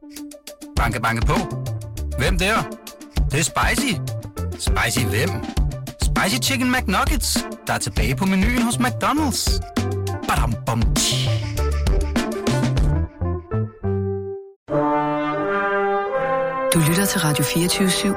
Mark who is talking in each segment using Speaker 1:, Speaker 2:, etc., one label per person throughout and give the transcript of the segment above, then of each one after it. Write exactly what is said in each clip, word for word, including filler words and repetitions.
Speaker 1: Banke, banke på. Hvem der? Det, det er spicy. Spicy hvem? Spicy Chicken McNuggets, der er tilbage på menuen hos McDonald's. Badum, bom, tji.
Speaker 2: Du lytter til Radio fireogtyve syv.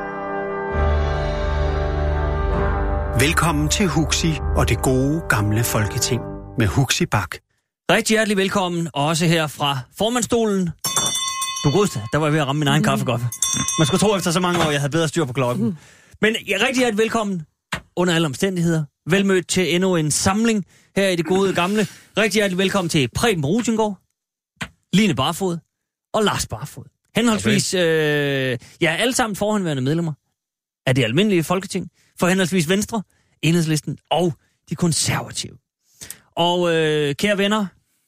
Speaker 3: Velkommen til Huxi og det gode gamle folketing med Huxi Bak.
Speaker 4: Rigtig hjertelig velkommen, også her fra formandsstolen. Du godste, der var jeg ved at ramme min egen kaffekop. Man skulle tro efter så mange år, jeg havde bedre styr på klokken. Men ja, rigtig hjertelig velkommen under alle omstændigheder. Velmødt til endnu en samling her i det gode gamle. Rigtig hjertelig velkommen til Preben Ruthengård, Line Barfod og Lars Barfod. Henholdsvis, okay. øh, ja, alle sammen forhåndværende medlemmer af det almindelige folketing, for henholdsvis Venstre, Enhedslisten og de konservative. Og øh, kære venner,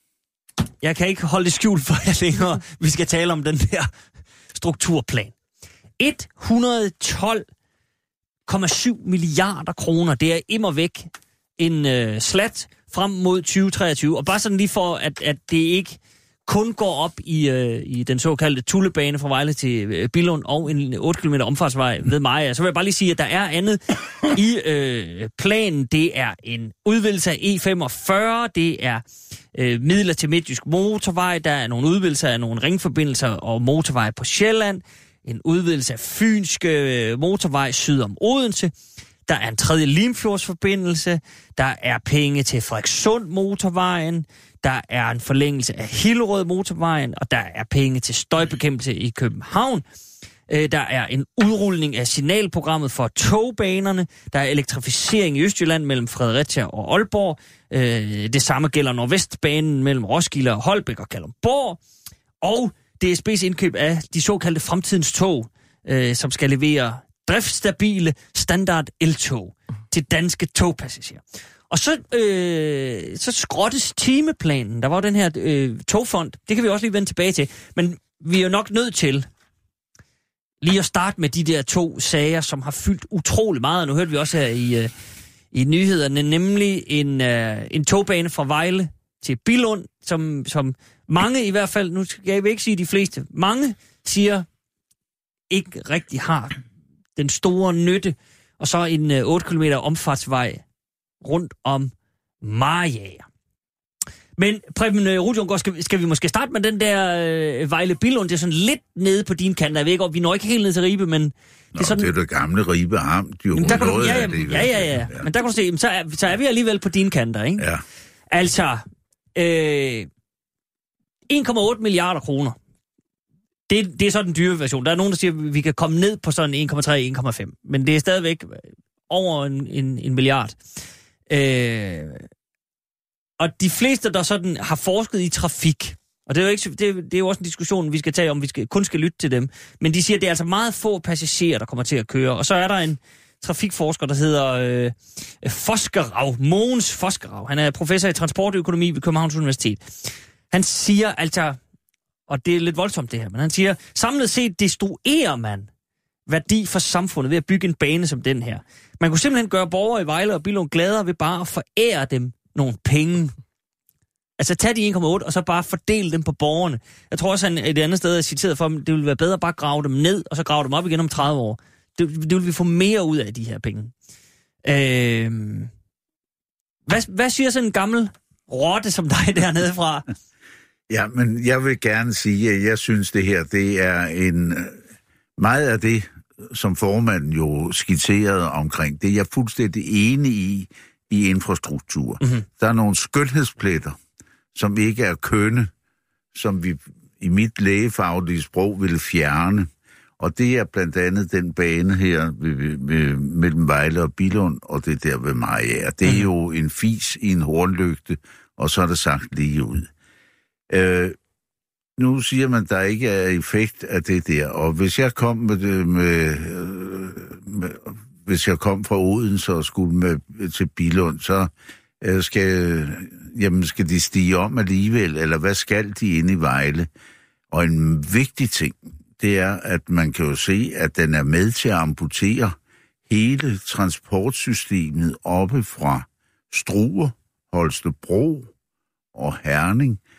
Speaker 4: jeg kan ikke holde det skjult for jer længere. Vi skal tale om den der strukturplan. et hundrede og tolv komma syv milliarder kroner, det er immer væk en øh, slat frem mod tyve treogtyve. Og bare sådan lige for, at, at det ikke kun går op i, øh, i den såkaldte Tullebane fra Vejle til øh, Billund og en otte kilometer omfartsvej ved Maja. Så vil jeg bare lige sige, at der er andet i øh, planen. Det er en udvidelse af E femogfyrre, det er øh, midler til Midtjysk Motorvej, der er nogle udvidelser af nogle ringforbindelser og motorveje på Sjælland, en udvidelse af Fynske øh, Motorvej syd om Odense, der er en tredje Limfjordsforbindelse, der er penge til Frederikssund Motorvejen, der er en forlængelse af Hillerød Motorvejen, og der er penge til støjbekæmpelse i København. Der er en udrulning af signalprogrammet for togbanerne. Der er elektrificering i Østjylland mellem Fredericia og Aalborg. Det samme gælder Nordvestbanen mellem Roskilde og Holbæk og Kalundborg. Og D S B's indkøb af de såkaldte fremtidens tog, som skal levere driftsstabile standard eltog til danske togpassagerer. Og så, øh, så skrottes timeplanen. Der var jo den her øh, togfond. Det kan vi også lige vende tilbage til. Men vi er jo nok nødt til lige at starte med de der to sager, som har fyldt utrolig meget. Og nu hørte vi også her i, øh, i nyhederne, nemlig en, øh, en togbane fra Vejle til Billund, som, som mange i hvert fald, nu skal jeg ikke sige de fleste, mange siger ikke rigtig har den store nytte. Og så en øh, otte kilometer omfartsvej rundt om Mariager. Men Preben Ruthengård, skal, skal vi måske starte med den der øh, Vejle Billund? Det er sådan lidt nede på din kant. Jeg ved ikke, vi når ikke helt ned til Ribe, men...
Speaker 5: Nå,
Speaker 4: det er, sådan,
Speaker 5: det er det gamle Ribe Amt, jo.
Speaker 4: Der kan du, ja, ja,
Speaker 5: det,
Speaker 4: ja, ja, ja, ja. Men der kan du se, så er, så er vi alligevel på dine kanter, ikke?
Speaker 5: Ja.
Speaker 4: Altså, øh, en komma otte milliarder kroner. Det, det er så den dyre version. Der er nogen, der siger, at vi kan komme ned på sådan en komma tre til en komma fem. Men det er stadigvæk over en, en, en milliard. Øh, og de fleste, der sådan har forsket i trafik, og det er jo, ikke, det, det er jo også en diskussion, vi skal tage, om vi skal, kun skal lytte til dem, men de siger, at det er altså meget få passagerer, der kommer til at køre. Og så er der en trafikforsker, der hedder øh, Foskerau, Mogens Foskerau. Han er professor i transportøkonomi ved Københavns Universitet. Han siger altså, og det er lidt voldsomt det her, men han siger, samlet set destruerer man værdi for samfundet ved at bygge en bane som den her. Man kunne simpelthen gøre borgere i Vejle og Billund gladere ved bare at forære dem nogle penge. Altså tag de en komma otte og så bare fordele dem på borgerne. Jeg tror også, han et andet sted er citeret for, at det ville være bedre bare at grave dem ned, og så grave dem op igen om tredive år. Det, det vil vi få mere ud af, de her penge. Øh, hvad, hvad siger sådan en gammel rotte som dig dernede fra?
Speaker 5: Ja, men jeg vil gerne sige, at jeg synes, det her, det er en... Meget af det, som formanden jo skitserede omkring, det er jeg fuldstændig enig i, i infrastruktur. Mm-hmm. Der er nogle skønhedspletter, som ikke er kønne, som vi i mit lægefaglige sprog ville fjerne. Og det er blandt andet den bane her ved, ved, ved, mellem Vejle og Billund, og det der ved Mariager. Det er mm-hmm. jo en fis i en hornlygte, og så er det sagt lige ud. Øh, Nu siger man, at der ikke er effekt af det der, og hvis jeg kom med, det, med, med hvis jeg kom fra Odense og skulle med til Billund, så øh, skal, jamen, skal de stige om alligevel, eller hvad skal de inde i Vejle? Og en vigtig ting, det er, at man kan jo se, at den er med til at amputere hele transportsystemet oppe fra Struer, Holstebro og Herning,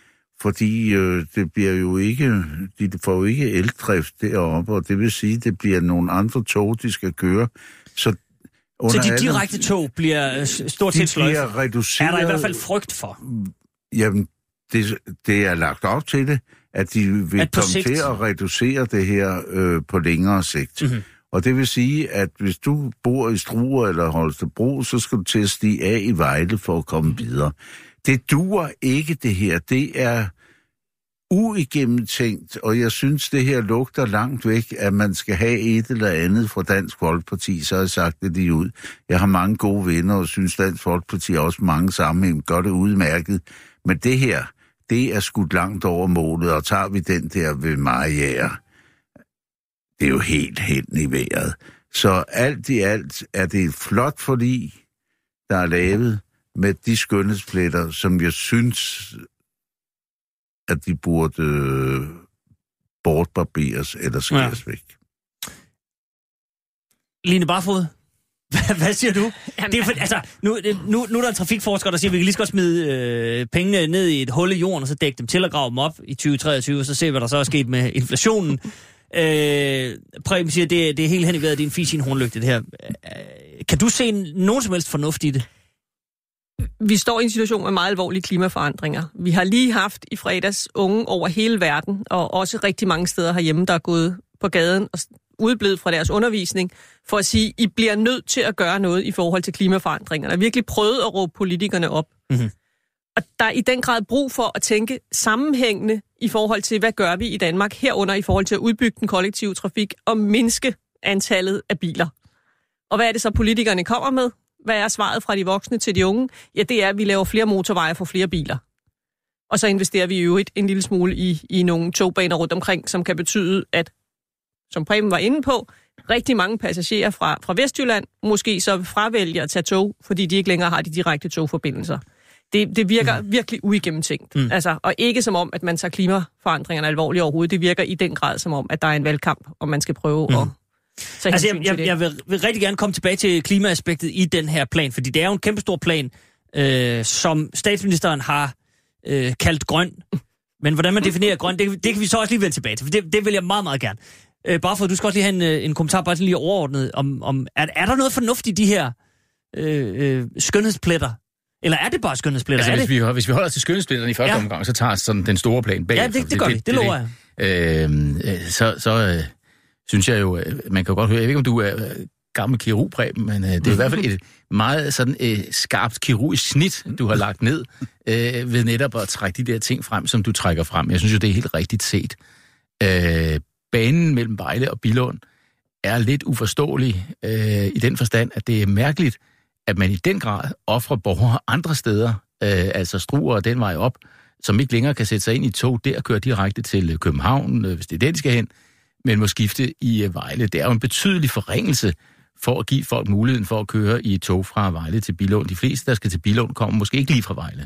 Speaker 5: fordi øh, det bliver jo ikke, de får jo ikke eldrift deroppe, og det vil sige, det bliver nogle andre tog, de skal køre. Så,
Speaker 4: så de direkte alle, tog bliver stort set sløjt? Er der i hvert fald frygt for?
Speaker 5: Jamen, det, det er lagt op til det, at de vil at komme sigt. til at reducere det her øh, på længere sigt. Mm-hmm. Og det vil sige, at hvis du bor i Struer eller Holstebro, så skal du til at stige af i Vejle for at komme videre. Det duer ikke, det her. Det er uigennemtænkt, og jeg synes, det her lugter langt væk, at man skal have et eller andet fra Dansk Folkeparti, så har jeg sagt det lige ud. Jeg har mange gode venner, og synes, Dansk Folkeparti også mange sammenhæng gør det udmærket. Men det her, det er skudt langt over målet, og tager vi den der ved Mariager, det er jo helt hen i vejret. Så alt i alt er det et flot forlig, der er lavet med de skønhedspletter, som jeg synes, at de burde øh, bortbarberes eller skæres ja. væk.
Speaker 4: Line Barfod, hvad, hvad siger du? Det er for, altså, nu, nu, nu er der en trafikforsker, der siger, at vi kan lige så godt smide øh, pengene ned i et hul i jorden, og så dække dem til og grave dem op i tyve treogtyve, og så se, hvad der så er sket med inflationen. Øh, Preben siger, det, det er helt hen i vejret, det er en fis i en hornlygte, det her. Øh, kan du se nogen som helst fornuft i det?
Speaker 6: Vi står i en situation med meget alvorlige klimaforandringer. Vi har lige haft i fredags unge over hele verden, og også rigtig mange steder herhjemme, der er gået på gaden og udeblevet fra deres undervisning, for at sige, I bliver nødt til at gøre noget i forhold til klimaforandringerne. Der er virkelig prøvet at råbe politikerne op. Mm-hmm. Og der er i den grad brug for at tænke sammenhængende i forhold til, hvad gør vi i Danmark herunder i forhold til at udbygge den kollektive trafik og mindske antallet af biler. Og hvad er det så, politikerne kommer med? Hvad er svaret fra de voksne til de unge? Ja, det er, at vi laver flere motorveje for flere biler. Og så investerer vi jo en lille smule i, i nogle togbaner rundt omkring, som kan betyde, at, som Preben var inde på, rigtig mange passagerer fra, fra Vestjylland måske så fravælger at tage tog, fordi de ikke længere har de direkte togforbindelser. Det, det virker mm. virkelig uigennemtænkt. Mm. Altså, og ikke som om, at man tager klimaforandringerne alvorligt overhovedet. Det virker i den grad som om, at der er en valgkamp, og man skal prøve mm. at...
Speaker 4: Altså, jeg, jeg, jeg vil, vil rigtig gerne komme tilbage til klimaaspektet i den her plan, fordi det er jo en kæmpestor plan, øh, som statsministeren har øh, kaldt grøn. Men hvordan man definerer grøn, det, det kan vi så også lige vende tilbage til, for det, det vil jeg meget, meget gerne. Øh, bare for, du skal også lige have en, en kommentar, bare lige overordnet, om, om er, er der noget fornuftigt i de her øh, øh, skønhedspletter? Eller er det bare skønhedspletter?
Speaker 7: Altså, hvis vi, hvis vi holder os til skønhedspletterne i første ja. omgang, så tager sådan den store plan bag.
Speaker 4: Ja, det, det, det gør det, vi. Det, det lover
Speaker 7: jeg. Øh, så... så øh, synes jeg jo, man kan jo godt høre, jeg ved ikke, om du er gammel kirurg, Preben, men øh, det er i hvert fald et meget sådan øh, skarpt kirurgisk snit, du har lagt ned øh, ved netop at trække de der ting frem, som du trækker frem. Jeg synes jo, det er helt rigtigt set. Øh, banen mellem Vejle og Billund er lidt uforståelig øh, i den forstand, at det er mærkeligt, at man i den grad offrer borgere andre steder, øh, altså Struer og den vej op, som ikke længere kan sætte sig ind i tog der og køre direkte til København, øh, hvis det er det, de skal hen, men må skifte i Vejle. Det er jo en betydelig forringelse for at give folk muligheden for at køre i et tog fra Vejle til Billund. De fleste, der skal til Billund, kommer måske ikke lige fra Vejle.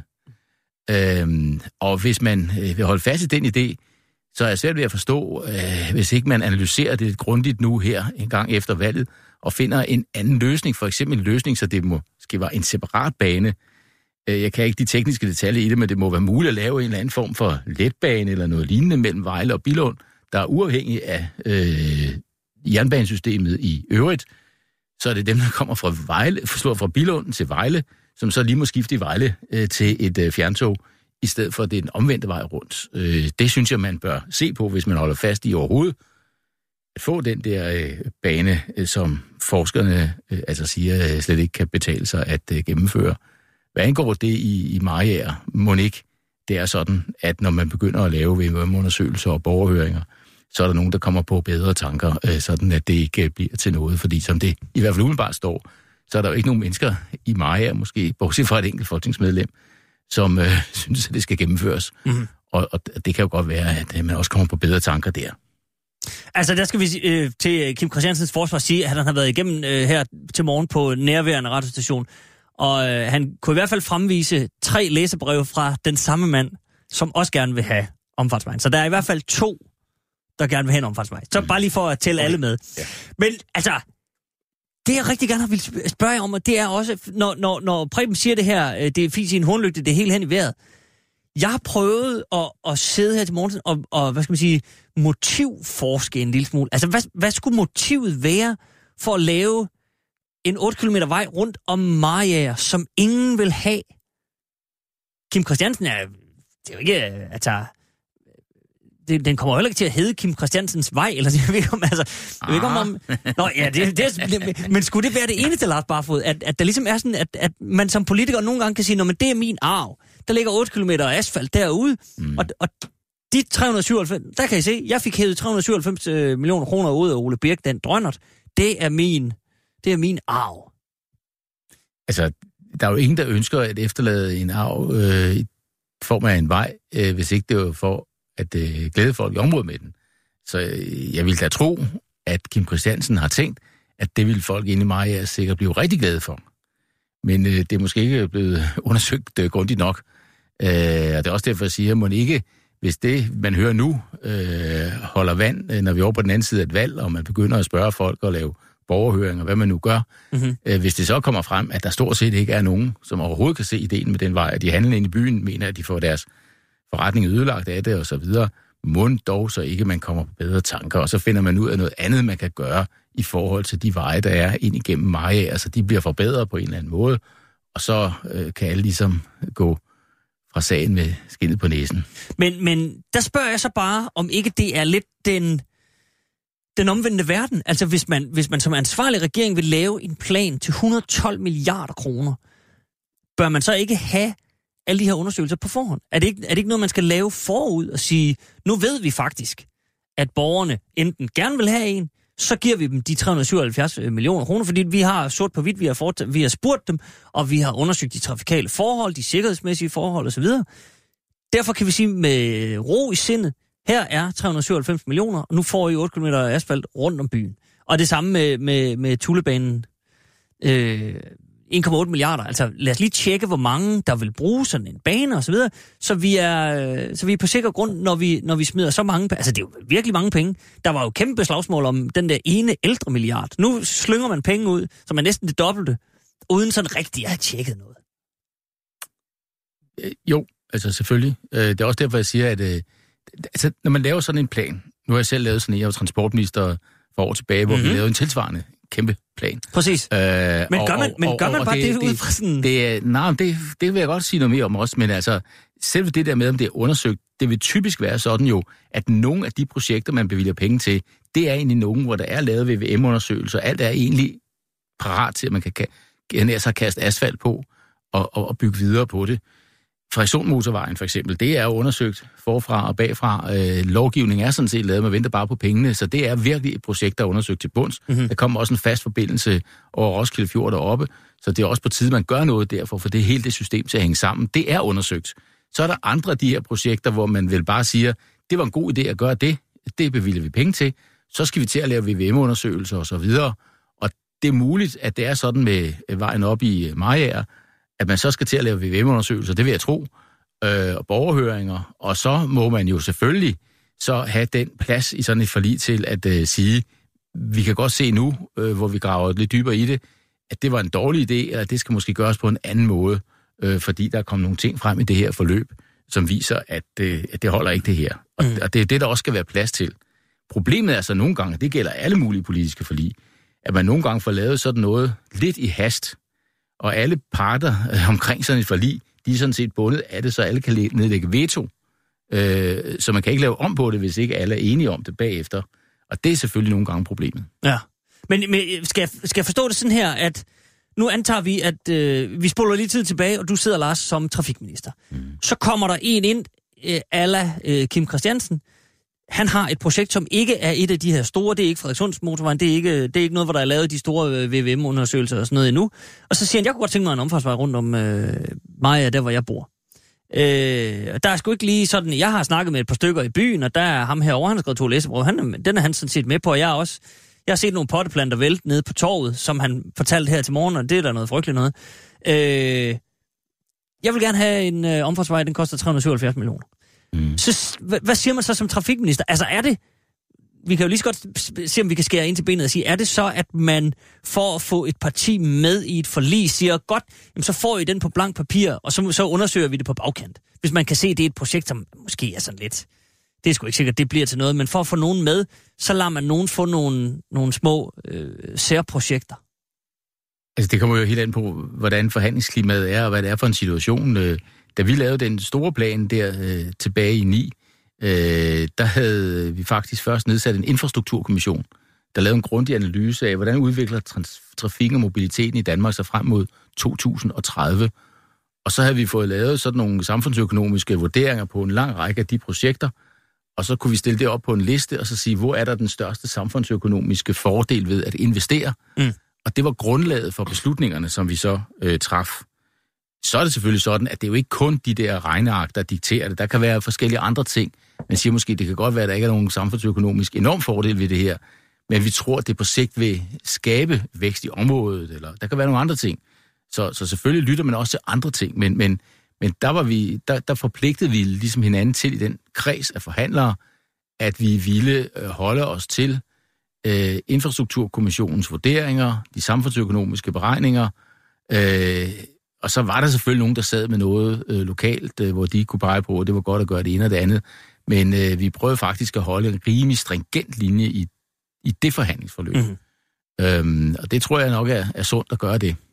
Speaker 7: Øhm, og hvis man øh, vil holde fast i den idé, så er jeg svært ved at forstå, øh, hvis ikke man analyserer det grundigt nu her, en gang efter valget, og finder en anden løsning, for eksempel en løsning, så det måske var en separat bane. Øh, jeg kan ikke de tekniske detaljer i det, men det må være muligt at lave en eller anden form for letbane eller noget lignende mellem Vejle og Billund, der er uafhængig af øh, jernbanesystemet i øvrigt, så er det dem, der kommer fra Vejle, fra Billund til Vejle, som så lige må skifte i Vejle øh, til et øh, fjerntog, i stedet for at det er den omvendte vej rundt. Øh, det synes jeg, man bør se på, hvis man holder fast i overhovedet, at få den der øh, bane, øh, som forskerne øh, altså siger, øh, slet ikke kan betale sig at øh, gennemføre. Hvad angår det i, i Mariager, må ikke. Det er sådan, at når man begynder at lave V M M-undersøgelser og borgerhøringer, så er der nogen, der kommer på bedre tanker, øh, sådan at det ikke bliver til noget. Fordi som det i hvert fald umiddelbart står, så er der jo ikke nogen mennesker i Mariager, måske bortset fra et enkelt folketingsmedlem, som øh, synes, at det skal gennemføres. Mm-hmm. Og, og det kan jo godt være, at man også kommer på bedre tanker der.
Speaker 4: Altså, der skal vi øh, til Kim Christiansens forsvar sige, at han har været igennem øh, her til morgen på nærværende radiostation. Og øh, han kunne i hvert fald fremvise tre læserbreve fra den samme mand, som også gerne vil have omfartsvejen. Så der er i hvert fald to, der gerne vil have en omfartsvej. Så bare lige for at tælle okay. alle med. Ja. Men altså, det jeg rigtig gerne vil spørge jer om, og det er også, når, når, når Preben siger det her, det er fint i en hornlygte, det er helt hen i vejret. Jeg har prøvet at, at sidde her til morgen og, og, hvad skal man sige, motivforske en lille smule. Altså, hvad, hvad skulle motivet være for at lave en otte kilometer vej rundt om Mariager, som ingen vil have? Kim Christiansen er, det er jo ikke, altså, det, den kommer jo heller ikke til at hedde Kim Christiansens vej, eller jeg ved ikke om, altså, jeg ved ikke om, om nå, ja, det, det, det, men skulle det være det eneste, Lars Barfod, at, at der ligesom er sådan, at, at man som politiker nogle gange kan sige, nå, men det er min arv. Der ligger otte kilometer asfalt derude, mm. og, og de tre hundrede syvoghalvfems, der kan I se, jeg fik hævet tre hundrede syvoghalvfems millioner kroner ud af Ole Birk, den drønnert. Det er min, det er min arv.
Speaker 7: Altså, der er jo ingen, der ønsker at efterlade en arv øh, i form af en vej, øh, hvis ikke det var for at øh, glæde folk i området med den. Så øh, jeg vil da tro, at Kim Christiansen har tænkt, at det vil folk inde i Mariager sikkert blive rigtig glade for. Men øh, det er måske ikke blevet undersøgt øh, grundigt nok. Øh, og det er også derfor, jeg siger, at man ikke, hvis det, man hører nu, øh, holder vand, øh, når vi er over på den anden side af et valg, og man begynder at spørge folk og lave borgerhøringer, hvad man nu gør. Mm-hmm. Øh, hvis det så kommer frem, at der stort set ikke er nogen, som overhovedet kan se ideen med den vej, at de handler ind i byen, mener, at de får deres forretning ødelagt af det, og så videre, må dog så ikke, man kommer på bedre tanker, og så finder man ud af noget andet, man kan gøre i forhold til de veje, der er ind igennem Mariager, altså de bliver forbedret på en eller anden måde, og så øh, kan alle ligesom gå fra sagen med skindet på næsen. Men,
Speaker 4: men der spørger jeg så bare, om ikke det er lidt den, den omvendte verden. Altså hvis man, hvis man som ansvarlig regering vil lave en plan til et hundrede og tolv milliarder kroner, bør man så ikke have alle de her undersøgelser på forhånd? Er det ikke, er det ikke noget, man skal lave forud og sige, nu ved vi faktisk, at borgerne enten gerne vil have en, så giver vi dem de tre hundrede og syvoghalvfjerds millioner kroner, fordi vi har sort på hvidt, vi har, fort, vi har spurgt dem, og vi har undersøgt de trafikale forhold, de sikkerhedsmæssige forhold osv. Derfor kan vi sige med ro i sindet, her er tre hundrede og syvoghalvfems millioner, og nu får I otte kilometer asfalt rundt om byen. Og det samme med, med, med Tulebanen. Øh, en komma otte milliarder. Altså lad os lige tjekke, hvor mange der vil bruge sådan en bane og så videre, så vi er, så vi er på sikker grund, når vi, når vi smider så mange. Altså det er jo virkelig mange penge. Der var jo kæmpe slagsmål om den der ene ældre milliard. Nu slynger man penge ud, som er næsten det dobbelte, uden sådan rigtig at have tjekket noget.
Speaker 7: Jo, altså selvfølgelig. Det er også derfor, jeg siger, at altså, når man laver sådan en plan, nu har jeg selv lavet sådan en, jeg var transportminister for år tilbage, hvor mm-hmm. vi lavede en tilsvarende kæmpe plan.
Speaker 4: Præcis. Øh, men gør man, og, men gør man og, bare det, det ud fra sådan...
Speaker 7: Det, nej, det, det vil jeg godt sige noget mere om også, men altså, selv det der med, om det er undersøgt, det vil typisk være sådan jo, at nogle af de projekter, man bevilger penge til, det er egentlig nogen, hvor der er lavet V V M-undersøgelser, alt er egentlig parat til, at man kan, kan altså kaste asfalt på og, og, og bygge videre på det. Frederikssundsmotorvejen for eksempel, det er jo undersøgt forfra og bagfra. Øh, lovgivning er sådan set lavet, man venter bare på pengene, så det er virkelig et projekt, der er undersøgt til bunds. Mm-hmm. Der kommer også en fast forbindelse over Roskilde Fjord deroppe, så det er også på tide, man gør noget derfor, for det er hele det system til at hænge sammen. Det er undersøgt. Så er der andre af de her projekter, hvor man vel bare siger, det var en god idé at gøre det, det bevilger vi penge til, så skal vi til at lave V V M-undersøgelser og så videre. Og det er muligt, at det er sådan med vejen op i Mariager, at man så skal til at lave V V M-undersøgelser, det vil jeg tro, øh, og borgerhøringer, og så må man jo selvfølgelig så have den plads i sådan et forlig til at øh, sige, vi kan godt se nu, øh, hvor vi graver lidt dybere i det, at det var en dårlig idé, og at det skal måske gøres på en anden måde, øh, fordi der kom nogle ting frem i det her forløb, som viser, at, øh, at det holder ikke det her. Og, mm. og det er det, der også skal være plads til. Problemet er så nogle gange, det gælder alle mulige politiske forlig, at man nogle gange får lavet sådan noget lidt i hast, og alle parter øh, omkring sådan et forlig, de er sådan set bundet af det, så alle kan nedlægge veto. Øh, så man kan ikke lave om på det, hvis ikke alle er enige om det bagefter. Og det er selvfølgelig nogle gange problemet.
Speaker 4: Ja, men, men skal, jeg, skal jeg forstå det sådan her, at nu antager vi, at øh, vi spoler lige tid tilbage, og du sidder, Lars, som trafikminister. Mm. Så kommer der en ind, øh, a la øh, Kim Christiansen. Han har et projekt, som ikke er et af de her store. Det er ikke Frederikssundsmotorvejen. Det er ikke, det er ikke noget, hvor der er lavet de store V V M-undersøgelser og sådan noget endnu. Og så siger han, jeg kunne godt tænke mig en omfartsvej rundt om øh, mig, der hvor jeg bor. Øh, der er sgu ikke lige sådan... Jeg har snakket med et par stykker i byen, og der er ham herovre, han har skrevet to læsebrød. Han, den er han sådan set med på, og jeg også... Jeg har set nogle potteplanter vælte nede på torvet, som han fortalte her til morgen, og det er der noget frygteligt noget. Øh, jeg vil gerne have en øh, omfartsvej, den koster tre hundrede og syvoghalvfjerds millioner. Mm. Så hvad, hvad siger man så som trafikminister? Altså er det... vi kan jo lige så godt se, om vi kan skære ind til benet og sige, er det så, at man for at få et parti med i et forlig, siger godt, jamen, så får I den på blank papir, og så, så undersøger vi det på bagkant. Hvis man kan se, at det er et projekt, som måske er sådan lidt, det er sgu ikke sikkert, det bliver til noget, men for at få nogen med, så lader man nogen få nogle, nogle små øh, særprojekter.
Speaker 7: Altså, det kommer jo helt an på, hvordan forhandlingsklimaet er, og hvad det er for en situation. Da vi lavede den store plan der øh, tilbage i ni, øh, der havde vi faktisk først nedsat en infrastrukturkommission, der lavede en grundig analyse af, hvordan udvikler trans- trafik og mobiliteten i Danmark sig frem mod to tusind og tredive. Og så havde vi fået lavet sådan nogle samfundsøkonomiske vurderinger på en lang række af de projekter, og så kunne vi stille det op på en liste, og så sige, hvor er der den største samfundsøkonomiske fordel ved at investere? Mm. Og det var grundlaget for beslutningerne, som vi så øh, traf. Så er det selvfølgelig sådan, at det er jo ikke kun de der regneark, der dikterer det. Der kan være forskellige andre ting. Man siger måske, det kan godt være, at der ikke er nogen samfundsøkonomisk enorm fordel ved det her, men vi tror, at det på sigt vil skabe vækst i området, eller der kan være nogle andre ting. Så, så selvfølgelig lytter man også til andre ting, men, men, men der, var vi, der, der forpligtede vi ligesom hinanden til i den kreds af forhandlere, at vi ville øh, holde os til øh, Infrastrukturkommissionens vurderinger, de samfundsøkonomiske beregninger, øh, og så var der selvfølgelig nogen, der sad med noget øh, lokalt, øh, hvor de kunne pege på, at det var godt at gøre det ene og det andet, men øh, vi prøvede faktisk at holde en rimelig stringent linje i, i det forhandlingsforløb. Mm-hmm. Øhm, og det tror jeg nok er, er sundt at gøre det.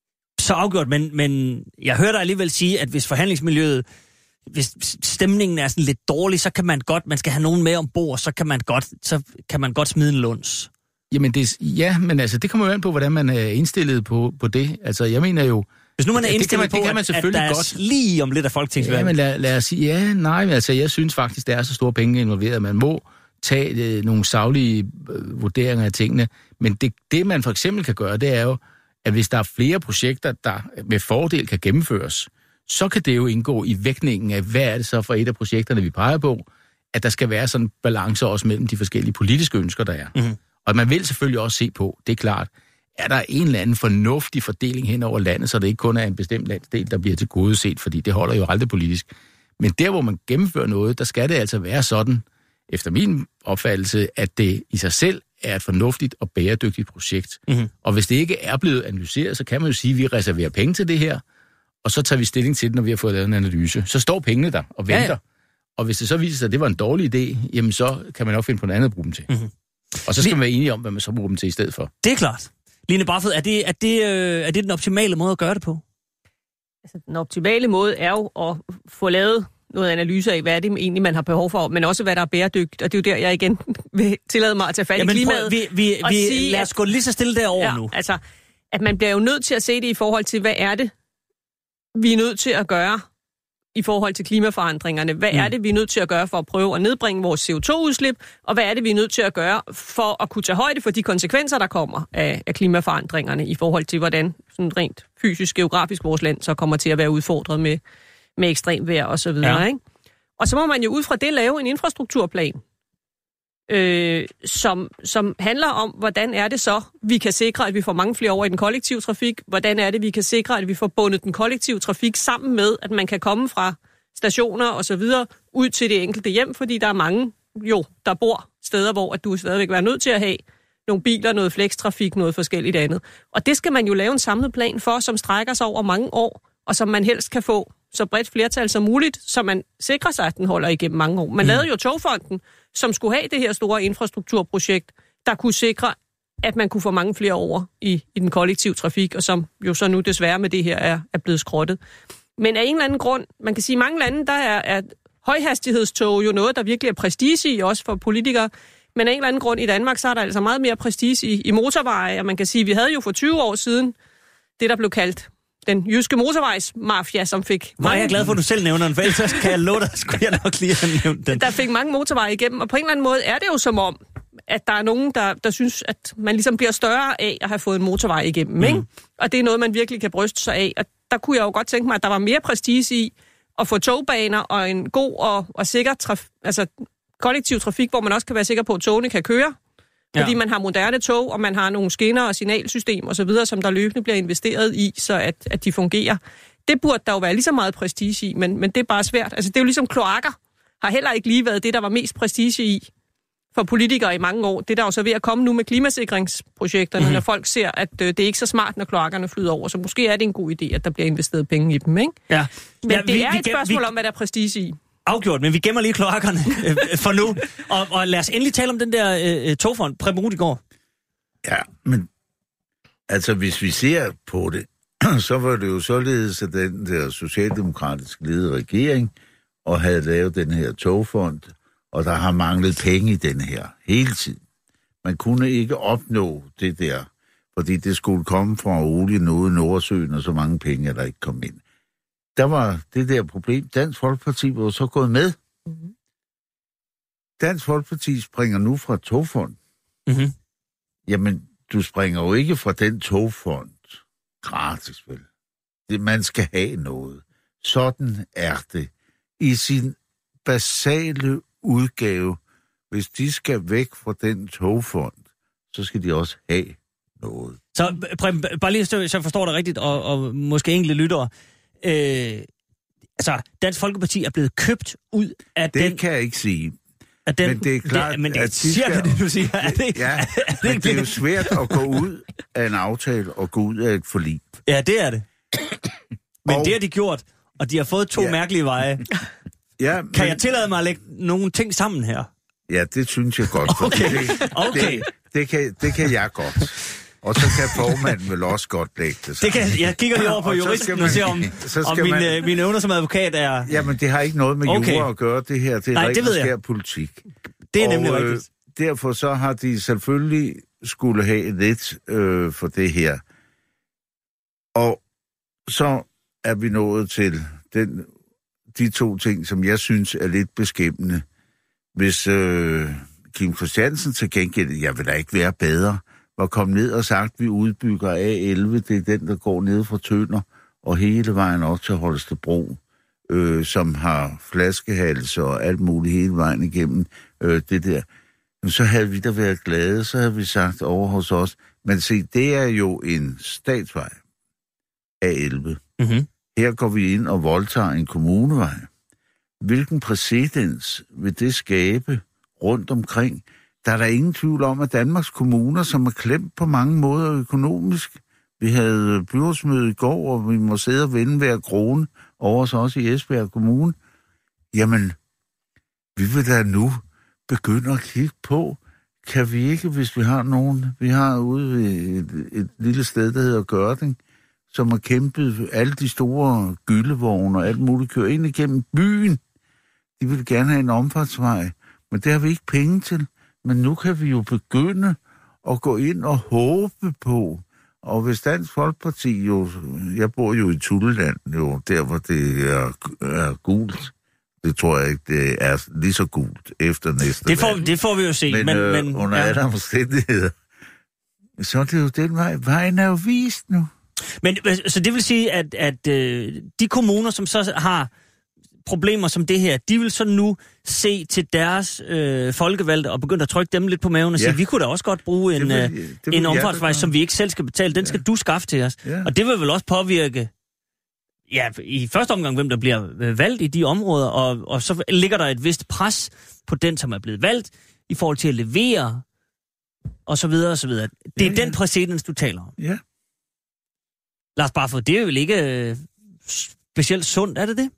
Speaker 4: Så afgjort, men, men jeg hører dig alligevel sige, at hvis forhandlingsmiljøet, hvis stemningen er sådan lidt dårlig, så kan man godt, man skal have nogen med ombord, så kan man godt, så kan man godt smide en luns.
Speaker 7: Jamen det, ja, men altså det kommer jo an på, hvordan man er indstillet på, på det. Altså jeg mener jo,
Speaker 4: hvis nu man er indstillet
Speaker 7: det kan man,
Speaker 4: på,
Speaker 7: det kan man selvfølgelig
Speaker 4: at der
Speaker 7: godt.
Speaker 4: Er lige om lidt af folketingsvalget.
Speaker 7: Ja, men lad, lad os sige, ja, nej, men altså jeg synes faktisk, der er så store penge involveret, at man må tage øh, nogle saglige øh, vurderinger af tingene. Men det, det, man for eksempel kan gøre, det er jo, at hvis der er flere projekter, der med fordel kan gennemføres, så kan det jo indgå i vægtningen af, hvad er det så for et af projekterne, vi peger på, at der skal være sådan en balance også mellem de forskellige politiske ønsker, der er. Mm-hmm. Og man vil selvfølgelig også se på, det er klart, er der en eller anden fornuftig fordeling hen over landet, så det ikke kun er en bestemt landsdel, der bliver tilgodeset, fordi det holder jo aldrig politisk. Men der, hvor man gennemfører noget, der skal det altså være sådan, efter min opfattelse, at det i sig selv er et fornuftigt og bæredygtigt projekt. Mm-hmm. Og hvis det ikke er blevet analyseret, så kan man jo sige, at vi reserverer penge til det her, og så tager vi stilling til det, når vi har fået lavet en analyse. Så står pengene der og venter. Ja, ja. Og hvis det så viser sig, at det var en dårlig idé, jamen så kan man også finde på noget andet at bruge dem til. Mm-hmm. Og så skal man være enige om, hvad man så bruger dem til i stedet for.
Speaker 4: Det er klart. Line Barfod, er det, er det, øh, er det den optimale måde at gøre det på?
Speaker 6: Altså, den optimale måde er jo at få lavet noget analyse af, hvad er det egentlig, man har behov for, men også, hvad der er bæredygtigt. Og det er jo der, jeg igen vil tillade mig at tage fat i klimaet.
Speaker 4: Prøv, vi, vi, vi,
Speaker 6: sige,
Speaker 4: lad os gå lige så stille derover
Speaker 6: ja,
Speaker 4: nu.
Speaker 6: Altså, at man bliver jo nødt til at se det i forhold til, hvad er det, vi er nødt til at gøre i forhold til klimaforandringerne. Hvad mm. er det, vi er nødt til at gøre for at prøve at nedbringe vores C O to udslip, og hvad er det, vi er nødt til at gøre for at kunne tage højde for de konsekvenser, der kommer af, af klimaforandringerne i forhold til, hvordan sådan rent fysisk, geografisk vores land så kommer til at være udfordret med, med ekstremvejr og så videre, ja. Ikke? Og så må man jo ud fra det lave en infrastrukturplan, øh, som, som handler om, hvordan er det så, vi kan sikre, at vi får mange flere over i den kollektive trafik. Hvordan er det, vi kan sikre, at vi får bundet den kollektive trafik sammen med, at man kan komme fra stationer og så videre ud til det enkelte hjem, fordi der er mange, jo, der bor steder, hvor at du stadigvæk er nødt til at have nogle biler, noget flextrafik, noget forskelligt andet. Og det skal man jo lave en samlet plan for, som strækker sig over mange år, og som man helst kan få så bredt flertal som muligt, så man sikrer sig, at den holder igennem mange år. Man mm. lavede jo Togfonden, som skulle have det her store infrastrukturprojekt, der kunne sikre, at man kunne få mange flere over i, i den kollektive trafik, og som jo så nu desværre med det her er, er blevet skrottet. Men af en eller anden grund, man kan sige, at i mange lande, der er, er højhastighedstog jo noget, der virkelig er prestige i, også for politikere. Men af en eller anden grund i Danmark, så er der altså meget mere prestige i, i motorveje, og man kan sige, at vi havde jo for tyve år siden det, der blev kaldt den jyske motorvejsmafia, som fik...
Speaker 4: Nej, jeg er glad for, at du selv nævner den, for ellers kan jeg love dig, skulle jeg nok lige have nævnt den.
Speaker 6: Der fik mange motorveje igennem, og på en eller anden måde er det jo som om, at der er nogen, der, der synes, at man ligesom bliver større af at have fået en motorvej igennem, mm. ikke? Og det er noget, man virkelig kan bryste sig af. Og der kunne jeg jo godt tænke mig, at der var mere prestige i at få togbaner og en god og, og sikker traf- altså, kollektiv trafik, hvor man også kan være sikker på, at togene kan køre. Fordi ja. man har moderne tog, og man har nogle skinner og signalsystem og så videre, som der løbende bliver investeret i, så at, at de fungerer. Det burde der jo være lige så meget prestige i, men, men det er bare svært. Altså det er jo ligesom kloakker, har heller ikke lige været det, der var mest prestige i for politikere i mange år. Det er der jo så ved at komme nu med klimasikringsprojekterne, mm-hmm. når folk ser, at øh, det er ikke så smart, når kloakkerne flyder over. Så måske er det en god idé, at der bliver investeret penge i dem, ikke?
Speaker 4: Ja.
Speaker 6: Men
Speaker 4: ja,
Speaker 6: det
Speaker 4: vi,
Speaker 6: er
Speaker 4: vi,
Speaker 6: et spørgsmål
Speaker 4: vi,
Speaker 6: om, hvad der er prestige i.
Speaker 4: Afgjort, men vi gemmer lige kloakkerne øh, for nu. Og, og lad os endelig tale om den der øh, togfond, Preben Rudigaard.
Speaker 5: Ja, men altså hvis vi ser på det, så var det jo således, at den der socialdemokratisk ledede regering og havde lavet den her togfond, og der har manglet penge i den her hele tiden. Man kunne ikke opnå det der, fordi det skulle komme fra olien ude i Nordsøen, og så mange penge, der ikke kom ind. Der var det der problem. Dansk Folkeparti var så gået med. Mm-hmm. Dansk Folkeparti springer nu fra togfond. Mm-hmm. Jamen, du springer jo ikke fra den togfond gratis, vel? Det, man skal have noget. Sådan er det. I sin basale udgave, hvis de skal væk fra den togfond, så skal de også have noget.
Speaker 4: Så Preben, bare lige så jeg forstår det rigtigt, og, og måske enkelte lyttere. Øh, altså, Dansk Folkeparti er blevet købt ud af
Speaker 5: det
Speaker 4: den...
Speaker 5: Det kan jeg ikke sige.
Speaker 4: At den,
Speaker 5: men det er klart,
Speaker 4: det, men det
Speaker 5: at
Speaker 4: de cirka skal... det, du siger.
Speaker 5: Er det, ja, er det, men det er jo svært at gå ud af en aftale og gå ud af et forlig.
Speaker 4: Ja, det er det. Men
Speaker 5: og,
Speaker 4: det har de gjort, og de har fået to ja. mærkelige veje. Ja, kan men, jeg tillade mig at lægge nogle ting sammen her?
Speaker 5: Ja, det synes jeg godt.
Speaker 4: Okay.
Speaker 5: Det,
Speaker 4: okay.
Speaker 5: Det, det, kan, det kan jeg godt. Og så kan formanden vel også godt lægge det sammen.
Speaker 4: Det kan, jeg kigger lige over på juristen og ser, om, om min, man, min evner som advokat er...
Speaker 5: Jamen, det har ikke noget med okay. jura at gøre, det her. Det er
Speaker 4: Nej,
Speaker 5: rigtig skær politik.
Speaker 4: Det er
Speaker 5: og,
Speaker 4: nemlig rigtigt.
Speaker 5: Øh, derfor så har de selvfølgelig skulle have lidt øh, for det her. Og så er vi nået til den, de to ting, som jeg synes er lidt beskæmmende. Hvis øh, Kim Christiansen til gengæld, jeg vil da ikke være bedre, var kommet ned og sagt, at vi udbygger A elleve, det er den, der går ned fra Tønder, og hele vejen op til Holstebro, øh, som har flaskehalse og alt muligt hele vejen igennem øh, det der. Så havde vi da været glade, så havde vi sagt over hos os. Men se, det er jo en statsvej, A elleve. Mm-hmm. Her går vi ind og voldtager en kommunevej. Hvilken præcedens vil det skabe rundt omkring? Der er der ingen tvivl om, at Danmarks kommuner, som er klemt på mange måder økonomisk. Vi havde byrådsmøde i går, og vi må sidde og vende hver krone over os også i Esbjerg Kommune. Jamen, vi vil da nu begynde at kigge på, kan vi ikke, hvis vi har nogen, vi har ude et, et lille sted, der hedder Gørding, som har kæmpet alle de store gyldevogne og alt muligt, kører ind igennem byen. De vil gerne have en omfartsvej, men det har vi ikke penge til. Men nu kan vi jo begynde at gå ind og håbe på, og hvis Dansk Folkeparti jo, jeg bor jo i Tulleland, jo, der hvor det er, er gult, det tror jeg ikke, det er lige så gult efter næste
Speaker 4: det får, det får vi jo se.
Speaker 5: Men,
Speaker 4: men,
Speaker 5: øh,
Speaker 4: men
Speaker 5: under
Speaker 4: ja.
Speaker 5: alle omstændigheder, så er det jo den vej, vejen er jo vist nu.
Speaker 4: Men så det vil sige, at, at øh, de kommuner, som så har problemer som det her, de vil så nu se til deres øh, folkevalgte og begynde at trykke dem lidt på maven og ja. sige, vi kunne da også godt bruge en, vil, vil, en omfartsvej, som vi ikke selv skal betale. Den ja. skal du skaffe til os. Ja. Og det vil vel også påvirke, ja, i første omgang, hvem der bliver valgt i de områder, og, og så ligger der et vist pres på den, som er blevet valgt, i forhold til at levere, og så videre, og så videre. Det er ja, ja. den præcedens, du taler om.
Speaker 5: Ja.
Speaker 4: Lars Barfod, det er vel ikke øh, specielt sundt, er det det?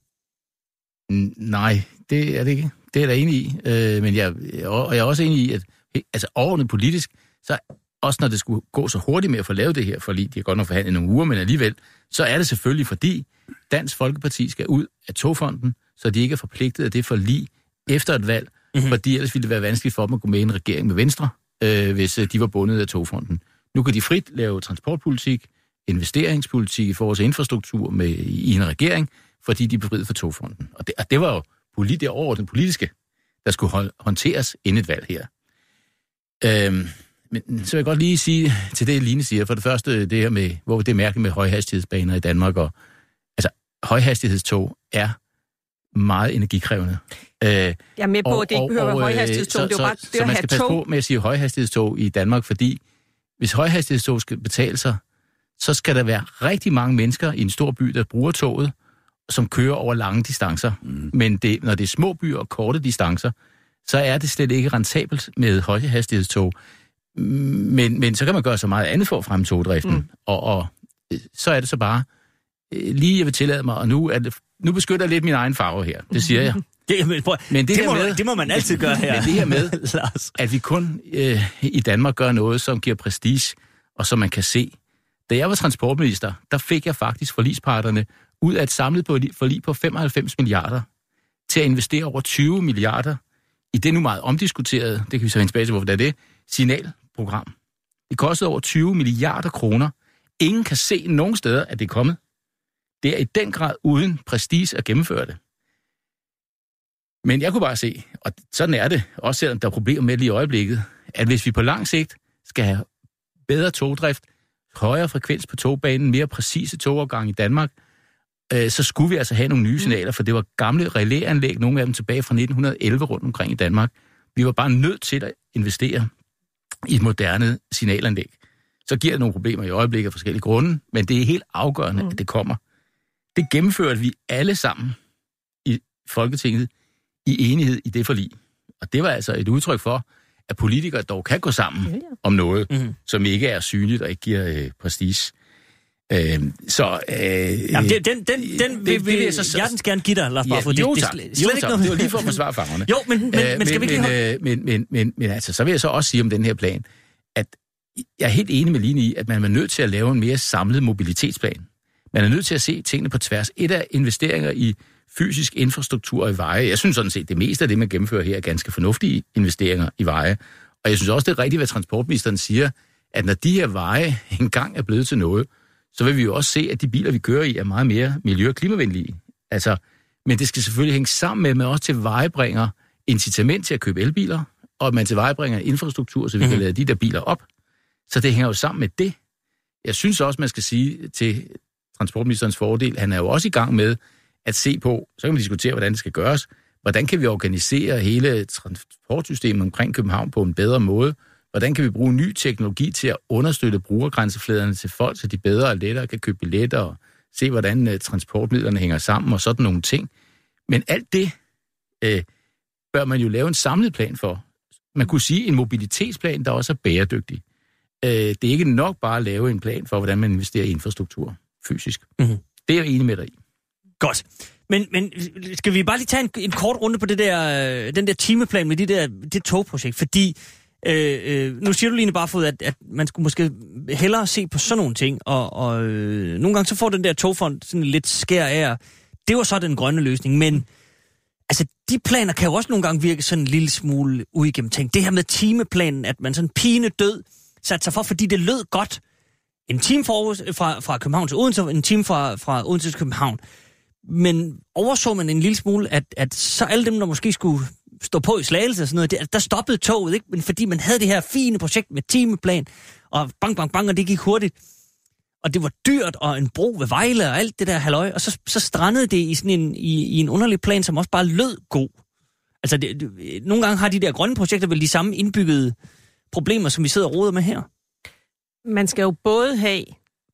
Speaker 7: Nej, det er det ikke. Det er jeg da enig i. Øh, men jeg, og jeg er også enig i, at altså overordnet politisk, så også når det skulle gå så hurtigt med at få lavet det her forlig, de har godt nok forhandlet nogle uger, men alligevel, så er det selvfølgelig fordi Dansk Folkeparti skal ud af togfonden, så de ikke er forpligtet af det forlig efter et valg, mm-hmm. fordi ellers ville det være vanskeligt for dem at gå med i en regering med Venstre, øh, hvis de var bundet af togfonden. Nu kan de frit lave transportpolitik, investeringspolitik i forhold til infrastruktur med, i en regering, fordi de er befriet for togfonden. Og det, og det var jo polit, det over den politiske, der skulle håndteres inden et valg her. Øhm, men så vil jeg godt lige sige til det, Line siger. For det første, det her med, hvor det er mærkeligt med højhastighedsbaner i Danmark. Og, altså, højhastighedstog er meget energikrævende. Øh, jeg
Speaker 6: er med på, og, at det ikke behøver at være højhastighedstog.
Speaker 7: Så,
Speaker 6: det er jo bare
Speaker 7: så,
Speaker 6: det
Speaker 7: så
Speaker 6: at
Speaker 7: man
Speaker 6: have
Speaker 7: skal passe
Speaker 6: tog.
Speaker 7: på med at sige højhastighedstog i Danmark, fordi hvis højhastighedstog skal betale sig, så skal der være rigtig mange mennesker i en stor by, der bruger toget, som kører over lange distancer. Mm. Men det, når det er små byer og korte distancer, så er det slet ikke rentabelt med højhastighedstog. Men, men så kan man gøre så meget andet for at fremme togdriften. Mm. Og, og så er det så bare, lige jeg vil tillade mig, og nu, er det, nu beskytter jeg lidt min egen farve her, det siger jeg.
Speaker 4: Det, men, prøv,
Speaker 7: men det,
Speaker 4: det, må,
Speaker 7: med,
Speaker 4: det må man altid gøre her.
Speaker 7: Men det her med, at vi kun øh, i Danmark gør noget, som giver prestige, og som man kan se. Da jeg var transportminister, der fik jeg faktisk forligsparterne ud af et samlet forlig på femoghalvfems milliarder til at investere over tyve milliarder i det nu meget omdiskuterede, det kan vi så vende tilbage til, hvorfor det er det, signalprogram. Det kostede over tyve milliarder kroner. Ingen kan se nogen steder, at det er kommet. Det er i den grad uden prestige at gennemføre det. Men jeg kunne bare se, og sådan er det, også selvom der er problemer med det i øjeblikket, at hvis vi på lang sigt skal have bedre togdrift, højere frekvens på togbanen, mere præcise togafgang i Danmark, øh, så skulle vi altså have nogle nye signaler, for det var gamle relæanlæg, nogle af dem tilbage fra nitten elleve rundt omkring i Danmark. Vi var bare nødt til at investere i et moderne signalanlæg. Så giver det nogle problemer i øjeblikket af forskellige grunde, men det er helt afgørende, mm. at det kommer. Det gennemførte vi alle sammen i Folketinget i enighed i det forlig. Og det var altså et udtryk for, at politikere dog kan gå sammen ja, ja. om noget, mm. som ikke er synligt og ikke giver øh, prestige. Øh, så... Øh,
Speaker 4: Jamen, det, den, den, den vil vi hjertens gerne give dig, Lars Barfod.
Speaker 7: Ja, jo tak. Det, det, jo, tak. Det var lige for at forsvare farverne.
Speaker 4: Jo, men, men, øh, men skal
Speaker 7: men,
Speaker 4: vi ikke
Speaker 7: men, øh, men, men, men, men altså, så vil jeg så også sige om den her plan, at jeg er helt enig med Line i, at man er nødt til at lave en mere samlet mobilitetsplan. Man er nødt til at se tingene på tværs. Et af investeringer i fysisk infrastruktur i veje. Jeg synes sådan set, det meste af det, man gennemfører her, er ganske fornuftige investeringer i veje. Og jeg synes også, det er rigtigt, hvad transportministeren siger, at når de her veje engang er blevet til noget, så vil vi jo også se, at de biler, vi kører i, er meget mere miljø- og klimavenlige. Altså, men det skal selvfølgelig hænge sammen med, at man også tilvejebringer incitament til at købe elbiler, og at man tilvejebringer infrastruktur, så vi mm-hmm. kan lade de der biler op. Så det hænger jo sammen med det. Jeg synes også, man skal sige til transportministerens fordel, han er jo også i gang med at se på, så kan man diskutere, hvordan det skal gøres, hvordan kan vi organisere hele transportsystemet omkring København på en bedre måde, hvordan kan vi bruge ny teknologi til at understøtte brugergrænsefladerne til folk, så de bedre og lettere kan købe billetter og se, hvordan uh, transportmidlerne hænger sammen og sådan nogle ting. Men alt det øh, bør man jo lave en samlet plan for. Man kunne sige en mobilitetsplan, der også er bæredygtig. Øh, det er ikke nok bare at lave en plan for, hvordan man investerer i infrastruktur fysisk. Mm-hmm. Det er jeg enig med dig i.
Speaker 4: Godt. Men, men skal vi bare lige tage en, en kort runde på det der, den der timeplan med de der, det togprojekt? Fordi øh, øh, nu siger du, Line Barfod, at, at man skulle måske hellere se på sådan nogle ting, og, og øh, nogle gange så får den der togfond sådan lidt skær af. Det var så den grønne løsning, men altså, de planer kan jo også nogle gange virke sådan en lille smule uigennemtænkt. Det her med timeplanen, at man sådan pine død satte sig for, fordi det lød godt. En time fra, fra, fra København til Odense, en time fra, fra Odense til København. Men overså man en lille smule, at, at så alle dem, der måske skulle stå på i Slagelse og sådan noget, det, der stoppede toget, ikke? Men fordi man havde det her fine projekt med timeplan, og bang, bang, bang, og det gik hurtigt. Og det var dyrt, og en bro ved Vejle, og alt det der halløj, og så, så strandede det i sådan en, i, i en underlig plan, som også bare lød god. Altså, det, det, nogle gange har de der grønne projekter vel de samme indbyggede problemer, som vi sidder og roder med her.
Speaker 6: Man skal jo både have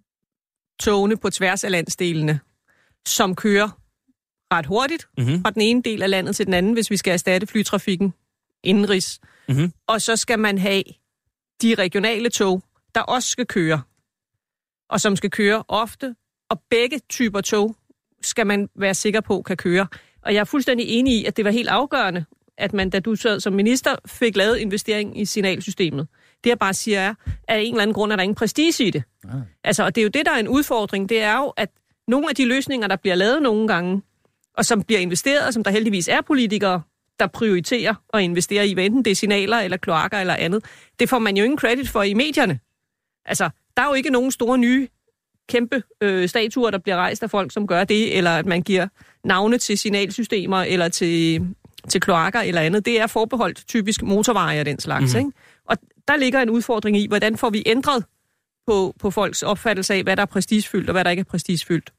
Speaker 6: togene på tværs af landsdelene, som kører ret hurtigt mm-hmm. fra den ene del af landet til den anden, hvis vi skal erstatte flytrafikken indenrigs. Mm-hmm. Og så skal man have de regionale tog, der også skal køre, og som skal køre ofte. Og begge typer tog skal man være sikker på kan køre. Og jeg er fuldstændig enig i, at det var helt afgørende, at man, da du sad som minister, fik lavet investering i signalsystemet. Det jeg bare siger er, at af en eller anden grund er der ingen prestige i det. Nej. Altså, og det er jo det, der er en udfordring. Det er jo, at nogle af de løsninger, der bliver lavet nogle gange, og som bliver investeret, og som der heldigvis er politikere, der prioriterer og investerer i, enten det er signaler eller kloakker eller andet, det får man jo ingen credit for i medierne. Altså, der er jo ikke nogen store nye kæmpe øh, statuer, der bliver rejst af folk, som gør det, eller at man giver navne til signalsystemer eller til, til kloakker eller andet. Det er forbeholdt typisk motorveje og den slags. Mm-hmm. Ikke? Og der ligger en udfordring i, hvordan får vi ændret på, på folks opfattelse af, hvad der er prestigefyldt og hvad der ikke er prestigefyldt.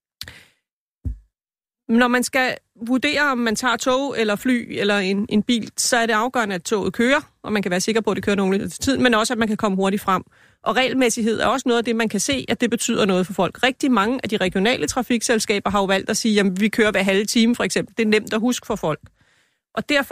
Speaker 6: Når man skal vurdere, om man tager tog eller fly eller en, en bil, så er det afgørende, at toget kører, og man kan være sikker på, at det kører nogenlunde til tiden, men også, at man kan komme hurtigt frem. Og regelmæssighed er også noget af det, man kan se, at det betyder noget for folk. Rigtig mange af de regionale trafikselskaber har jo valgt at sige, at vi kører hver halve time, for eksempel. Det er nemt at huske for folk. Og derfor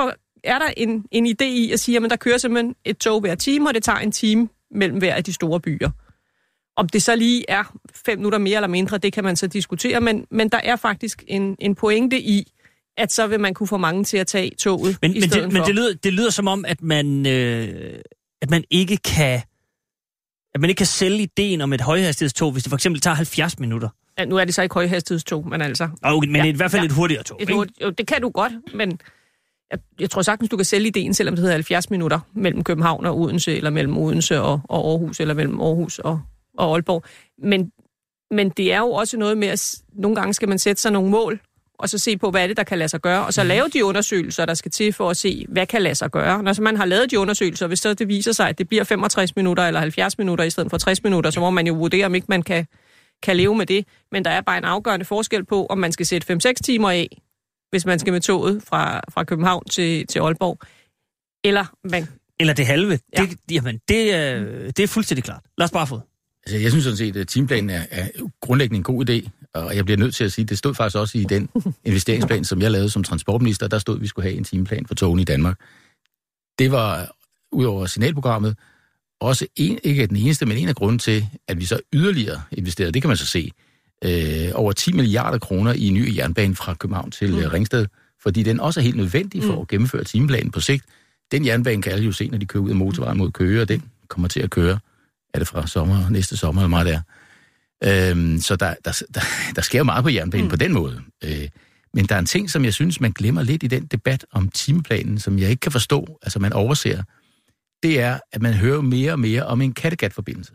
Speaker 6: er der en, en idé i at sige, at der kører simpelthen et tog hver time, og det tager en time mellem hver af de store byer. Om det så lige er fem minutter mere eller mindre, det kan man så diskutere, men, men der er faktisk en, en pointe i, at så vil man kunne få mange til at tage toget
Speaker 4: men,
Speaker 6: i
Speaker 4: men
Speaker 6: stedet
Speaker 4: det,
Speaker 6: for.
Speaker 4: Men det lyder, det lyder som om, at man, øh, at man ikke kan at man ikke kan sælge ideen om et højhastighedstog, hvis det for eksempel tager halvfjerds minutter.
Speaker 6: Ja, nu er det så ikke højhastighedstog, men altså...
Speaker 4: Okay, men
Speaker 6: ja,
Speaker 4: det er i hvert fald
Speaker 6: ja.
Speaker 4: et hurtigere tog,
Speaker 6: et
Speaker 4: ikke?
Speaker 6: hurtigt, jo, det kan du godt, men jeg, jeg tror sagtens, du kan sælge ideen, selvom det hedder halvfjerds minutter mellem København og Odense, eller mellem Odense og, og Aarhus, eller mellem Aarhus og, og Aalborg. Men, men det er jo også noget med, at nogle gange skal man sætte sig nogle mål, og så se på, hvad er det, der kan lade sig gøre, og så lave de undersøgelser, der skal til for at se, hvad kan lade sig gøre. Når så man har lavet de undersøgelser, hvis så det viser sig, at det bliver femogtres minutter eller halvfjerds minutter i stedet for tres minutter, så må man jo vurdere, om ikke man kan, kan leve med det. Men der er bare en afgørende forskel på, om man skal sætte fem seks timer af, hvis man skal med toget fra, fra København til, til Aalborg, eller man...
Speaker 4: Eller det halve.
Speaker 6: Ja.
Speaker 4: Det, jamen, det, er, det er fuldstændig klart. Lad os bare få.
Speaker 7: Altså, jeg synes sådan set, at timeplanen er, er grundlæggende en god idé, og jeg bliver nødt til at sige, det stod faktisk også i den investeringsplan, som jeg lavede som transportminister, der stod, at vi skulle have en timeplan for togene i Danmark. Det var, udover signalprogrammet, også en, ikke den eneste, men en af grunden til, at vi så yderligere investerede, det kan man så se, øh, over ti milliarder kroner i en ny jernbane fra København til mm. Ringsted, fordi den også er helt nødvendig for mm. at gennemføre timeplanen på sigt. Den jernbane kan alle jo se, når de kører ud af motorvejen mod Køge, og den kommer til at køre. Er det fra sommer, næste sommer eller meget der. Øhm, så der, der, der, der sker jo meget på jernbanen mm. på den måde. Øh, men der er en ting, som jeg synes, man glemmer lidt i den debat om timeplanen, som jeg ikke kan forstå, altså man overser. Det er, at man hører mere og mere om en Kattegat-forbindelse.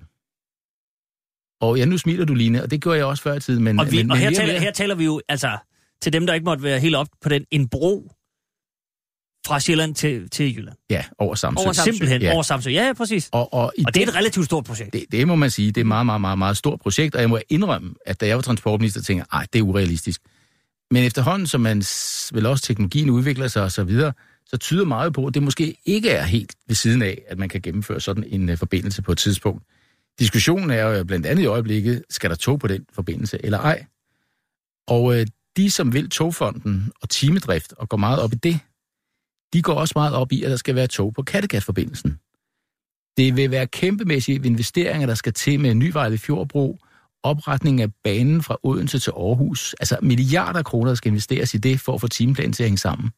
Speaker 7: Og ja, nu smiler du, Line, og det gjorde jeg også før i tiden. Men,
Speaker 4: og vi,
Speaker 7: men,
Speaker 4: og
Speaker 7: men
Speaker 4: her,
Speaker 7: mere
Speaker 4: taler,
Speaker 7: mere...
Speaker 4: her taler vi jo, altså, til dem, der ikke måtte være helt op på den, en bro fra Sjælland til, til Jylland.
Speaker 7: Ja, over Samsø.
Speaker 4: Over Samsø. Simpelthen,
Speaker 7: ja.
Speaker 4: over Samsø. Ja, ja, præcis.
Speaker 7: Og, og, i
Speaker 4: og det er
Speaker 7: den,
Speaker 4: et relativt stort projekt.
Speaker 7: Det, det må man sige. Det er et meget, meget, meget, meget stort projekt, og jeg må indrømme, at da jeg var transportminister, tænkte jeg, det er urealistisk. Men efterhånden, som man vel også teknologien udvikler sig og så videre, så tyder meget på, at det måske ikke er helt ved siden af, at man kan gennemføre sådan en uh, forbindelse på et tidspunkt. Diskussionen er jo blandt andet i øjeblikket, skal der tog på den forbindelse eller ej? Og uh, de, som vil togfonden og timedrift og går meget op i det, de går også meget op i, at der skal være tog på Kattegat-forbindelsen. Det vil være kæmpemæssige investeringer, der skal til med ny Vejle Fjordbro, opretning af banen fra Odense til Aarhus. Altså milliarder kroner, der skal investeres i det, for at få timeplanen til at hænge sammen.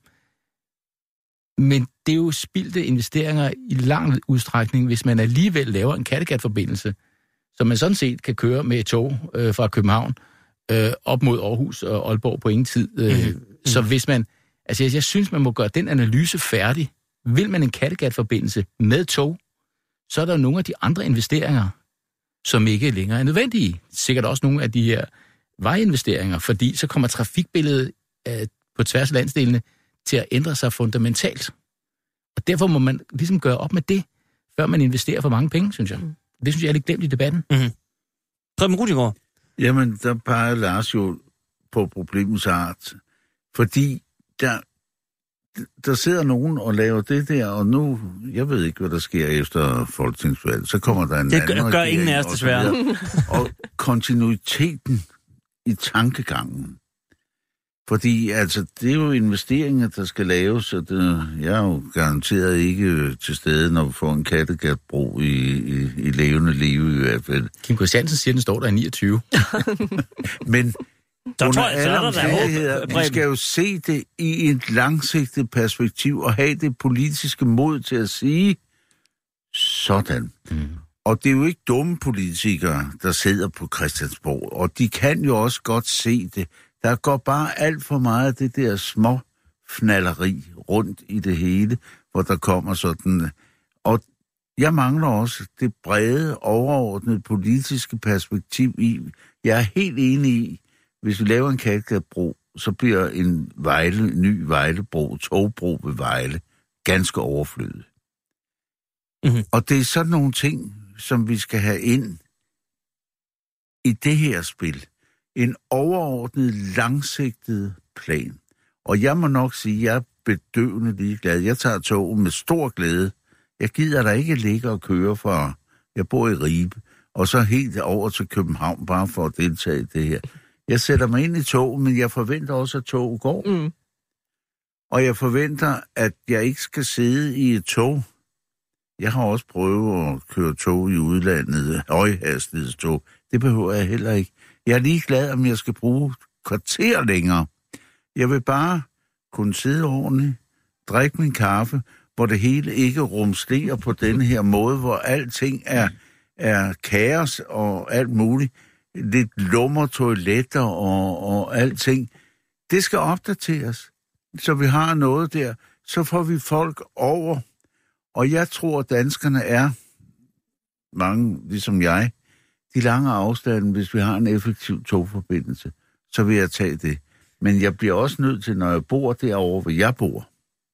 Speaker 7: Men det er jo spildte investeringer i lang udstrækning, hvis man alligevel laver en Kattegat-forbindelse, som man sådan set kan køre med et tog øh, fra København øh, op mod Aarhus og Aalborg på ingen tid. Øh, mm. Så hvis man... Altså, jeg, jeg synes, man må gøre den analyse færdig. Vil man en Kattegat-forbindelse med tog, så er der nogle af de andre investeringer, som ikke længere er nødvendige. Sikkert også nogle af de her vejinvesteringer, fordi så kommer trafikbilledet øh, på tværs af landsdelene til at ændre sig fundamentalt. Og derfor må man ligesom gøre op med det, før man investerer for mange penge, synes jeg. Det synes jeg er lidt glemt i debatten.
Speaker 4: Mm-hmm. Preben Rudigaard.
Speaker 5: Jamen, der peger Lars jo på problemets art. Fordi der, der sidder nogen og laver det der, og nu, jeg ved ikke, hvad der sker efter folketingsvalget, så kommer der en
Speaker 4: det
Speaker 5: anden
Speaker 4: gør, gør ingen af os desværre.
Speaker 5: Og kontinuiteten i tankegangen. Fordi altså, det er jo investeringer, der skal laves, og det, jeg er jo garanteret ikke til stede, når vi får en Kattegat-bro i, i, i levende liv i hvert fald.
Speaker 7: Kim Christiansen siger, den står der i niogtyve.
Speaker 5: Men
Speaker 4: der
Speaker 5: under
Speaker 4: tror jeg,
Speaker 5: alle
Speaker 4: så
Speaker 5: omstændigheder, vi skal jo se det i et langsigtet perspektiv, og have det politiske mod til at sige, sådan. Mm. Og det er jo ikke dumme politikere, der sidder på Christiansborg, og de kan jo også godt se det. Der går bare alt for meget af det der små fnalleri rundt i det hele, hvor der kommer sådan... Og jeg mangler også det brede, overordnede politiske perspektiv i. Jeg er helt enig i, hvis vi laver en Kattegatbro, så bliver en Vejle, ny Vejlebro, togbro ved Vejle, ganske overflødig. Mm-hmm. Og det er sådan nogle ting, som vi skal have ind i det her spil. En overordnet, langsigtet plan. Og jeg må nok sige, at jeg er bedøvende ligeglad. Jeg tager toget med stor glæde. Jeg gider da ikke ligge og køre fra... Jeg bor i Ribe, og så helt over til København, bare for at deltage i det her. Jeg sætter mig ind i toget, men jeg forventer også, at toget går. Mm. Og jeg forventer, at jeg ikke skal sidde i et tog. Jeg har også prøvet at køre tog i udlandet, højhastighedstog. Det behøver jeg heller ikke. Jeg er ligeglad, om jeg skal bruge kvarter længere. Jeg vil bare kunne sidde ordentligt, drikke min kaffe, hvor det hele ikke rumsterer på denne her måde, hvor alting er, er kaos og alt muligt. Lidt lummer toiletter og, og alting. Det skal opdateres, så vi har noget der. Så får vi folk over. Og jeg tror, at danskerne er, mange ligesom jeg, de lange afstande, hvis vi har en effektiv togforbindelse, så vil jeg tage det. Men jeg bliver også nødt til, når jeg bor derovre, hvor jeg bor,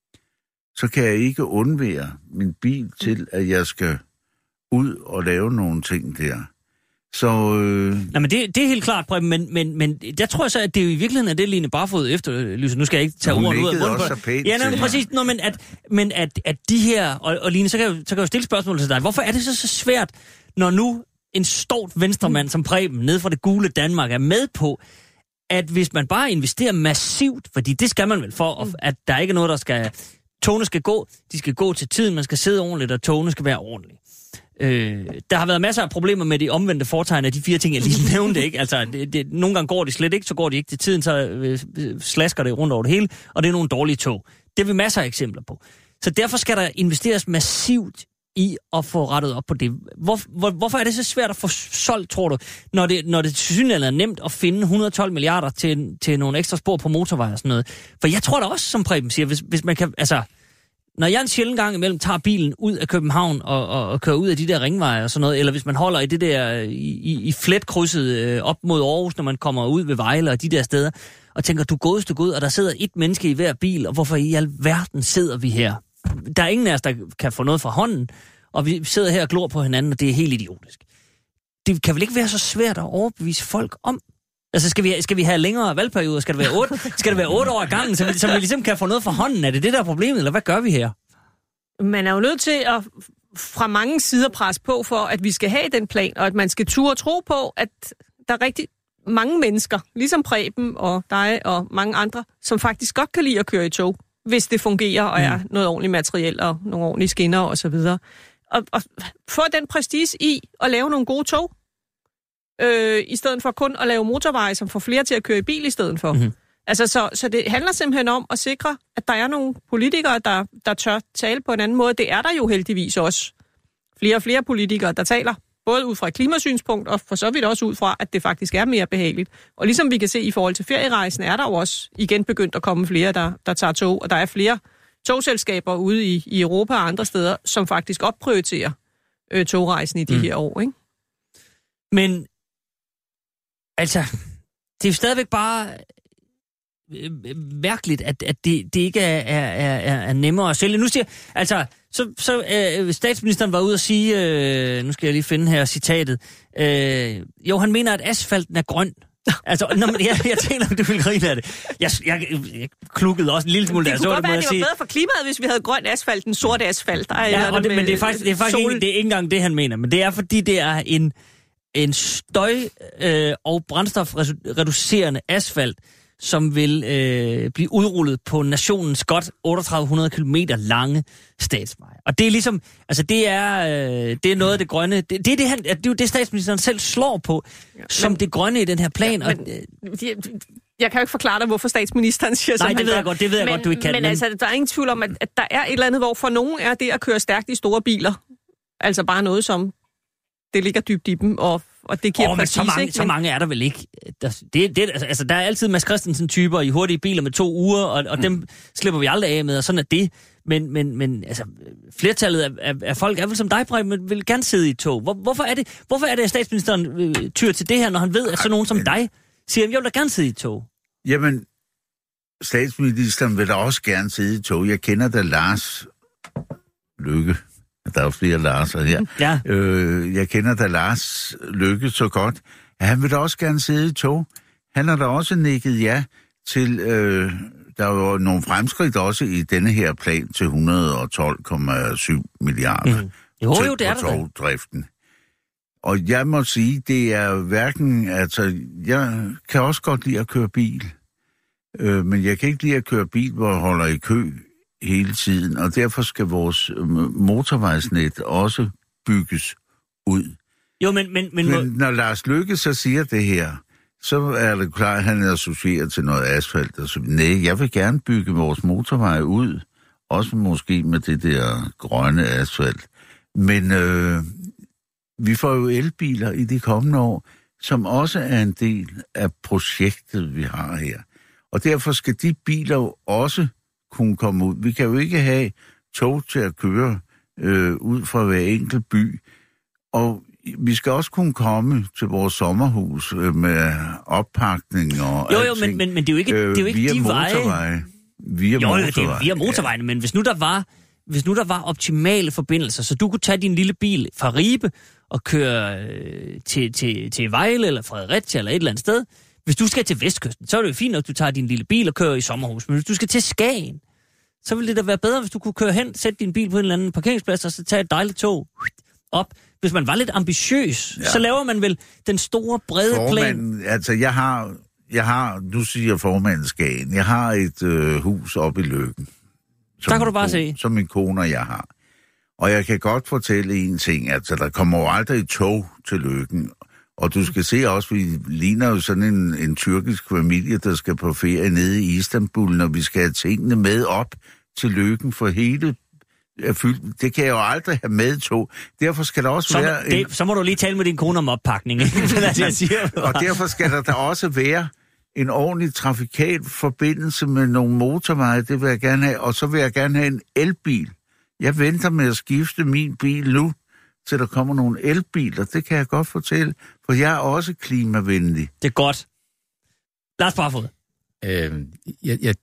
Speaker 5: så kan jeg ikke undvære min bil til, at jeg skal ud og lave nogle ting der. Så... Øh...
Speaker 4: Nej, men det, det er helt klart, Preben, men, men, men der tror jeg så, at det jo i virkeligheden er det, Line Barfod efterlyser. Nu skal jeg ikke tage ordene ud af munden på det. Ja, nej, men præcis. Nå, men at, men at, at de her... Og, og Line, så kan, jeg, så kan jeg jo stille spørgsmål til dig. Hvorfor er det så, så svært, når nu en stort venstremand som Preben, ned fra det gule Danmark, er med på, at hvis man bare investerer massivt, fordi det skal man vel for, at der ikke er noget, der skal... Togene skal gå, de skal gå til tiden, man skal sidde ordentligt, og togene skal være ordentligt. Øh, der har været masser af problemer med de omvendte foretegn af de fire ting, jeg lige nævnte, ikke? Altså, det, det, nogle gange går de slet ikke, så går de ikke til tiden, så øh, slasker det rundt over det hele, og det er nogle dårlige tog. Det er vi masser af eksempler på. Så derfor skal der investeres massivt i at få rettet op på det. Hvor, hvor, hvorfor er det så svært at få solgt, tror du, når det, når det tilsyneladende er nemt at finde et hundrede og tolv milliarder til, til nogle ekstra spor på motorvej og sådan noget? For jeg tror da også, som Preben siger, hvis, hvis man kan, altså, når jeg en sjældent gang imellem tager bilen ud af København og, og, og kører ud af de der ringveje og sådan noget, eller hvis man holder i det der, i, i, i fletkrydset øh, op mod Aarhus, når man kommer ud ved Vejle og de der steder, og tænker, du godeste Gud, og der sidder et menneske i hver bil, og hvorfor i alverden sidder vi her? Der er ingen af os, der kan få noget fra hånden, og vi sidder her og glor på hinanden, og det er helt idiotisk. Det kan vel ikke være så svært at overbevise folk om? Altså, skal vi, skal vi have længere valgperioder? Skal det være otte, skal det være otte år ad gangen, så vi, så vi ligesom kan få noget fra hånden? Er det det, der er problemet, eller hvad gør vi her?
Speaker 6: Man er jo nødt til at fra mange sider presse på for, at vi skal have den plan, og at man skal turde tro på, at der er rigtig mange mennesker, ligesom Preben og dig og mange andre, som faktisk godt kan lide at køre i tog, hvis det fungerer og er noget ordentligt materiel og nogle ordentlige skinner og så videre. Og, og få den prestige i at lave nogle gode tog, øh, i stedet for kun at lave motorveje, som får flere til at køre i bil i stedet for. Mm-hmm. Altså, så, så det handler simpelthen om at sikre, at der er nogle politikere, der, der tør tale på en anden måde. Det er der jo heldigvis også. Flere og flere politikere, der taler, både ud fra et klimasynspunkt, og for så vidt også ud fra, at det faktisk er mere behageligt. Og ligesom vi kan se i forhold til ferierejsen, er der jo også igen begyndt at komme flere, der, der tager tog, og der er flere togselskaber ude i, i Europa og andre steder, som faktisk opprioriterer øh, togrejsen i de mm. her år, ikke?
Speaker 4: Men, altså, det er jo stadigvæk bare øh, mærkeligt, at, at det, det ikke er, er, er, er nemmere at sælge. Nu siger altså, så, så øh, statsministeren var ude at sige, øh, nu skal jeg lige finde her citatet, øh, jo, han mener, at asfalten er grøn. Altså, når man, jeg, jeg tænker, at du vil grine af det. Jeg, jeg, jeg klukkede også en lille smule,
Speaker 6: det
Speaker 4: der
Speaker 6: kunne
Speaker 4: så
Speaker 6: godt
Speaker 4: det,
Speaker 6: være,
Speaker 4: at
Speaker 6: det var
Speaker 4: sige.
Speaker 6: bedre for klimaet, hvis vi havde grøn asfalt, en sort asfalt. Der
Speaker 4: ja, og det, men det er faktisk, det er faktisk ikke, det er ikke engang det, han mener. Men det er, fordi det er en, en støj- øh, og brændstofreducerende asfalt, som vil øh, blive udrullet på nationens godt otteogtredive hundrede kilometer lange statsvej. Og det er ligesom, altså det er, øh, det er noget af det grønne, det, det er det, han, det er jo det, statsministeren selv slår på, ja, som men, det grønne i den her plan. Ja, men, og,
Speaker 6: øh, jeg kan jo ikke forklare dig, hvorfor statsministeren siger
Speaker 4: nej,
Speaker 6: som
Speaker 4: det ved jeg
Speaker 6: gør.
Speaker 4: godt, det ved jeg
Speaker 6: men,
Speaker 4: godt, du ikke kan.
Speaker 6: Men, men altså, der er ingen tvivl om, at, at der er et eller andet, hvor for nogen er det at køre stærkt i store biler, altså bare noget, som det ligger dybt i dem, og og det giver oh, præcis,
Speaker 4: så mange,
Speaker 6: ikke?
Speaker 4: Så mange er der vel ikke. Der, det, det, altså, der er altid Mads Christensen-typer i hurtige biler med to uger, og, og mm. dem slipper vi aldrig af med, og sådan er det. Men, men, men altså, flertallet af, af, af folk er vel som dig, Preben, vil gerne sidde i et tog. Hvor, hvorfor, er det, hvorfor er det, at statsministeren øh, tyr til det her, når han ved, at sådan nogen som dig siger, at jeg vil da gerne sidde i et tog?
Speaker 5: Jamen, statsministeren vil da også gerne sidde i et tog. Jeg kender da Lars Løkke. Der er jo flere Larser her.
Speaker 4: Ja.
Speaker 5: Øh, jeg kender da Lars Løkke så godt. Han vil da også gerne sidde i tog. Han har da også nikket ja til, øh, der er jo nogle fremskridt også i denne her plan til et hundrede og tolv komma syv milliarder
Speaker 4: mm. jo,
Speaker 5: til,
Speaker 4: jo, det er
Speaker 5: på togdriften. Og jeg må sige, det er hverken, altså, jeg kan også godt lide at køre bil. Øh, men jeg kan ikke lide at køre bil, hvor jeg holder i kø hele tiden, og derfor skal vores motorvejsnet også bygges ud.
Speaker 4: Jo, men... men, men,
Speaker 5: men når Lars Løkke så siger det her, så er det klart, at han er associeret til noget asfalt. Og så, nej, jeg vil gerne bygge vores motorveje ud, også måske med det der grønne asfalt. Men øh, vi får jo elbiler i de kommende år, som også er en del af projektet, vi har her. Og derfor skal de biler jo også kunne komme ud. Vi kan jo ikke have tog til at køre øh, ud fra hver enkelt by. Og vi skal også kunne komme til vores sommerhus øh, med oppakning og
Speaker 4: jo, jo, men, men, men det er jo ikke,
Speaker 5: øh,
Speaker 4: det er jo ikke
Speaker 5: via
Speaker 4: de
Speaker 5: motorveje.
Speaker 4: veje.
Speaker 5: Via
Speaker 4: jo,
Speaker 5: motorveje.
Speaker 4: det er via motorvejene, ja. Men hvis nu der var, hvis nu der var optimale forbindelser, så du kunne tage din lille bil fra Ribe og køre øh, til, til, til Vejle eller Fredericia eller et eller andet sted. Hvis du skal til Vestkysten, så er det jo fint, at du tager din lille bil og kører i sommerhus. Men hvis du skal til Skagen, så ville det da være bedre, hvis du kunne køre hen, sætte din bil på en eller anden parkeringsplads, og så tage et dejligt tog op. Hvis man var lidt ambitiøs, ja. Så laver man vel den store, brede
Speaker 5: formanden,
Speaker 4: plan.
Speaker 5: Altså, jeg har, jeg har, nu siger formanden Skagen, jeg har et øh, hus oppe i Løkken.
Speaker 4: Der kan du bare
Speaker 5: ko-
Speaker 4: se.
Speaker 5: Som min kone og jeg har. Og jeg kan godt fortælle en ting, altså, der kommer jo aldrig et tog til Løkken. Og du skal se også, vi ligner jo sådan en, en tyrkisk familie, der skal på ferie nede i Istanbul, når vi skal have tingene med op til Løkken for hele er fyldt. Det kan jeg jo aldrig have med tog. Derfor skal der også
Speaker 4: så,
Speaker 5: være...
Speaker 4: Det,
Speaker 5: en...
Speaker 4: Så må du lige tale med din kone om oppakning. jeg siger.
Speaker 5: Og derfor skal der da også være en ordentlig trafikal forbindelse med nogle motorveje. Det vil jeg gerne have. Og så vil jeg gerne have en elbil. Jeg venter med at skifte min bil nu, til der kommer nogle elbiler. Det kan jeg godt fortælle, for jeg er også klimavenlig.
Speaker 4: Det er godt. Lars Barfod.
Speaker 7: Øh, jeg, jeg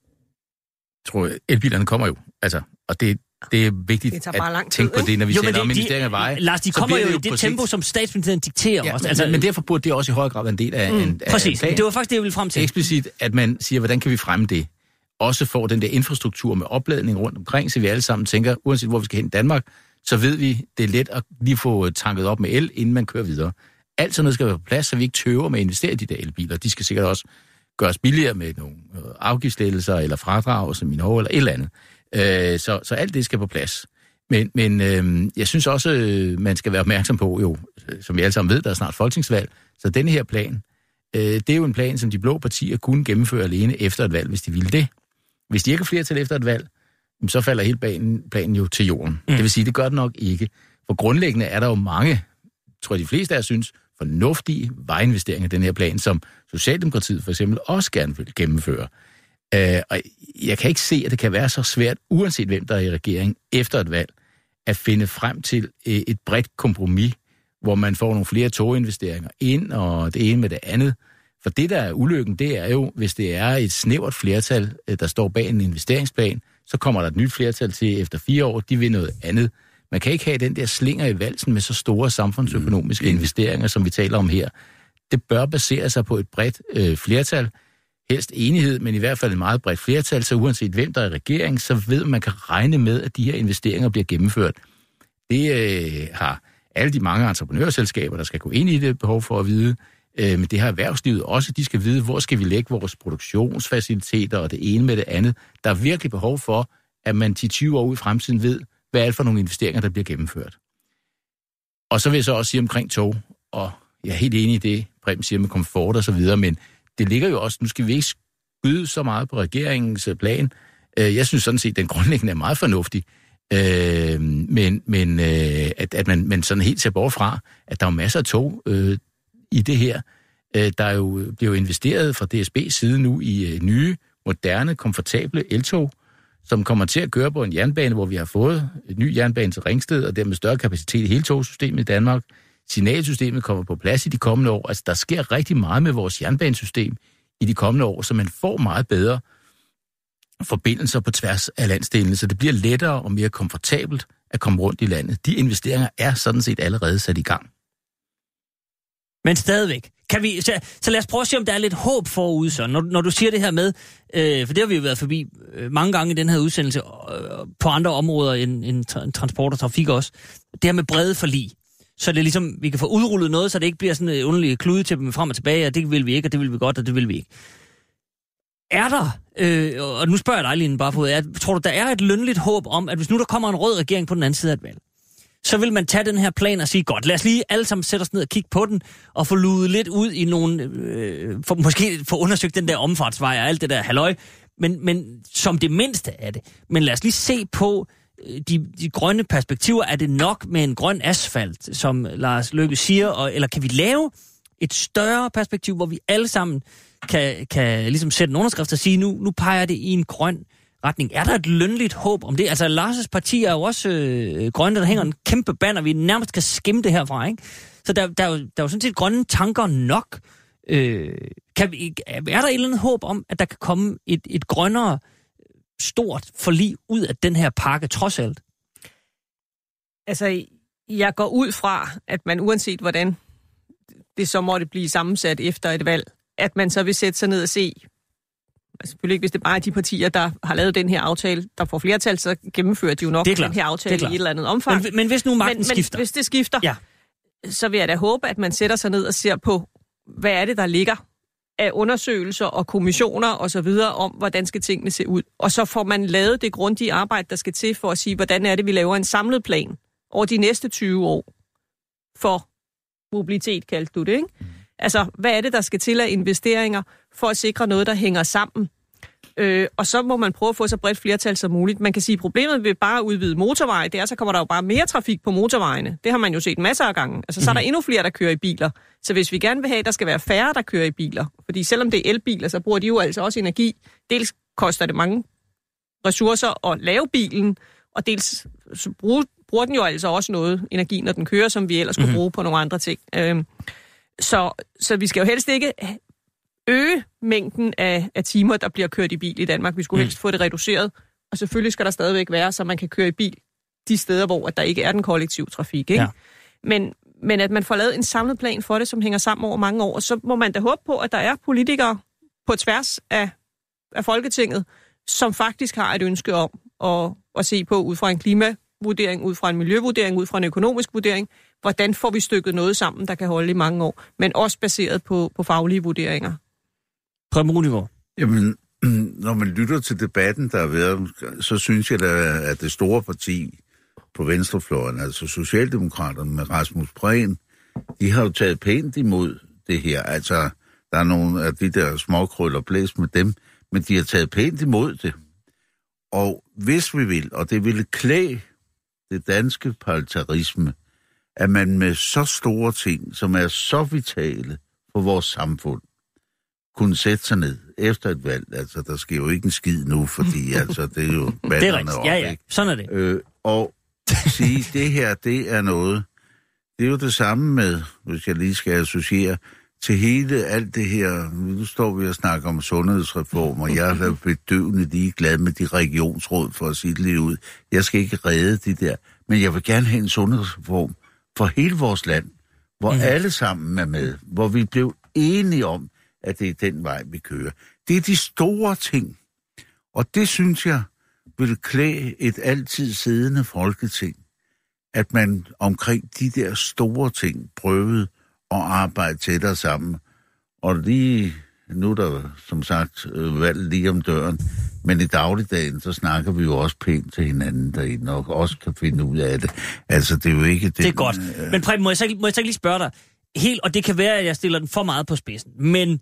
Speaker 7: tror, elbilerne kommer jo. Altså, og det, det er vigtigt
Speaker 6: det
Speaker 7: at tænke på det, når vi taler om investeringer af veje.
Speaker 4: Lars, de kommer jo i det tempo, sigt, som statsministeren dikterer
Speaker 7: ja,
Speaker 4: også.
Speaker 7: Altså, men, men derfor burde det også i høj grad være en del af
Speaker 4: mm,
Speaker 7: en af
Speaker 4: præcis,
Speaker 7: en
Speaker 4: det var faktisk det, jeg ville frem til.
Speaker 7: Eksplicit, at man siger, hvordan kan vi fremme det? Også får den der infrastruktur med opladning rundt omkring, så vi alle sammen tænker, uanset hvor vi skal hen i Danmark, så ved vi, det er let at lige få tanket op med el, inden man kører videre. Alt sådan noget skal være på plads, så vi ikke tøver med at investere i de der elbiler. De skal sikkert også gøres billigere med nogle afgiftslettelser eller fradrag, som i Norge eller et eller andet. Øh, så, så alt det skal på plads. Men, men øh, jeg synes også, øh, man skal være opmærksom på, jo, som vi alle sammen ved, der er snart folketingsvalg, så denne her plan, øh, det er jo en plan, som de blå partier kunne gennemføre alene efter et valg, hvis de ville det. Hvis de ikke har flertal efter et valg, så falder hele planen, planen jo til jorden. Mm. Det vil sige, det gør det nok ikke. For grundlæggende er der jo mange, tror jeg de fleste af jer synes, fornuftige vejinvesteringer i den her plan, som Socialdemokratiet for eksempel også gerne vil gennemføre. Uh, og jeg kan ikke se, at det kan være så svært, uanset hvem der er i regeringen efter et valg, at finde frem til uh, et bredt kompromis, hvor man får nogle flere toginvesteringer ind, og det ene med det andet. For det, der er ulykken, det er jo, hvis det er et snævert flertal, der står bag en investeringsplan, så kommer der et nyt flertal til efter fire år, de vil noget andet. Man kan ikke have den der slinger i valsen med så store samfundsøkonomiske investeringer, som vi taler om her. Det bør basere sig på et bredt øh, flertal, helst enighed, men i hvert fald et meget bredt flertal, så uanset hvem der er i regeringen, så ved man, man kan regne med, at de her investeringer bliver gennemført. Det øh, har alle de mange entreprenørselskaber, der skal gå ind i det, behov for at vide, øh, men det har erhvervslivet også. De skal vide, hvor skal vi lægge vores produktionsfaciliteter og det ene med det andet. Der er virkelig behov for, at man til tyve år i fremtiden ved, hvad er det for nogle investeringer, der bliver gennemført. Og så vil jeg så også sige omkring tog, og jeg er helt enig i det, Preben siger med komfort og så videre, men det ligger jo også, nu skal vi ikke skyde så meget på regeringens plan. Jeg synes sådan set, at den grundlæggende er meget fornuftig, men, men at, at man, man sådan helt ser bort fra, at der er masser af tog øh, i det her. Der er jo blevet investeret fra D S B's side nu i nye, moderne, komfortable eltog, som kommer til at køre på en jernbane, hvor vi har fået en ny jernbane til Ringsted, og dermed større kapacitet i hele togsystemet i Danmark. Signalsystemet kommer på plads i de kommende år. Altså, der sker rigtig meget med vores jernbanesystem i de kommende år, så man får meget bedre forbindelser på tværs af landsdelene, så det bliver lettere og mere komfortabelt at komme rundt i landet. De investeringer er sådan set allerede sat i gang.
Speaker 4: Men stadigvæk. Kan vi, så, så lad os prøve at se, om der er lidt håb forude, så. Når, når du siger det her med, øh, for det har vi jo været forbi øh, mange gange i den her udsendelse, øh, på andre områder end, end tra- transport og trafik også. Det her med brede forlig. Så det er ligesom, vi kan få udrullet noget, så det ikke bliver sådan et underligt klude til dem frem og tilbage, og det vil vi ikke, og det vil vi godt, og det vil vi ikke. er der, øh, og nu spørger jeg dig, Line Barfod, at, tror du, der er et lønligt håb om, at hvis nu der kommer en rød regering på den anden side af et valg, så vil man tage den her plan og sige, godt, lad os lige alle sammen sætte os ned og kigge på den, og få luet lidt ud i nogle, øh, for, måske få undersøgt den der omfartsvej og alt det der halløj, men, men som det mindste af det. Men lad os lige se på øh, de, de grønne perspektiver. Er det nok med en grøn asfalt, som Lars Løkke siger, og, eller kan vi lave et større perspektiv, hvor vi alle sammen kan, kan ligesom sætte en underskrift og sige, nu, nu peger det i en grøn retning. Er der et lønligt håb om det? Altså, Lars' parti er jo også øh, grønne, der hænger en kæmpe banner, vi nærmest kan skimme det herfra, ikke? Så der, der, er, jo, der er jo sådan set grønne tanker nok. Øh, kan vi, er der et eller andet håb om, at der kan komme et, et grønnere, stort forlig ud af den her pakke, trods alt?
Speaker 6: Altså, jeg går ud fra, at man uanset hvordan det så måtte blive sammensat efter et valg, at man så vil sætte sig ned og se, altså selvfølgelig ikke, hvis det bare er de partier, der har lavet den her aftale, der får flertal, så gennemfører de jo nok den her aftale i et eller andet omfang.
Speaker 4: Men, men hvis nu magten
Speaker 6: men,
Speaker 4: skifter?
Speaker 6: Men hvis det skifter,
Speaker 4: ja.
Speaker 6: så vil jeg da håbe, at man sætter sig ned og ser på, hvad er det, der ligger af undersøgelser og kommissioner og så videre om, hvordan skal tingene se ud. Og så får man lavet det grundige arbejde, der skal til for at sige, hvordan er det, vi laver en samlet plan over de næste tyve år for mobilitet, kaldte du det, ikke? Mm. Altså, hvad er det, der skal til af investeringer for at sikre noget, der hænger sammen? Øh, og så må man prøve at få så bredt flertal som muligt. Man kan sige, at problemet ved bare at udvide motorveje, det er, så kommer der jo bare mere trafik på motorvejene. Det har man jo set masser af gange. Altså, så er der endnu flere, der kører i biler. Så hvis vi gerne vil have, at der skal være færre, der kører i biler, fordi selvom det er elbiler, så bruger de jo altså også energi. Dels koster det mange ressourcer at lave bilen, og dels så bruger, bruger den jo altså også noget energi, når den kører, som vi ellers skulle bruge på nogle andre ting. Øh, så, så vi skal jo helst ikke øge mængden af, af timer, der bliver kørt i bil i Danmark. Vi skulle helst få det reduceret, og selvfølgelig skal der stadigvæk være, så man kan køre i bil de steder, hvor der ikke er den kollektive trafik. Ikke? Ja. Men, men at man får lavet en samlet plan for det, som hænger sammen over mange år, så må man da håbe på, at der er politikere på tværs af, af Folketinget, som faktisk har et ønske om at, at se på ud fra en klimavurdering, ud fra en miljøvurdering, ud fra en økonomisk vurdering, hvordan får vi stykket noget sammen, der kan holde i mange år, men også baseret på, på faglige vurderinger.
Speaker 4: Preben Runegaard.
Speaker 5: Jamen, når man lytter til debatten, der har været, så synes jeg, at det store parti på venstrefløjen, altså Socialdemokraterne med Rasmus Prehn, de har jo taget pænt imod det her. Altså, der er nogle af de der småkrøller blæst med dem, men de har taget pænt imod det. Og hvis vi vil, og det ville klæde det danske parlamentarisme, at man med så store ting, som er så vitale for vores samfund, kunne sætte sig ned efter et valg. Altså, der sker jo ikke en skid nu, fordi altså, det er jo valgerne op,
Speaker 4: ja, ja. Sådan er det.
Speaker 5: Øh, og sige, det her, det er noget. Det er jo det samme med, hvis jeg lige skal associere, til hele alt det her. Nu står vi og snakker om sundhedsreform, og jeg er bedøvende ligeglad med de regionsråd, for at sige det lidt ud. Jeg skal ikke redde de der, men jeg vil gerne have en sundhedsreform for hele vores land, hvor mm. alle sammen er med, hvor vi blev enige om, at det er den vej, vi kører. Det er de store ting, og det synes jeg vil klæde et altid siddende folketing, at man omkring de der store ting prøvede at arbejde tættere sammen. Og lige nu er der som sagt valg lige om døren, men i dagligdagen, så snakker vi jo også pænt til hinanden derinde, og også kan finde ud af det. Altså, det er jo ikke det.
Speaker 4: Det er godt. Øh... Men Preben, må jeg, så, må jeg så ikke lige spørge dig? Helt, og det kan være, at jeg stiller den for meget på spidsen, men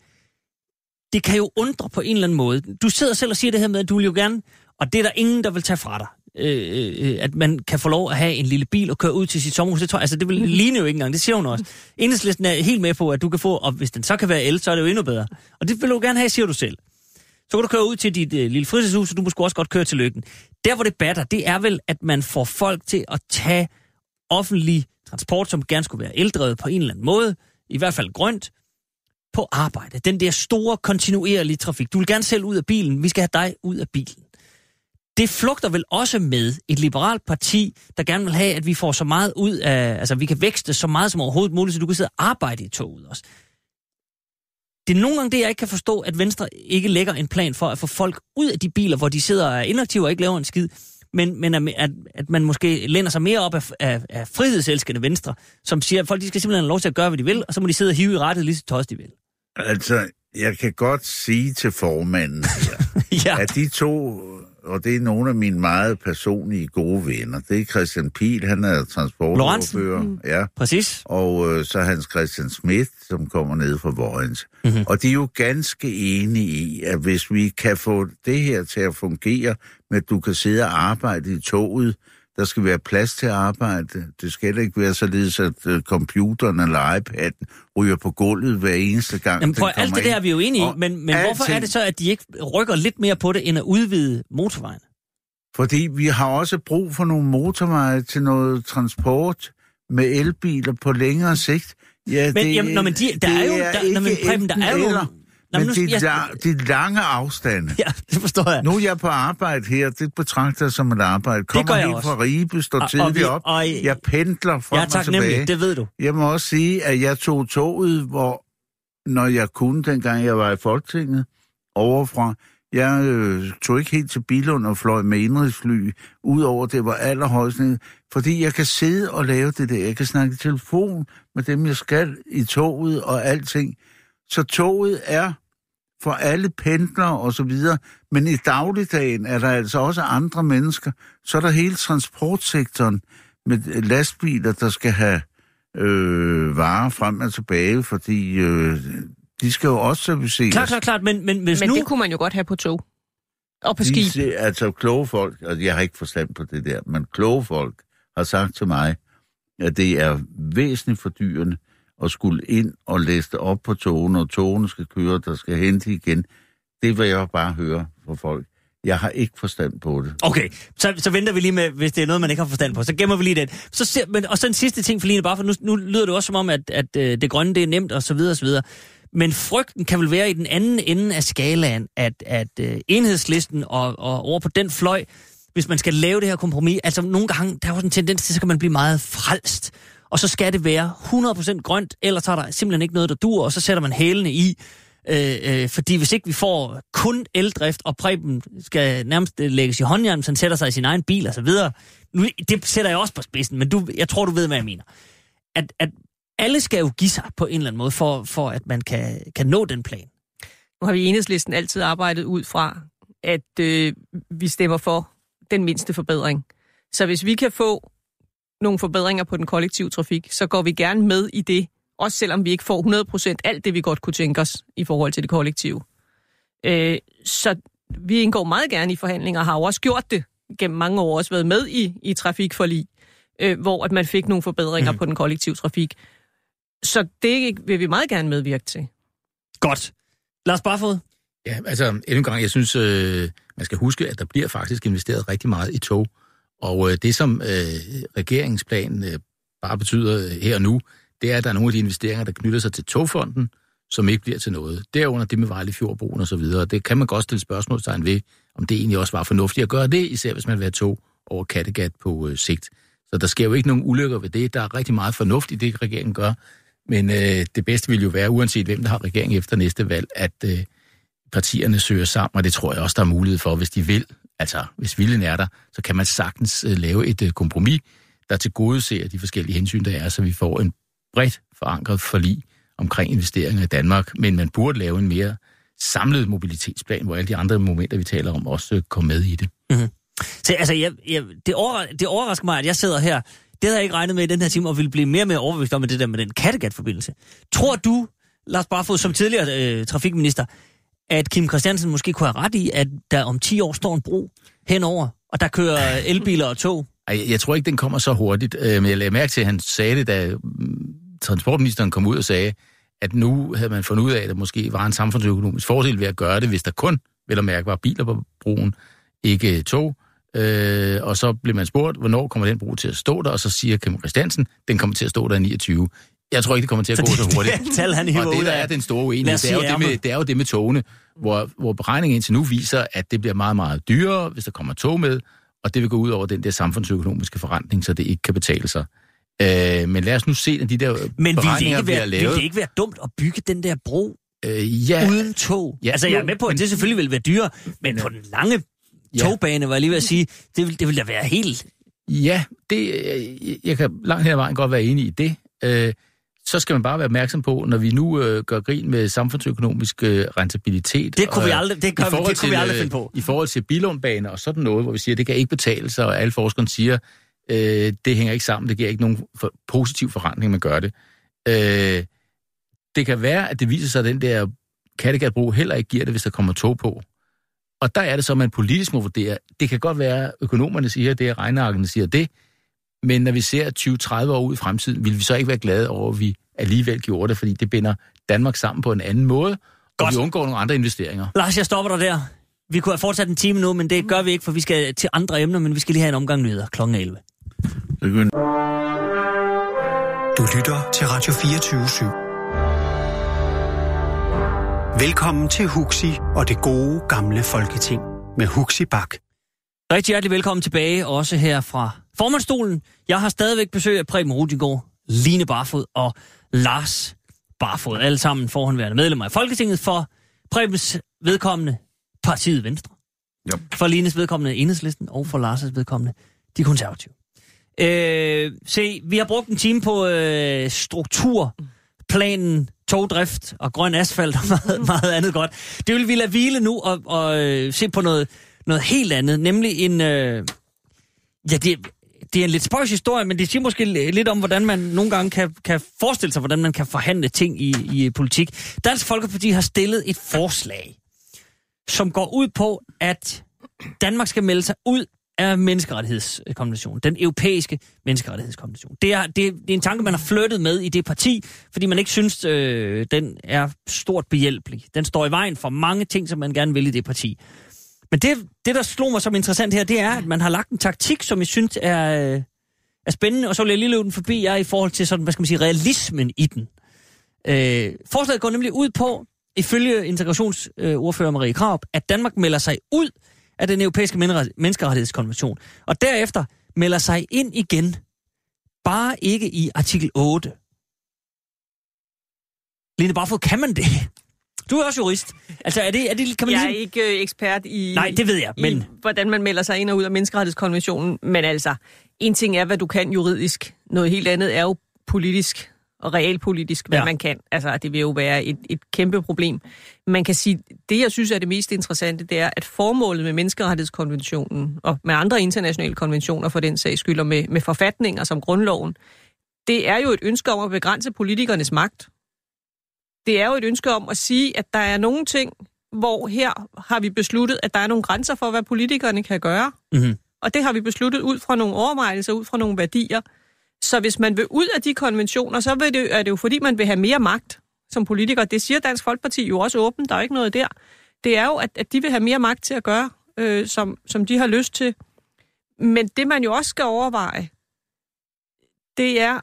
Speaker 4: det kan jo undre på en eller anden måde. Du sidder selv og siger det her med, at du vil jo gerne, og det er der ingen, der vil tage fra dig, øh, øh, at man kan få lov at have en lille bil og køre ud til sit sommerhus. Det tror, altså, det vil ligne jo ikke engang, det siger hun også. Enhedslisten er helt med på, at du kan få, og hvis den så kan være el, så er det jo endnu bedre. Og det vil du gerne have, siger du selv. Så kan du køre ud til dit øh, lille fritidshus, og du måske også godt køre til Lykken. Der, hvor det batter, det er vel, at man får folk til at tage offentlig transport, som gerne skulle være eldrevet på en eller anden måde, i hvert fald grønt, på arbejde. Den der store, kontinuerlige trafik. Du vil gerne selv ud af bilen, vi skal have dig ud af bilen. Det flugter vel også med et liberalt parti, der gerne vil have, at vi får så meget ud af, altså vi kan vækste så meget som overhovedet muligt, så du kan sidde og arbejde i toget også. Det er nogle gange det, jeg ikke kan forstå, at Venstre ikke lægger en plan for at få folk ud af de biler, hvor de sidder og er inaktive og ikke laver en skid, men, men at, at man måske lænder sig mere op af, af, af frihedselskende Venstre, som siger, at folk de skal simpelthen have lov til at gøre, hvad de vil, og så må de sidde og hive i rettet lige så tosset de vil.
Speaker 5: Altså, jeg kan godt sige til formanden her,
Speaker 4: ja.
Speaker 5: at de to, og det er nogle af mine meget personlige gode venner, det er Christian Pihl, han er transportordfører,
Speaker 4: mm.
Speaker 5: ja.
Speaker 4: Præcis.
Speaker 5: Og øh, så Hans Christian Schmidt, som kommer ned fra Vojens. Mm-hmm. Og de er jo ganske enige i, at hvis vi kan få det her til at fungere, med at du kan sidde og arbejde i toget, der skal være plads til at arbejde. Det skal ikke være således, at uh, computeren eller iPad'en ryger på gulvet hver eneste gang.
Speaker 4: Jamen prøv, alt det der er vi jo enige i, men, men
Speaker 5: alting,
Speaker 4: hvorfor er det så, at de ikke rykker lidt mere på det, end at udvide motorvejen?
Speaker 5: Fordi vi har også brug for nogle motorveje til noget transport med elbiler på længere sigt. Ja,
Speaker 4: men,
Speaker 5: det,
Speaker 4: jamen, når man de, der er jo, der, når man, Preben, der er jo nogle...
Speaker 5: Men
Speaker 4: nu,
Speaker 5: de,
Speaker 4: jeg...
Speaker 5: la- de lange afstande.
Speaker 4: Ja, det forstår jeg.
Speaker 5: Nu er jeg på arbejde her, det betragter jeg som et arbejde. Kommer helt
Speaker 4: også.
Speaker 5: fra Ribe, står
Speaker 4: og,
Speaker 5: tidligt
Speaker 4: og vi,
Speaker 5: op.
Speaker 4: og,
Speaker 5: jeg pendler frem
Speaker 4: ja, tak,
Speaker 5: og tilbage.
Speaker 4: Nemlig, det ved du.
Speaker 5: Jeg må også sige, at jeg tog toget, hvor, når jeg kunne, dengang jeg var i Folketinget, overfra. Jeg øh, tog ikke helt til Billund og fløj med indrigsfly, udover det var allerhøjst. Fordi jeg kan sidde og lave det der. Jeg kan snakke i telefon med dem, jeg skal i toget og alting. Så toget er for alle pendlere og så videre. Men i dagligdagen er der altså også andre mennesker. Så er der hele transportsektoren med lastbiler, der skal have øh, varer frem og tilbage, fordi øh, de skal jo også serviceres.
Speaker 4: Klart, klart, klart, men, men hvis
Speaker 6: men
Speaker 4: nu...
Speaker 6: det kunne man jo godt have på tog. Og på
Speaker 5: de,
Speaker 6: skib.
Speaker 5: Altså kloge folk, og jeg har ikke forstand på det der, men kloge folk har sagt til mig, at det er væsentligt fordyrende at skulle ind og læse op på togene, og togene skal køre, der skal hente igen. Det vil jeg bare høre fra folk. Jeg har ikke forstand på det.
Speaker 4: Okay, så, så venter vi lige med, hvis det er noget, man ikke har forstand på. Så gemmer vi lige den. Så ser, men, og så en sidste ting for Line, bare for nu, nu lyder det også som om, at, at, at det grønne det er nemt, og så videre, og så videre. Men frygten kan vel være i den anden ende af skalaen, at, at uh, enhedslisten og, og over på den fløj, hvis man skal lave det her kompromis, altså nogle gange, der er jo sådan en tendens til, så kan man blive meget frelst. Og så skal det være hundrede procent grønt, ellers er der simpelthen ikke noget, der dur, og så sætter man hælene i. Øh, øh, fordi hvis ikke vi får kun eldrift, og Preben skal nærmest lægges i håndjern, så han sætter sig i sin egen bil og så videre. Nu, det sætter jeg også på spidsen, men du, jeg tror, du ved, hvad jeg mener. At, at alle skal jo give sig på en eller anden måde, for, for at man kan, kan nå den plan.
Speaker 6: Nu har vi i Enhedslisten altid arbejdet ud fra, at øh, vi stemmer for den mindste forbedring. Så hvis vi kan få nogle forbedringer på den kollektive trafik, så går vi gerne med i det, også selvom vi ikke får hundrede procent alt det, vi godt kunne tænke os i forhold til det kollektive. Øh, så vi indgår meget gerne i forhandlinger, og har jo også gjort det gennem mange år, også været med i, i trafikforlig, øh, hvor at man fik nogle forbedringer mm. på den kollektive trafik. Så det vil vi meget gerne medvirke til.
Speaker 4: Godt. Lars Barfod?
Speaker 7: Ja, altså endnu en gang, jeg synes, øh, man skal huske, at der bliver faktisk investeret rigtig meget i tog. Og øh, det, som øh, regeringsplanen øh, bare betyder øh, her og nu, det er, at der er nogle af de investeringer, der knytter sig til togfonden, som ikke bliver til noget. Derunder det med Vejlefjordbroen og så videre. Det kan man godt stille spørgsmålstegn ved, om det egentlig også var fornuftigt at gøre det, især hvis man vil have tog over Kattegat på øh, sigt. Så der sker jo ikke nogen ulykker ved det. Der er rigtig meget fornuft i det, regeringen gør. Men øh, det bedste vil jo være, uanset hvem der har regering efter næste valg, at øh, partierne søger sammen, og det tror jeg også, der er mulighed for, hvis de vil. Altså, hvis viljen er der, så kan man sagtens øh, lave et øh, kompromis, der tilgodeser de forskellige hensyn, der er, så vi får en bredt forankret forlig omkring investeringer i Danmark, men man burde lave en mere samlet mobilitetsplan, hvor alle de andre momenter, vi taler om, også kommer med i det.
Speaker 4: Mm-hmm. Så altså, jeg, jeg, det, over, det overrasker mig, at jeg sidder her, det havde jeg ikke regnet med i den her time, og ville blive mere og mere overbevist om det der med den Kattegat-forbindelse. Tror du, Lars Barfod, som tidligere øh, trafikminister, at Kim Christiansen måske kunne have ret i, at der om ti år står en bro henover, og der kører elbiler og tog?
Speaker 7: Ej, jeg tror ikke, den kommer så hurtigt, men jeg lagde mærke til, at han sagde det, da transportministeren kom ud og sagde, at nu havde man fundet ud af, at der måske var en samfundsøkonomisk fordel ved at gøre det, hvis der kun, vel at mærke, var biler på broen, ikke tog. Øh, og så blev man spurgt, hvornår kommer den bro til at stå der, og så siger Kim Christiansen, den kommer til at stå der i niogtyve. Jeg tror ikke, det kommer til at så gå det, så hurtigt.
Speaker 4: Det tal, han
Speaker 7: og det, der er den store uenighed, det er, jo det, med, det er jo det med togene, hvor, hvor beregningen indtil nu viser, at det bliver meget, meget dyrere, hvis der kommer tog med, og det vil gå ud over den der samfundsøkonomiske forrentning, så det ikke kan betale sig. Øh, men lad os nu se, at de der
Speaker 4: men
Speaker 7: beregninger
Speaker 4: vil
Speaker 7: bliver lavet. Men
Speaker 4: vil det ikke være dumt at bygge den der bro
Speaker 7: øh, ja,
Speaker 4: uden tog?
Speaker 7: Ja,
Speaker 4: altså, jeg er med på, at det selvfølgelig vil være dyrere, men på den lange ja. togbane, var jeg lige ved at sige, det vil, det vil da være helt...
Speaker 7: Ja, det, jeg kan langt hen ad vejen godt være enig i det. Øh, så skal man bare være opmærksom på, når vi nu øh, gør grin med samfundsøkonomisk øh, rentabilitet.
Speaker 4: Det kunne
Speaker 7: og,
Speaker 4: vi aldrig, det gør, vi, det kunne vi aldrig finde på.
Speaker 7: I forhold til bilånbaner og sådan noget, hvor vi siger, det kan ikke betale sig, og alle forskerne siger, øh, det hænger ikke sammen, det giver ikke nogen for, positiv forrentning, man gør det. Øh, det kan være, at det viser sig, at den der Kattegatbro heller ikke giver det, hvis der kommer tog på. Og der er det så, at man politisk må vurdere. Det kan godt være, at økonomerne siger det, regnearkene siger det, men når vi ser tyve til tredive år ud i fremtiden, vil vi så ikke være glade over, at vi alligevel gjorde det, fordi det binder Danmark sammen på en anden måde, godt. Og vi undgår nogle andre investeringer. Lars,
Speaker 4: jeg stopper dig der. Vi kunne have fortsat en time nu, men det gør vi ikke, for vi skal til andre emner, men vi skal lige have en omgang nyheder klokken elleve.
Speaker 3: Du lytter til Radio fireogtyve syv. Velkommen til Huxi og det gode gamle Folketing med Huxi Bak.
Speaker 4: Rigtig hjertelig velkommen tilbage, også her fra formandsstolen. Jeg har stadigvæk besøg af Preben Rudiengaard, Line Barfod og Lars Barfod. Alle sammen forhåndværende medlemmer af Folketinget. For Prebens vedkommende partiet Venstre.
Speaker 5: Jo.
Speaker 4: For Lines vedkommende Enhedslisten, og for Lars' vedkommende de konservative. Øh, se, vi har brugt en time på øh, strukturplanen, togdrift og grøn asfalt og meget, meget andet godt. Det vil vi lade hvile nu og, og øh, se på noget, noget helt andet, nemlig en... Øh, ja, det, det er en lidt spøjs historie, men det siger måske lidt om, hvordan man nogle gange kan, kan forestille sig, hvordan man kan forhandle ting i, i politik. Dansk Folkeparti har stillet et forslag, som går ud på, at Danmark skal melde sig ud af menneskerettighedskonventionen. Den europæiske menneskerettighedskonvention. Det er, det, er, det er en tanke, man har flyttet med i det parti, fordi man ikke synes, øh, den er stort behjælpelig. Den står i vejen for mange ting, som man gerne vil i det parti. Men det, det der slog mig som interessant her, det er, at man har lagt en taktik, som jeg synes er, er spændende, og så vil jeg lige løbe den forbi jer i forhold til sådan, hvad skal man sige, realismen i den. Øh, forslaget går nemlig ud på, ifølge integrationsordfører Marie Krarup, at Danmark melder sig ud af den europæiske menneskerettighedskonvention, og derefter melder sig ind igen, bare ikke i artikel otte. Line Barfod, kan man det? Du er også jurist. Altså, er det, er det, kan man
Speaker 6: jeg
Speaker 4: ligesom...
Speaker 6: er ikke ekspert i,
Speaker 4: Nej, det ved jeg, men...
Speaker 6: i, hvordan man melder sig ind og ud af menneskerettighedskonventionen, men altså, en ting er, hvad du kan juridisk. Noget helt andet er jo politisk og realpolitisk, hvad ja. man kan. Altså, det vil jo være et, et kæmpe problem. Man kan sige, det jeg synes er det mest interessante, det er, at formålet med menneskerettighedskonventionen, og med andre internationale konventioner for den sags skyld, og med, med forfatninger som grundloven, det er jo et ønske om at begrænse politikernes magt. Det er jo et ønske om at sige, at der er nogle ting, hvor her har vi besluttet, at der er nogle grænser for, hvad politikerne kan gøre. Mm-hmm. Og det har vi besluttet ud fra nogle overvejelser, ud fra nogle værdier. Så hvis man vil ud af de konventioner, så vil det, er det jo fordi, man vil have mere magt som politiker. Det siger Dansk Folkeparti jo også åbent, der er ikke noget der. Det er jo, at, at de vil have mere magt til at gøre, øh, som, som de har lyst til. Men det man jo også skal overveje, det er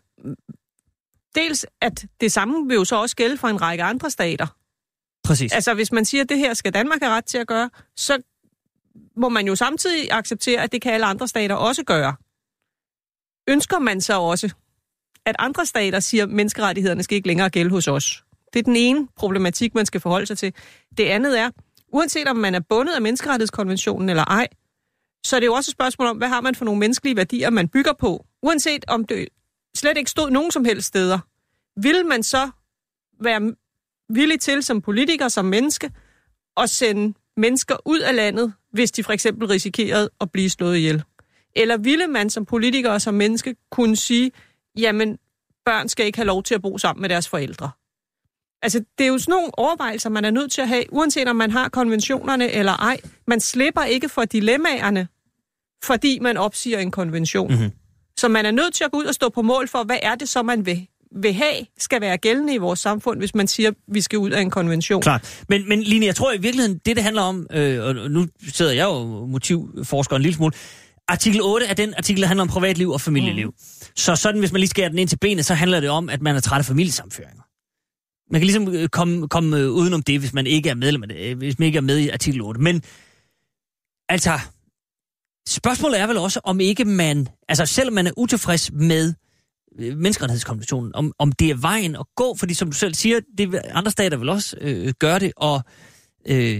Speaker 6: dels, at det samme vil jo så også gælde for en række andre stater.
Speaker 4: Præcis.
Speaker 6: Altså hvis man siger, at det her skal Danmark have ret til at gøre, så må man jo samtidig acceptere, at det kan alle andre stater også gøre. Ønsker man så også, at andre stater siger, at menneskerettighederne skal ikke længere gælde hos os? Det er den ene problematik, man skal forholde sig til. Det andet er, uanset om man er bundet af menneskerettighedskonventionen eller ej, så er det jo også et spørgsmål om, hvad har man for nogle menneskelige værdier, man bygger på? Uanset om det slet ikke stod nogen som helst steder, vil man så være villig til som politiker, som menneske, at sende mennesker ud af landet, hvis de for eksempel risikerede at blive slået ihjel? Eller ville man som politiker og som menneske kunne sige, jamen, børn skal ikke have lov til at bo sammen med deres forældre? Altså, det er jo sådan nogle overvejelser, man er nødt til at have, uanset om man har konventionerne eller ej. Man slipper ikke for dilemmaerne, fordi man opsiger en konvention. Mm-hmm. Så man er nødt til at gå ud og stå på mål for, hvad er det så, man vil, vil have, skal være gældende i vores samfund, hvis man siger, at vi skal ud af en konvention.
Speaker 4: Klart. Men, men Line, jeg tror i virkeligheden, det det handler om, øh, og nu sidder jeg jo motivforsker en lille smule, artikel otte er den artikel, der handler om privatliv og familieliv. Mm. Så sådan, hvis man lige skærer den ind til benet, så handler det om, at man er træt af familiesammenføringer. Man kan ligesom komme, komme udenom det, hvis man ikke er medlem af det, hvis man ikke er med i artikel otte. Men altså, spørgsmålet er vel også, om ikke man, altså selvom man er utilfreds med menneskerettighedskonventionen, om, om det er vejen at gå, fordi som du selv siger, det andre stater vil også øh, gøre det, og øh,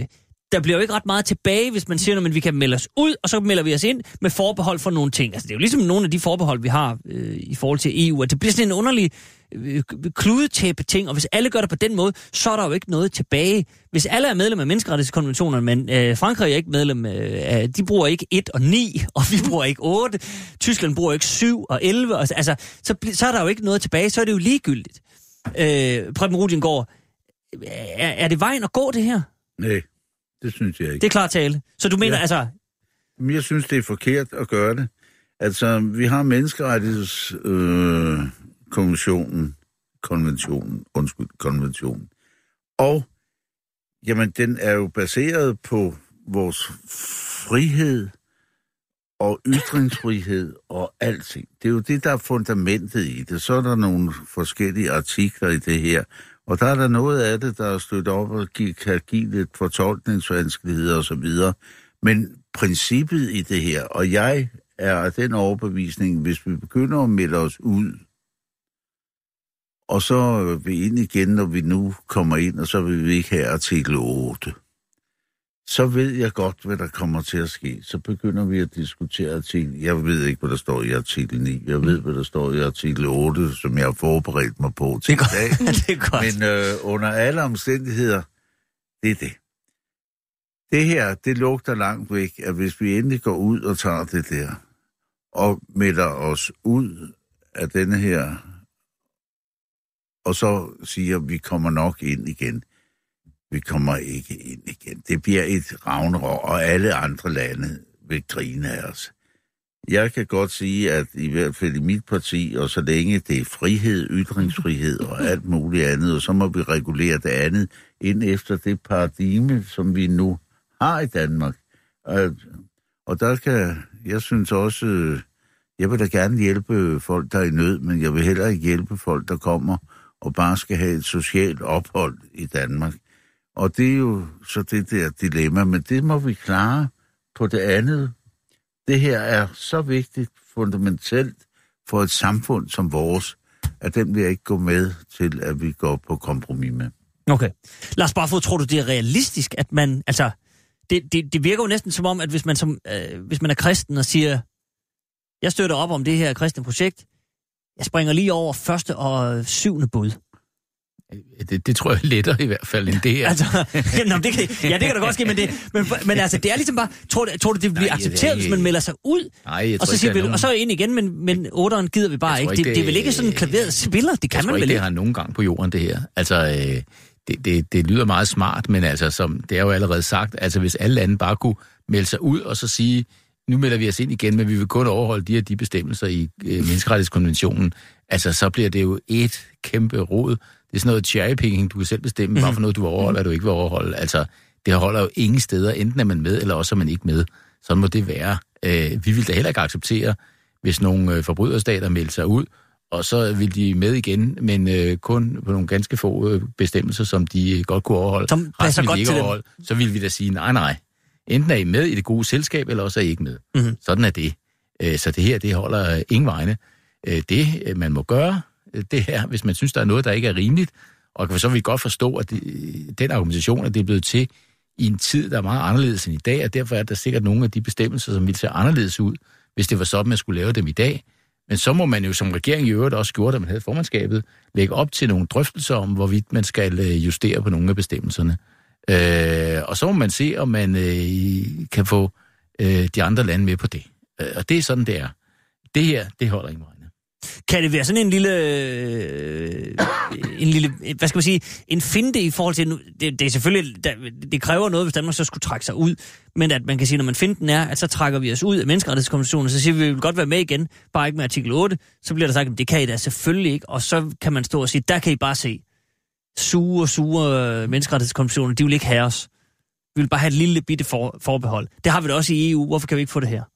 Speaker 4: der bliver jo ikke ret meget tilbage, hvis man siger, at vi kan melde os ud, og så melder vi os ind med forbehold for nogle ting. Altså, det er jo ligesom nogle af de forbehold, vi har øh, i forhold til E U, at det bliver sådan en underlig øh, kludetæppe ting, og hvis alle gør det på den måde, så er der jo ikke noget tilbage. Hvis alle er medlem af menneskerettighedskonventionerne, men øh, Frankrig er ikke medlem, øh, de bruger ikke et og ni, og vi bruger ikke otte, Tyskland bruger ikke syv og elleve, og, altså, så, så er der jo ikke noget tilbage, så er det jo ligegyldigt. Øh, Preben Rudiengaard, er, er det vejen at gå, det her?
Speaker 5: Nej. Det synes jeg ikke.
Speaker 4: Det er klart tale. Så du mener, ja. altså...
Speaker 5: Jeg synes, det er forkert at gøre det. Altså, vi har menneskerettighedskonventionen, øh, konventionen, undskyld, konventionen. Og, jamen, den er jo baseret på vores frihed og ytringsfrihed og alting. Det er jo det, der er fundamentet i det. Så er der nogle forskellige artikler i det her. Og der er der noget af det, der er stødt op og kan give lidt fortolkningsvanskeligheder og så videre. Men princippet i det her, og jeg er af den overbevisning, hvis vi begynder at melde os ud, og så vil vi ind igen, når vi nu kommer ind, og så vil vi ikke have artikel otte. Så ved jeg godt, hvad der kommer til at ske. Så begynder vi at diskutere artikel. Jeg ved ikke, hvad der står i artikel ni. Jeg ved, hvad der står i artikel otte, som jeg har forberedt mig på til i dag.
Speaker 4: Det er godt.
Speaker 5: Men øh, under alle omstændigheder, det er det. Det her, det lugter langt væk, at hvis vi endelig går ud og tager det der, og melder os ud af denne her, og så siger, at vi kommer nok ind igen. Vi kommer ikke ind igen. Det bliver et ragnarok, og alle andre lande vil grine af os. Jeg kan godt sige, at i hvert fald i mit parti, og så længe det er frihed, ytringsfrihed og alt muligt andet, og så må vi regulere det andet ind efter det paradigme, som vi nu har i Danmark. Og der kan, jeg synes også, jeg vil da gerne hjælpe folk, der er i nød, men jeg vil heller ikke hjælpe folk, der kommer og bare skal have et socialt ophold i Danmark. Og det er jo så det der dilemma, men det må vi klare på det andet. Det her er så vigtigt, fundamentalt for et samfund som vores, at den vil jeg ikke gå med til, at vi går på kompromis med.
Speaker 4: Okay. Lars Barfod, tror du, det er realistisk, at man, altså, det, det, det virker jo næsten som om, at hvis man, som, øh, hvis man er kristen og siger, jeg støtter op om det her kristne projekt, jeg springer lige over første og syvende bud.
Speaker 7: Det, det tror jeg er lettere i hvert fald end det her.
Speaker 4: Altså, nå, det kan, ja, det kan da godt ske, men, det, men, men altså, det er ligesom bare, tror du, tror du det bliver Nej, accepteret, det, hvis man melder sig ud?
Speaker 7: Nej, jeg tror
Speaker 4: og så
Speaker 7: ikke,
Speaker 4: siger vi,
Speaker 7: nogen...
Speaker 4: og så ind igen, men, men otteren gider vi bare ikke. ikke. Det, det, det er vel ikke sådan en klaveret spiller, det kan man vel ikke.
Speaker 7: Jeg tror ikke, det har nogen gang på jorden, det her. Altså, øh, det, det, det lyder meget smart, men altså, som det er jo allerede sagt, altså hvis alle lande bare kunne melde sig ud og så sige, nu melder vi os ind igen, men vi vil kun overholde de her de bestemmelser i øh, menneskerettighedskonventionen, altså så bliver det jo et kæmpe rod. Det er sådan noget cherrypicking, du kan selv bestemme, mm-hmm. bare for noget, du vil overholde, hvad du ikke vil overholde. Altså, det holder jo ingen steder, enten er man med, eller også er man ikke med. Sådan må det være. Øh, vi vil da heller ikke acceptere, hvis nogle øh, forbryderstater melder sig ud, og så vil de med igen, men øh, kun på nogle ganske få øh, bestemmelser, som de godt kunne overholde.
Speaker 4: Som passer godt til dem.
Speaker 7: Så vil vi da sige, nej, nej. Enten er I med i det gode selskab, eller også er I ikke med. Mm-hmm. Sådan er det. Øh, så det her, det holder øh, ingen vegne. Øh, det, øh, man må gøre, det her, hvis man synes, der er noget, der ikke er rimeligt, og så vil vi godt forstå, at det, den argumentation, at det er blevet til i en tid, der er meget anderledes end i dag, og derfor er der sikkert nogle af de bestemmelser, som ville se anderledes ud, hvis det var sådan, man skulle lave dem i dag. Men så må man jo som regering i øvrigt også gjorde, da man havde formandskabet, lægge op til nogle drøftelser om, hvorvidt man skal justere på nogle af bestemmelserne. Øh, og så må man se, om man øh, kan få øh, de andre lande med på det. Og det er sådan, det er. Det her, det holder ingen vegne.
Speaker 4: Kan det være sådan en lille, øh, en lille, hvad skal man sige, en finte i forhold til, det, det er selvfølgelig, det kræver noget, hvis Danmark så skulle trække sig ud, men at man kan sige, når man finden er, at så trækker vi os ud af menneskerettighedskonventionen, så siger vi, at vi vil godt være med igen, bare ikke med artikel otte, så bliver der sagt, at det kan I da selvfølgelig ikke, og så kan man stå og sige, der kan I bare se, sure, sure menneskerettighedskonventioner, de vil ikke have os. Vi vil bare have et lille bitte for, forbehold. Det har vi da også i E U, hvorfor kan vi ikke få det her?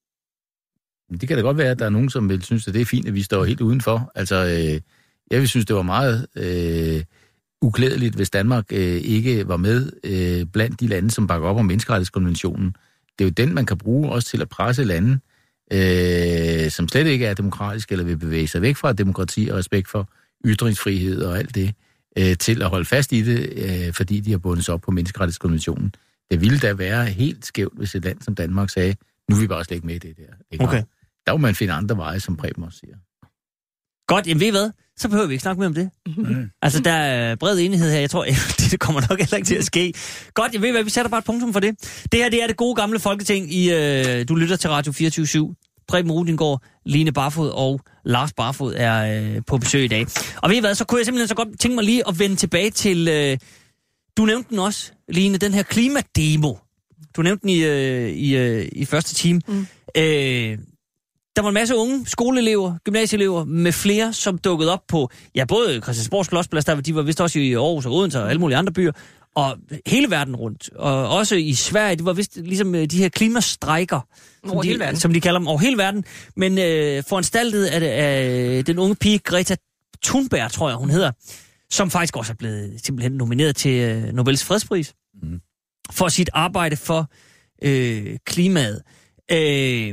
Speaker 7: Det kan da godt være, at der er nogen, som vil synes, at det er fint, at vi står helt udenfor. Altså, øh, jeg vil synes, det var meget øh, uklædeligt, hvis Danmark øh, ikke var med øh, blandt de lande, som bakker op om menneskerettighedskonventionen. Det er jo den, man kan bruge også til at presse lande, øh, som slet ikke er demokratiske eller vil bevæge sig væk fra demokrati og respekt for ytringsfrihed og alt det, øh, til at holde fast i det, øh, fordi de har bundet sig op på menneskerettighedskonventionen. det ville da være helt skævt, hvis et land som Danmark sagde, nu er vi bare slet ikke med i det der.
Speaker 4: Okay.
Speaker 7: Der må man finde andre veje, som Preben også siger.
Speaker 4: Godt, jamen ved I hvad? Så behøver vi ikke snakke mere om det. Mm-hmm. Altså, der er bred enighed her. Jeg tror, det kommer nok heller ikke til at ske. Godt, jeg ved hvad, vi sætter bare et punktum for det. Det her, det er det gode gamle Folketing i, øh, du lytter til Radio fireogtyve syv. Preben Rudingård, Line Barfod og Lars Barfod er øh, på besøg i dag. Og ved I hvad, så kunne jeg simpelthen så godt tænke mig lige at vende tilbage til, øh, du nævnte den også, Line, den her klimademo. Du nævnte den i, øh, i, øh, i første time. Mm. Øh, Der var en masse unge skoleelever, gymnasieelever med flere, som dukkede op på, ja, både Christiansborgs Slotsplads, der de var vist også i Aarhus og Odense og alle mulige andre byer, og hele verden rundt. Og også i Sverige, det var vist ligesom de her klimastrejker,
Speaker 6: over
Speaker 4: de,
Speaker 6: hele verden.
Speaker 4: som de kalder dem, over hele verden. Men øh, foranstaltet af, af den unge pige Greta Thunberg, tror jeg, hun hedder, som faktisk også er blevet simpelthen nomineret til øh, Nobels fredspris, mm. for sit arbejde for øh, klimaet. Øh,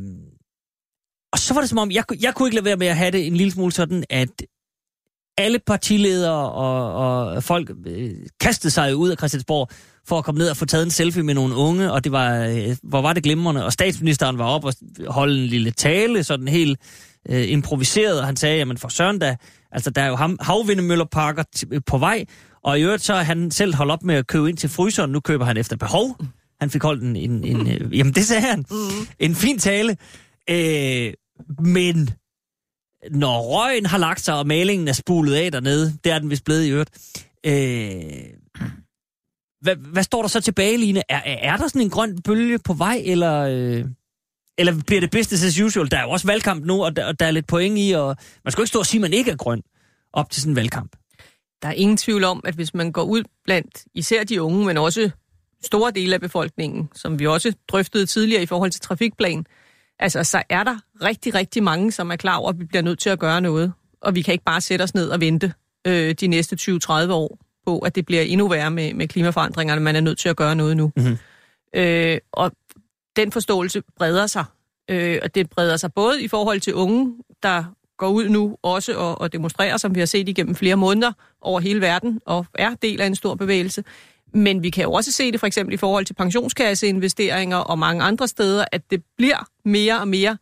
Speaker 4: Og så var det som om, jeg, jeg kunne ikke lade være med at have det en lille smule sådan, at alle partiledere og, og folk øh, kastede sig ud af Christiansborg for at komme ned og få taget en selfie med nogle unge, og det var, øh, hvor var det glimrende, og statsministeren var op og holdt en lille tale, sådan helt øh, improviseret, og han sagde, jamen for søren da, altså der er jo ham, havvindemøllerparker t- på vej, og i øvrigt så er han selv holdt op med at købe ind til fryseren, nu køber han efter behov. Han fik holdt en, en, en øh, jamen det sagde han, mm. en fin tale. Øh, men når røgen har lagt sig, og malingen er spulet af dernede, det er den vist blevet i øvrigt. Øh, hvad, hvad står der så tilbage, Line? Er, er der sådan en grøn bølge på vej, eller, øh, eller bliver det business as usual? Der er jo også valgkamp nu, og der, og der er lidt point i, og man skal jo ikke stå og sige, at man ikke er grøn op til sådan en valgkamp.
Speaker 6: Der er ingen tvivl om, at hvis man går ud blandt især de unge, men også store dele af befolkningen, som vi også drøftede tidligere i forhold til trafikplan, altså, så er der rigtig, rigtig mange, som er klar over, at vi bliver nødt til at gøre noget. Og vi kan ikke bare sætte os ned og vente øh, de næste tyve til tredive år på, at det bliver endnu værre med, med klimaforandringerne. Man er nødt til at gøre noget nu. Mm-hmm. Øh, og den forståelse breder sig. Øh, og det breder sig både i forhold til unge, der går ud nu også og, og demonstrerer, som vi har set igennem flere måneder over hele verden, og er del af en stor bevægelse. Men vi kan jo også se det for eksempel i forhold til pensionskasseinvesteringer og mange andre steder, at det bliver mere og mere,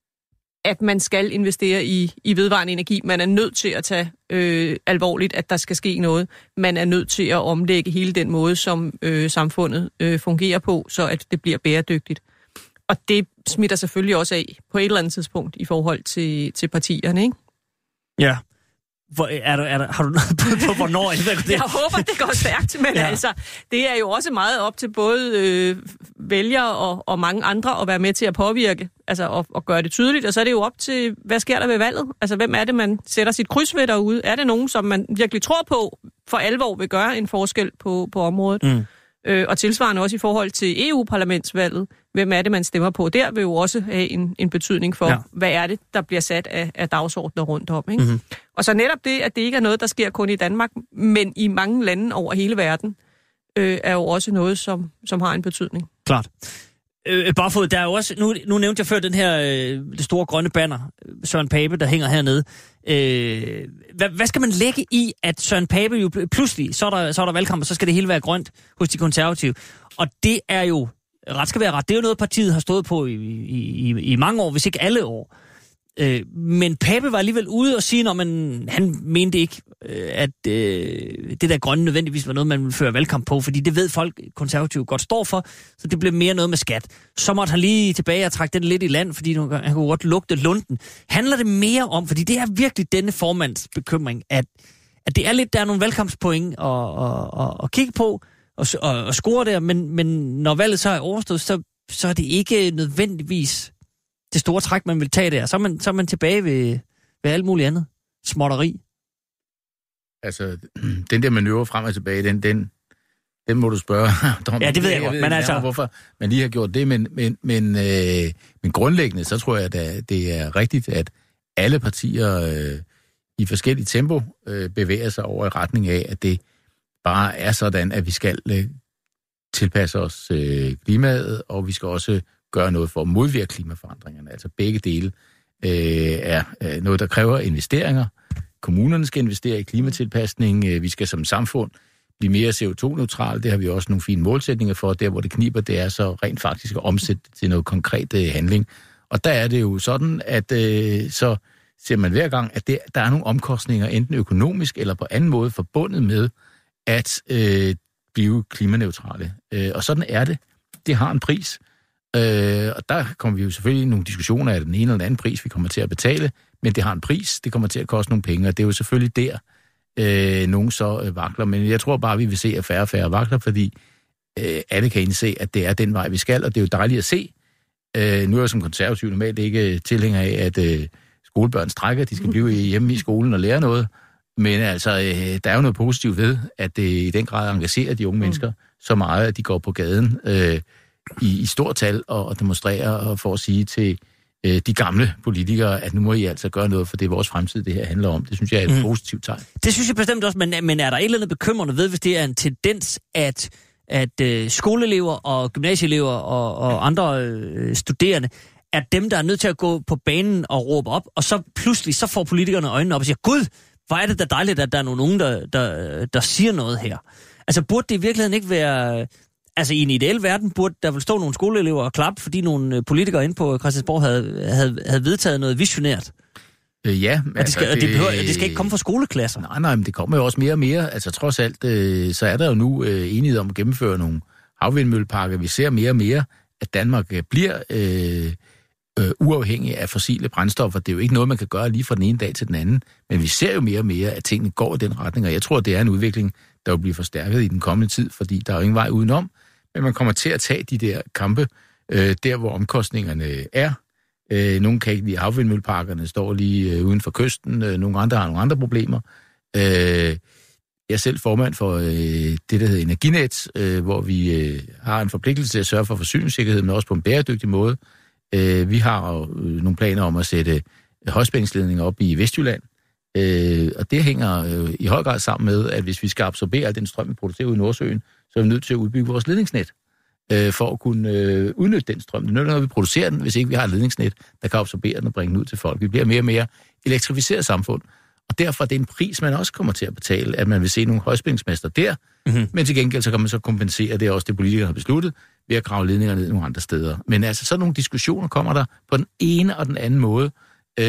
Speaker 6: at man skal investere i, i vedvarende energi. Man er nødt til at tage øh, alvorligt, at der skal ske noget. Man er nødt til at omlægge hele den måde, som øh, samfundet øh, fungerer på, så at det bliver bæredygtigt. Og det smitter selvfølgelig også af på et eller andet tidspunkt i forhold til, til partierne, ikke?
Speaker 4: Ja. Hvor, er der, er der, har du noget på, på hvornår? Det?
Speaker 6: Jeg håber, det går stærkt, men ja. altså, det er jo også meget op til både øh, vælgere og, og mange andre at være med til at påvirke, altså at, at gøre det tydeligt, og så er det jo op til, hvad sker der ved valget? Altså, hvem er det, man sætter sit kryds ved derude? Er det nogen, som man virkelig tror på, for alvor vil gøre en forskel på, på området? Mm. Øh, og tilsvarende også i forhold til E U-parlamentsvalget, hvem er det, man stemmer på? Der vil jo også have en, en betydning for, ja. hvad er det, der bliver sat af, af dagsordner rundt om. Ikke? Mm-hmm. Og så netop det, at det ikke er noget, der sker kun i Danmark, men i mange lande over hele verden, øh, er jo også noget, som, som har en betydning.
Speaker 4: Klart. Øh, Barfod, der er jo også, nu, nu nævnte jeg før den her, øh, det store grønne banner, Søren Pape, der hænger hernede. Øh, hvad, hvad skal man lægge i, at Søren Pape jo pludselig, så er der, så er der valgkamp, og så skal det hele være grønt hos de konservative. Og det er jo, ret skal være ret, det er jo noget, partiet har stået på i, i, i, i mange år, hvis ikke alle år. Øh, men Pape var alligevel ude og sige, når man, han mente ikke, øh, at øh, det der grønne nødvendigvis var noget, man ville føre valgkamp på, fordi det ved folk konservative godt står for, så det blev mere noget med skat. Så måtte han lige tilbage og trække den lidt i land, fordi han kunne godt lugte lunden. Handler det mere om, fordi det er virkelig denne formands bekymring, at, at det er lidt, der er nogle valgkampspoint at, at, at, at kigge på og, og, og score der, men, men når valget så er overstået, så, så er det ikke nødvendigvis det store træk, man vil tage der. Så er man, så er man tilbage ved, ved alt muligt andet. Småtteri.
Speaker 7: Altså, den der manøvre frem og tilbage, den, den, den må du spørge.
Speaker 4: Ja, det ved jeg, jeg godt.
Speaker 7: Ved,
Speaker 4: men altså...
Speaker 7: hvorfor man lige har gjort det, men, men, men, øh, men grundlæggende, så tror jeg, at det er rigtigt, at alle partier øh, i forskellige tempo øh, bevæger sig over i retning af, at det bare er sådan, at vi skal øh, tilpasse os øh, klimaet, og vi skal også gøre noget for at modvirke klimaforandringerne. Altså begge dele øh, er øh, noget, der kræver investeringer. Kommunerne skal investere i klimatilpasning. Vi skal som samfund blive mere C O to neutral. Det har vi også nogle fine målsætninger for. Der, hvor det kniber, det er så rent faktisk at omsætte til noget konkret øh, handling. Og der er det jo sådan, at øh, så ser man hver gang, at det, der er nogle omkostninger, enten økonomisk eller på anden måde, forbundet med at øh, blive klimaneutrale. Øh, og sådan er det. Det har en pris. Øh, og der kommer vi jo selvfølgelig i nogle diskussioner af den ene eller den anden pris, vi kommer til at betale, men det har en pris, det kommer til at koste nogle penge, og det er jo selvfølgelig der, øh, nogen så øh, vakler. Men jeg tror bare, vi vil se, at færre og færre vakler, fordi øh, alle kan indse, at det er den vej, vi skal, og det er jo dejligt at se. Øh, nu er jeg som konservativ normalt ikke tilhænger af, at øh, skolebørn strækker, de skal blive hjemme i skolen og lære noget, men altså, øh, der er jo noget positivt ved, at det i den grad engagerer de unge mennesker så meget, at de går på gaden øh, i, i stort tal og, og demonstrerer og for at sige til øh, de gamle politikere, at nu må I altså gøre noget, for det er vores fremtid, det her handler om. Det synes jeg er et mm. positivt tegn. Det synes jeg bestemt også, men, men er der et eller andet bekymrende ved, hvis det er en tendens, at, at øh, skoleelever og gymnasieelever og, og andre øh, studerende er dem, der er nødt til at gå på banen og råbe op, og så pludselig så får politikerne øjnene op og siger, Gud, hvor er det da dejligt, at der er nogle unge, der, der, der siger noget her. Altså, burde det i virkeligheden ikke være... Altså, i en ideel verden burde der vel stå nogle skoleelever og klappe, fordi nogle politikere inde på Christiansborg havde, havde, havde vedtaget noget visionært. Øh, ja. Og det skal, altså, det, det, behøver, det skal ikke komme fra skoleklasser. Nej, nej, men det kommer jo også mere og mere. Altså, trods alt, øh, så er der jo nu øh, enighed om at gennemføre nogle havvindmølleparker. Vi ser mere og mere, at Danmark bliver... Øh, Øh, uafhængig af fossile brændstoffer. Det er jo ikke noget, man kan gøre lige fra den ene dag til den anden, men vi ser jo mere og mere, at tingene går i den retning, og jeg tror, det er en udvikling, der vil blive forstærket i den kommende tid, fordi der er jo ingen vej udenom, men man kommer til at tage de der kampe, øh, der hvor omkostningerne er. Øh, nogle kan ikke lide havvindmølleparkerne, står lige øh, uden for kysten, øh, nogle andre har nogle andre problemer. Øh, jeg er selv formand for øh, det, der hedder Energinet, øh, hvor vi øh, har en forpligtelse til at sørge for forsyningssikkerhed, men også på en bæredygtig måde. Øh, vi har jo øh, nogle planer om at sætte højspændingsledninger op i Vestjylland, øh, og det hænger øh, i høj grad sammen med, at hvis vi skal absorbere al den strøm, vi producerer ude i Nordsøen, så er vi nødt til at udbygge vores ledningsnet, øh, for at kunne øh, udnytte den strøm. Det er nødt til, når vi producerer den, hvis ikke vi har et ledningsnet, der kan absorbere den og bringe den ud til folk. Vi bliver mere og mere elektrificeret samfund, og derfor er det en pris, man også kommer til at betale, at man vil se nogle højspændingsmaster der, mm-hmm. men til gengæld så kan man så kompensere, det er også det, politikere har besluttet, ved at grave ledninger ned nogle andre steder. Men altså, sådan nogle diskussioner kommer der på den ene og den anden måde. Øh,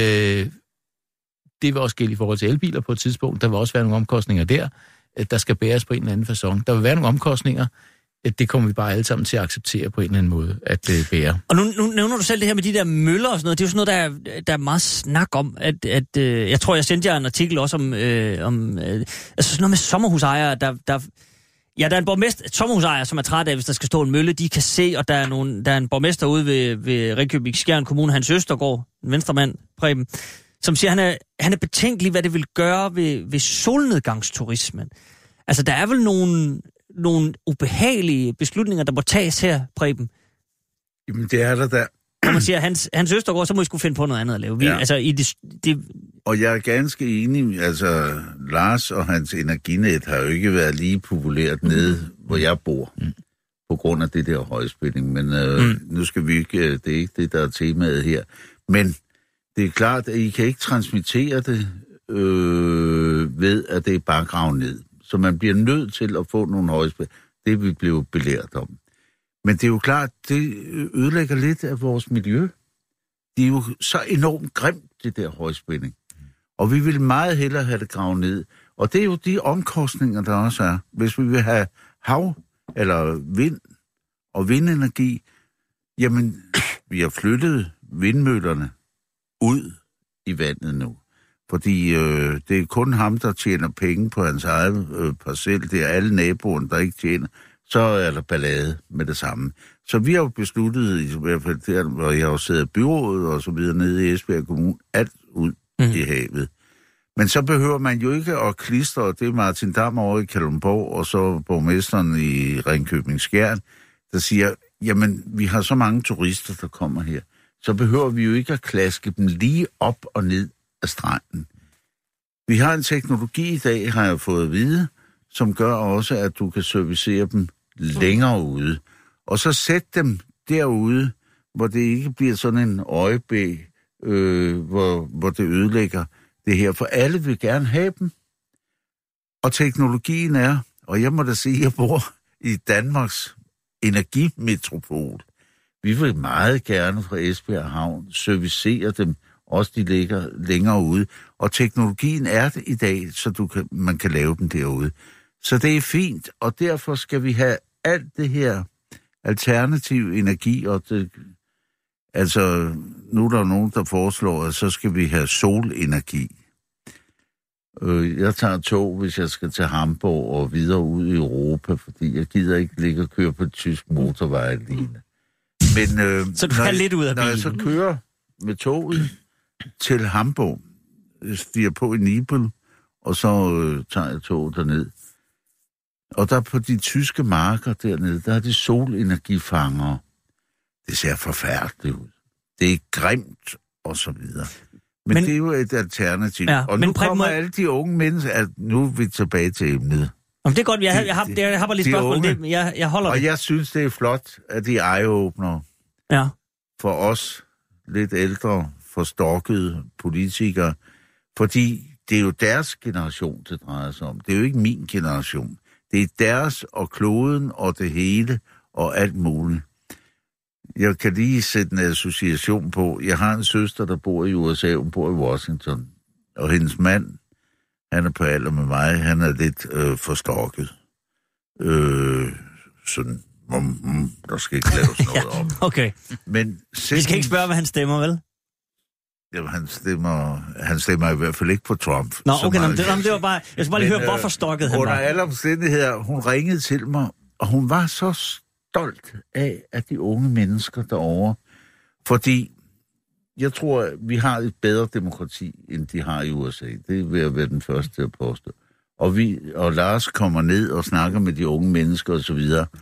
Speaker 7: det vil også gælde i forhold til elbiler på et tidspunkt. Der vil også være nogle omkostninger der, der skal bæres på en eller anden facon. Der vil være nogle omkostninger, det kommer vi bare alle sammen til at acceptere på en eller anden måde, at øh, bære. Og nu, nu nævner du selv det her med de der møller og sådan noget. Det er jo sådan noget, der er, der er meget snak om. At, at, øh, jeg tror, jeg sendte jer en artikel også om, øh, om øh, altså sådan noget med sommerhusejere, der... der Ja, der er en borgmester, et sommerhusejer, som er træt af, hvis der skal stå en mølle, de kan se, og der er, nogle, der er en borgmester ude ved, ved Ringkøbing Skjern Kommune, Hans Østergaard, en venstremand, Preben, som siger, han er, han er betænkelig, hvad det vil gøre ved, ved solnedgangsturismen. Altså, der er vel nogle, nogle ubehagelige beslutninger, der må tages her, Preben?
Speaker 5: Jamen, det er der der.
Speaker 4: Når man siger, Hans, Hans Østergaard, så må vi skulle finde på noget andet at lave. Vi, ja. altså, i det, det...
Speaker 5: Og jeg er ganske enig, altså Lars og hans Energinet har jo ikke været lige populært nede, hvor jeg bor, mm. på grund af det der højspænding. Men øh, mm. nu skal vi ikke, det er ikke det, der er temaet her. Men det er klart, at I kan ikke transmittere det øh, ved, at det er bare gravet ned. Så man bliver nødt til at få nogle højspænding. Det vi blev belært om. Men det er jo klart, det ødelægger lidt af vores miljø. Det er jo så enormt grimt, det der højspænding. Og vi vil meget hellere have det gravet ned. Og det er jo de omkostninger, der også er. Hvis vi vil have hav eller vind og vindenergi, jamen, vi har flyttet vindmøllerne ud i vandet nu. Fordi øh, det er kun ham, der tjener penge på hans eget øh, parcel. Det er alle naboerne, der ikke tjener. Så er der ballade med det samme. Så vi har jo besluttet, i hvert fald der, hvor jeg har siddet i byrådet og så videre nede i Esbjerg Kommune, alt ud mm. i havet. Men så behøver man jo ikke at klistre, det er Martin Dam over i Kalundborg, og så borgmesteren i Ringkøbing Skjern, der siger, jamen, vi har så mange turister, der kommer her, så behøver vi jo ikke at klaske dem lige op og ned af stranden. Vi har en teknologi i dag, har jeg fået at vide, som gør også, at du kan servicere dem længere ude. Og så sæt dem derude, hvor det ikke bliver sådan en øjebæ, øh, hvor, hvor det ødelægger det her. For alle vil gerne have dem. Og teknologien er, Og jeg må da sige, at jeg bor i Danmarks energimetropol. Vi vil meget gerne fra Esbjerg Havn servicere dem, også de ligger længere ude. Og teknologien er det i dag, så du kan, man kan lave dem derude. Så det er fint, og derfor skal vi have alt det her alternativ energi, og det, altså, nu er der nogen, der foreslår, at så skal vi have solenergi. Jeg tager tog, hvis jeg skal til Hamburg og videre ud i Europa, fordi jeg gider ikke ligge og køre på et tysk motorvej alene. Men, øh,
Speaker 4: så du er lidt ud af bilen?
Speaker 5: Når jeg så kører med toget til Hamburg, stiger på i Nibel, og så øh, tager jeg toget derned. Og der på de tyske marker dernede, der er de solenergifangere. Det ser forfærdeligt ud. Det er grimt, og så videre. Men, men det er jo et alternativ. Ja, og nu kommer må... alle de unge mennesker, at nu er vi tilbage til emnet.
Speaker 4: Jamen, det er godt, jeg, jeg, jeg, har, jeg har bare lige spørgsmål. Det, jeg, jeg holder
Speaker 5: og
Speaker 4: det.
Speaker 5: jeg synes, det er flot, at de eye-åbner
Speaker 4: ja.
Speaker 5: for os lidt ældre, forstokkede politikere, fordi det er jo deres generation, det drejer sig om. Det er jo ikke min generation. Det er deres og kloden og det hele og alt muligt. Jeg kan lige sætte en association på. Jeg har en søster, der bor i U S A, hun bor i Washington. Og hendes mand, han er på alder med mig, han er lidt øh, forstokket. Øh, sådan, mm, mm, der skal ikke laves noget ja, om.
Speaker 4: Okay.
Speaker 5: Men
Speaker 4: selv... Vi skal ikke spørge, hvad han stemmer, vel?
Speaker 5: Jamen, han stemmer, han stemmer i hvert fald ikke på Trump.
Speaker 4: Nå, okay, nå, det, det var bare... Jeg skal bare lige men, høre, hvorfor stokket han var.
Speaker 5: Under alle omstændigheder, hun ringede til mig, og hun var så stolt af, at de unge mennesker derovre, fordi jeg tror, vi har et bedre demokrati, end de har i U S A. Det vil jeg være den første til at påstå. Og, vi, og Lars kommer ned og snakker med de unge mennesker osv.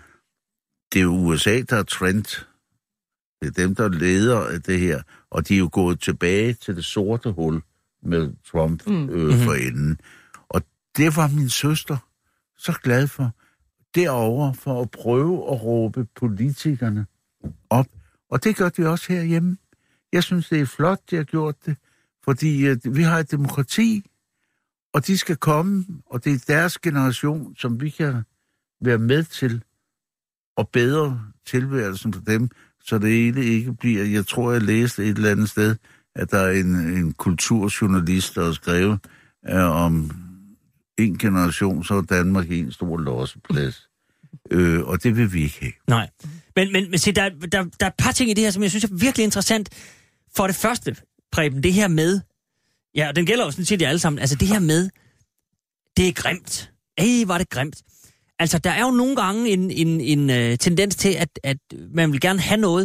Speaker 5: Det er jo U S A, der er trend. Det er dem, der leder det her. Og de er jo gået tilbage til det sorte hul med Trump mm. øh, for enden. Og det var min søster så glad for. Derovre for at prøve at råbe politikerne op. Og det gør de også herhjemme. Jeg synes, det er flot, de har gjort det. Fordi øh, vi har et demokrati, og de skal komme, og det er deres generation, som vi kan være med til at bedre tilværelsen for dem, så det hele ikke bliver... Jeg tror, jeg læste et eller andet sted, at der er en, en kulturjournalist, der har skrevet øh, om en generation, så er Danmark en stor losseplads. Øh, og det vil vi ikke have.
Speaker 4: Nej. Men, men, men se, der, der, der er et par ting i det her, som jeg synes er virkelig interessant. For det første, Preben, det her med... Ja, og den gælder jo sådan set de alle sammen. Altså det her med... Det er grimt. Ej, var det grimt. Altså, der er jo nogle gange en, en, en uh, tendens til, at, at man vil gerne have noget,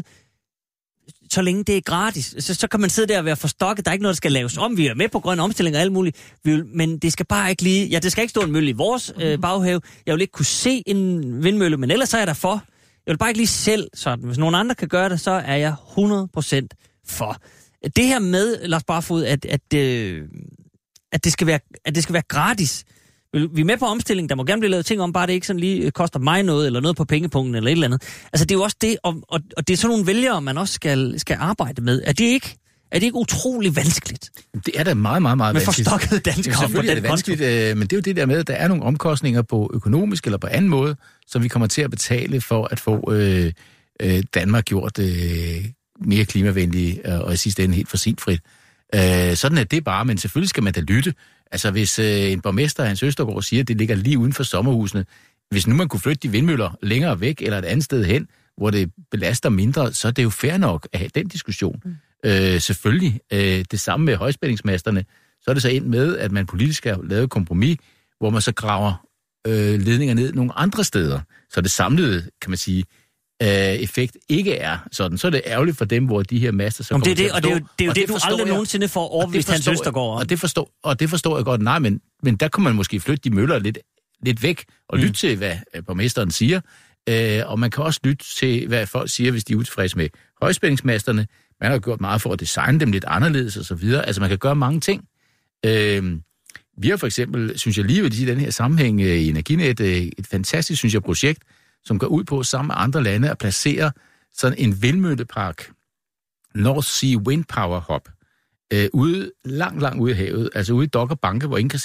Speaker 4: så længe det er gratis. Så, så kan man sidde der og være forstokket. Der er ikke noget, der skal laves om. Vi er med på grøn omstilling og alt muligt. Vil, men det skal bare ikke lige... Ja, det skal ikke stå en mølle i vores øh, baghave. Jeg vil ikke kunne se en vindmølle, men ellers så er jeg der for. Jeg vil bare ikke lige selv sådan. Hvis nogen andre kan gøre det, så er jeg hundrede procent for. Det her med, Lars Barfod, at, at, øh, at, det skal være, at det skal være gratis. Vi er med på omstilling, der må gerne blive lavet ting om, bare det ikke sådan lige koster mig noget, eller noget på pengepunkten, eller et eller andet. Altså det er jo også det, og, og, og det er sådan nogle vælgere, man også skal, skal arbejde med. Er det ikke, er det ikke utrolig vanskeligt?
Speaker 7: Det er da meget, meget, meget
Speaker 4: med
Speaker 7: vanskeligt.
Speaker 4: Med forstokkede danskere.
Speaker 7: Ja, selvfølgelig er det vanskeligt, øh, men det er jo det der med, at der er nogle omkostninger på økonomisk eller på anden måde, som vi kommer til at betale for at få øh, øh, Danmark gjort øh, mere klimavenlige, og i sidste ende helt fossilfrit. Øh, sådan er det bare, men selvfølgelig skal man da lytte. Altså hvis øh, en borgmester af hans Østergaard siger, at det ligger lige uden for sommerhusene, hvis nu man kunne flytte de vindmøller længere væk eller et andet sted hen, hvor det belaster mindre, så er det jo fair nok at have den diskussion. Mm. Øh, selvfølgelig. Øh, det samme med højspændingsmasterne. Så er det så ind med, at man politisk har lavet et kompromis, hvor man så graver øh, ledninger ned nogle andre steder. Så det samlede, kan man sige, øh, effekt ikke er sådan. Så er det ærgerligt for dem, hvor de her master så kommer
Speaker 4: det, det,
Speaker 7: til at stå.
Speaker 4: Og det er jo det, er jo det, det du aldrig jeg, nogensinde får overbevist hans Østergaard.
Speaker 7: Og det forstår, og det forstår jeg godt. Nej, men, men der kunne man måske flytte de møller lidt, lidt væk og lytte mm. til, hvad borgmesteren siger. Øh, og man kan også lytte til, hvad folk siger, hvis de er utilfredse med højspændingsmasterne. Man har gjort meget for at designe dem lidt anderledes og så videre. Altså, man kan gøre mange ting. Øh, vi har for eksempel, synes jeg lige ved den her sammenhæng i Energinet, et fantastisk, synes jeg, projekt, som går ud på sammen med andre lande at placere sådan en vindmøllepark, North Sea Wind Power Hub, øh, ude, langt, langt ude i havet, altså ude i Dogger Banke, hvor ingen kan se dem.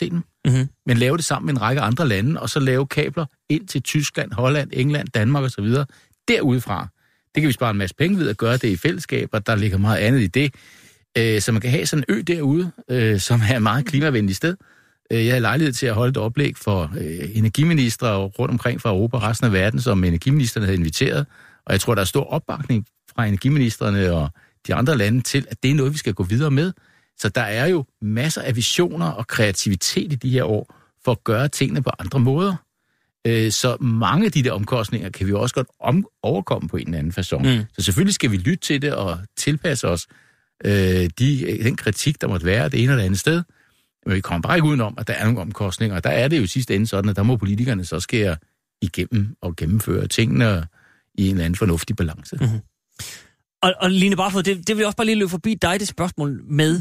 Speaker 7: mm-hmm. men lave det sammen med en række andre lande, og så lave kabler ind til Tyskland, Holland, England, Danmark osv. derudefra. Det kan vi spare en masse penge ved at gøre det i fællesskab, og der ligger meget andet i det. Øh, så man kan have sådan en ø derude, øh, som er et meget klimavenligt sted. Jeg havde lejlighed til at holde et oplæg for øh, energiministre rundt omkring fra Europa og resten af verden, som energiministerne havde inviteret. Og jeg tror, der er stor opbakning fra energiministerne og de andre lande til, at det er noget, vi skal gå videre med. Så der er jo masser af visioner og kreativitet i de her år for at gøre tingene på andre måder. Øh, så mange af de der omkostninger kan vi jo også godt om- overkomme på en eller anden facon. Mm. Så selvfølgelig skal vi lytte til det og tilpasse os øh, de, den kritik, der måtte være det ene eller andet sted. Men vi kommer bare ikke udenom, at der er nogle omkostninger. Og der er det jo i sidste ende sådan, at der må politikerne så skære igennem og gennemføre tingene i en eller anden fornuftig balance.
Speaker 4: Mm-hmm. Og, og Line Barfod, det, det vil også bare lige løbe forbi dig, det spørgsmål med,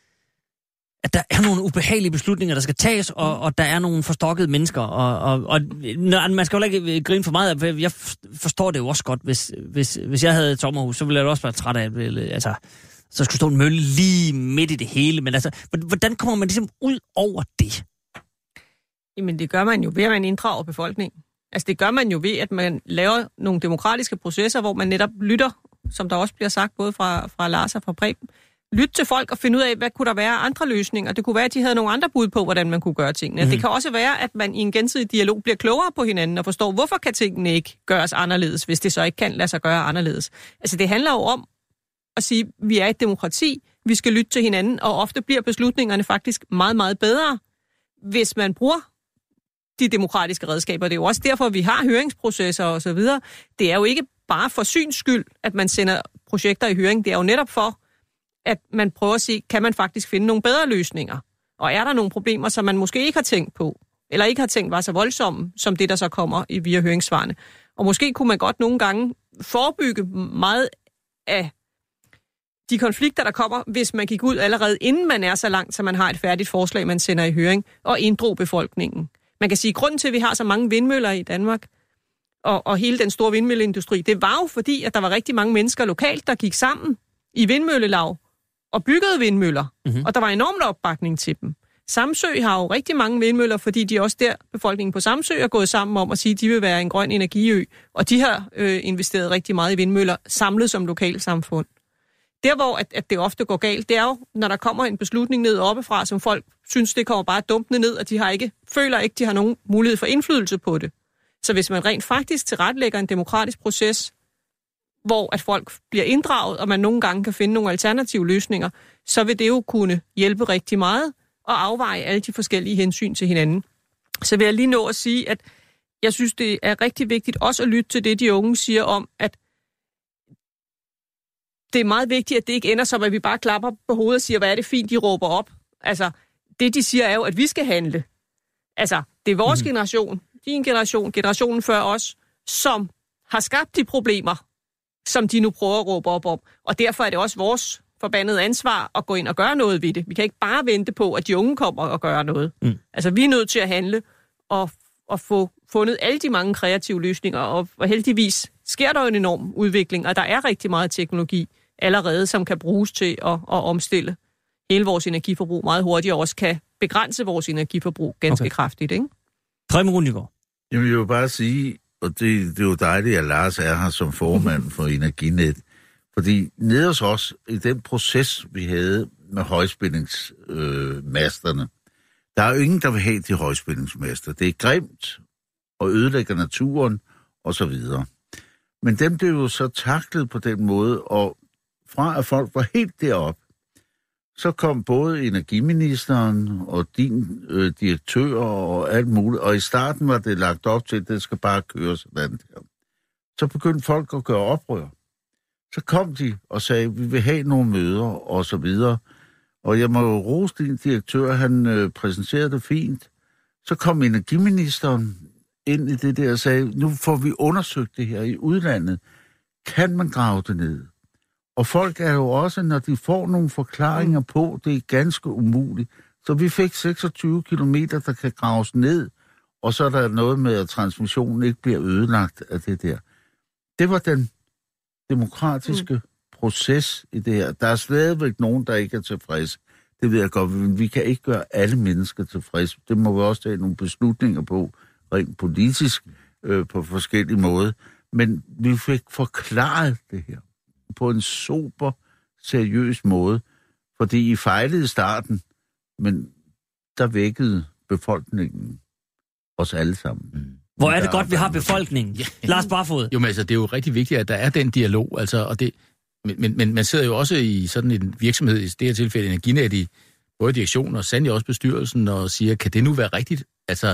Speaker 4: at der er nogle ubehagelige beslutninger, der skal tages, og, og der er nogle forstokkede mennesker. Og, og, og man skal jo ikke grine for meget, for jeg forstår det jo også godt, hvis, hvis, hvis jeg havde et sommerhus, så ville jeg også være træt af, altså, så skulle stå en mølle lige midt i det hele. Men altså, hvordan kommer man ligesom ud over det?
Speaker 6: Jamen, det gør man jo ved, at man inddrager befolkningen. Altså, det gør man jo ved, at man laver nogle demokratiske processer, hvor man netop lytter, som der også bliver sagt, både fra, fra Lars og fra Preben, lytte til folk og finde ud af, hvad kunne der være andre løsninger. Det kunne være, at de havde nogle andre bud på, hvordan man kunne gøre tingene. Mm. Det kan også være, at man i en gensidig dialog bliver klogere på hinanden og forstår, hvorfor kan tingene ikke gøres anderledes, hvis det så ikke kan lade sig gøre anderledes. Altså, det handler jo om at sige, at vi er et demokrati, vi skal lytte til hinanden, og ofte bliver beslutningerne faktisk meget, meget bedre, hvis man bruger de demokratiske redskaber. Det er jo også derfor, vi har høringsprocesser og så videre. Det er jo ikke bare for syns skyld, at man sender projekter i høring. Det er jo netop for, at man prøver at se, kan man faktisk finde nogle bedre løsninger? Og er der nogle problemer, som man måske ikke har tænkt på, eller ikke har tænkt var så voldsomme, som det, der så kommer i via høringssvarene? Og måske kunne man godt nogle gange forebygge meget af de konflikter, der kommer, hvis man gik ud allerede inden man er så langt, så man har et færdigt forslag, man sender i høring, og inddrog befolkningen. Man kan sige, at grunden til, at vi har så mange vindmøller i Danmark, og, og hele den store vindmølleindustri, det var jo fordi, at der var rigtig mange mennesker lokalt, der gik sammen i vindmøllelav og byggede vindmøller, mm-hmm. og der var enormt opbakning til dem. Samsø har jo rigtig mange vindmøller, fordi de også der, befolkningen på Samsø, er gået sammen om at sige, at de vil være en grøn energiø, og de har øh, investeret rigtig meget i vindmøller, samlet som lokalsamfund. Der, hvor at, at det ofte går galt, det er jo, når der kommer en beslutning ned oppefra, som folk synes, det kommer bare dumpende ned, og de har ikke, føler ikke, de har nogen mulighed for indflydelse på det. Så hvis man rent faktisk tilrettelægger en demokratisk proces, hvor at folk bliver inddraget, og man nogle gange kan finde nogle alternative løsninger, så vil det jo kunne hjælpe rigtig meget og afveje alle de forskellige hensyn til hinanden. Så vil jeg lige nå at sige, at jeg synes, det er rigtig vigtigt også at lytte til det, de unge siger om, at det er meget vigtigt, at det ikke ender som, at vi bare klapper på hovedet og siger, hvad er det fint, de råber op. Altså, det de siger er jo, at vi skal handle. Altså, det er vores mm. generation, din generation, generationen før os, som har skabt de problemer, som de nu prøver at råbe op om. Og derfor er det også vores forbandede ansvar at gå ind og gøre noget ved det. Vi kan ikke bare vente på, at de unge kommer og gør noget. Mm. Altså, vi er nødt til at handle og, og få fundet alle de mange kreative løsninger, og, og heldigvis sker der jo en enorm udvikling, og der er rigtig meget teknologi allerede, som kan bruges til at, at omstille hele vores energiforbrug meget hurtigt, og også kan begrænse vores energiforbrug ganske okay. kraftigt, ikke?
Speaker 4: Preben Runegaard.
Speaker 5: Jamen, jeg vil bare sige, og det, det er jo dejligt, at Lars er her som formand for Energinet, fordi nede hos os, i den proces, vi havde med højspændingsmasterne, øh, der er jo ingen, der vil have de højspændingsmaster. Det er grimt og ødelægger naturen, og så videre. Men dem blev jo så taklet på den måde, og fra at folk var helt derop, så kom både energiministeren og din øh, direktør og alt muligt, og i starten var det lagt op til, at det skal bare køre sådan der. Så begyndte folk at gøre oprør. Så kom de og sagde, at vi vil have nogle møder, og så videre. Og jeg må jo rose din direktør, han øh, præsenterede det fint. Så kom energiministeren ind i det der og sagde, nu får vi undersøgt det her i udlandet. Kan man grave det ned? Og folk er jo også, når de får nogle forklaringer på, det er ganske umuligt. Så vi fik seksogtyve kilometer, der kan graves ned, og så er der noget med, at transmissionen ikke bliver ødelagt af det der. Det var den demokratiske mm. proces i det her. Der er stadigvæk nogen, der ikke er tilfredse. Det ved jeg godt, men vi kan ikke gøre alle mennesker tilfredse. Det må vi også tage nogle beslutninger på, rent politisk, øh, på forskellige måder. Men vi fik forklaret det her på en super, seriøs måde, fordi I fejlede i starten, men der vækkede befolkningen os alle sammen. Mm.
Speaker 4: Hvor er det godt, vi har befolkningen. Ja. Lars Barfod.
Speaker 7: Jo, men altså, det er jo rigtig vigtigt, at der er den dialog, altså, og det, men, men, men man sidder jo også i sådan en virksomhed, i det her tilfælde Energinet, i både direktionen og sandelig også bestyrelsen, og siger, kan det nu være rigtigt? Altså,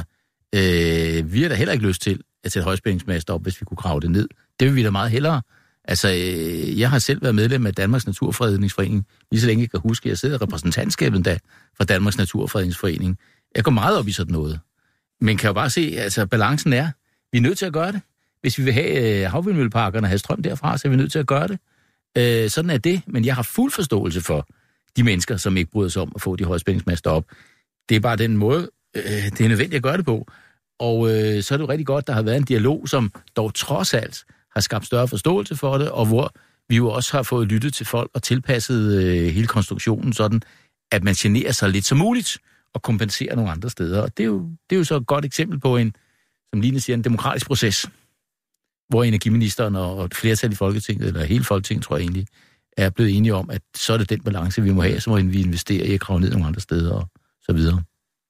Speaker 7: øh, vi har da heller ikke lyst til at sætte højspændingsmast op, hvis vi kunne grave det ned. Det vil vi da meget hellere. Altså, øh, jeg har selv været medlem af Danmarks Naturfredningsforening, lige så længe jeg kan huske, jeg sidder i repræsentantskabet da fra Danmarks Naturfredningsforening. Jeg går meget op i sådan noget. Men kan jo bare se, altså balancen er, vi er nødt til at gøre det. Hvis vi vil have øh, havvindmølleparkerne og have strøm derfra, så er vi nødt til at gøre det. Øh, sådan er det, men jeg har fuld forståelse for de mennesker, som ikke bryder sig om at få de højspændingsmaster op. Det er bare den måde, øh, det er nødvendigt at gøre det på. Og øh, så er det jo rigtig godt, der har været en dialog, som dog trods alt har skabt større forståelse for det, og hvor vi jo også har fået lyttet til folk og tilpasset øh, hele konstruktionen sådan, at man generer sig lidt som muligt og kompenserer nogle andre steder. Og det er jo, det er jo så et godt eksempel på en, som Line siger, en demokratisk proces, hvor energiministeren og et flertal i Folketinget, eller hele Folketinget, tror jeg egentlig, er blevet enige om, at så er det den balance, vi må have, så må vi investere i at grave ned nogle andre steder og så videre.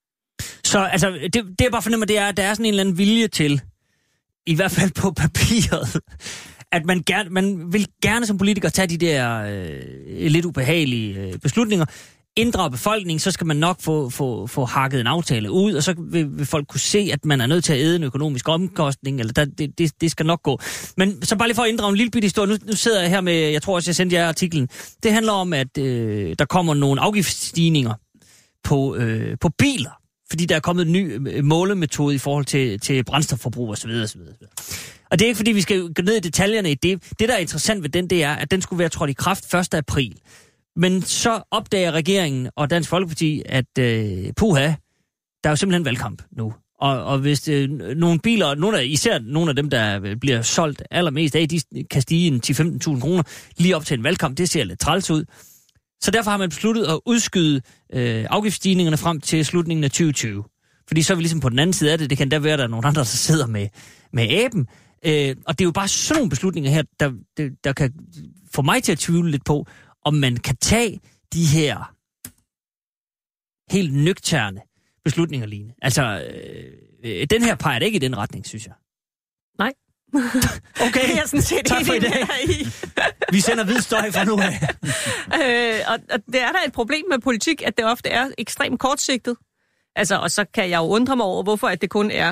Speaker 4: Så altså, det, det jeg bare fornemmer, det er, at der er sådan en eller anden vilje til, i hvert fald på papiret, at man, gerne, man vil gerne som politiker tage de der øh, lidt ubehagelige øh, beslutninger, inddrage befolkningen, så skal man nok få, få, få hakket en aftale ud, og så vil, vil folk kunne se, at man er nødt til at æde en økonomisk omkostning, eller der, det, det, det skal nok gå. Men så bare lige for at inddrage en lille bitte historie. Nu, nu sidder jeg her med, jeg tror også, jeg sendte jer artiklen. Det handler om, at øh, der kommer nogle afgiftsstigninger på, øh, på biler, fordi der er kommet en ny målemetode i forhold til, til brændstofforbrug osv. osv. Og det er ikke, fordi vi skal gå ned i detaljerne i det. Det, der er interessant ved den, det er, at den skulle være trådt i kraft første april. Men så opdager regeringen og Dansk Folkeparti, at øh, puha, der er jo simpelthen valgkamp nu. Og, og hvis øh, nogle biler, nogle af, især nogle af dem, der bliver solgt allermest af, de kan stige en ti til femten tusind kroner lige op til en valgkamp, det ser lidt træls ud. Så derfor har man besluttet at udskyde øh, afgiftsstigningerne frem til slutningen af tyve tyve. Fordi så er vi ligesom på den anden side af det. Det kan da være, at der er nogle andre, der sidder med, med aben. Øh, og det er jo bare sådan nogle beslutninger her, der, der, der kan få mig til at tvivle lidt på, om man kan tage de her helt nøgterne beslutninger, Line. Altså, øh, den her peger ikke i den retning, synes jeg.
Speaker 6: Nej.
Speaker 4: Okay,
Speaker 6: det er sådan set
Speaker 4: tak for i dag. Vi sender hvid støj fra nu af.
Speaker 6: øh, og, og det er der et problem med politik, at det ofte er ekstremt kortsigtet. Altså, og så kan jeg jo undre mig over, hvorfor at det kun er,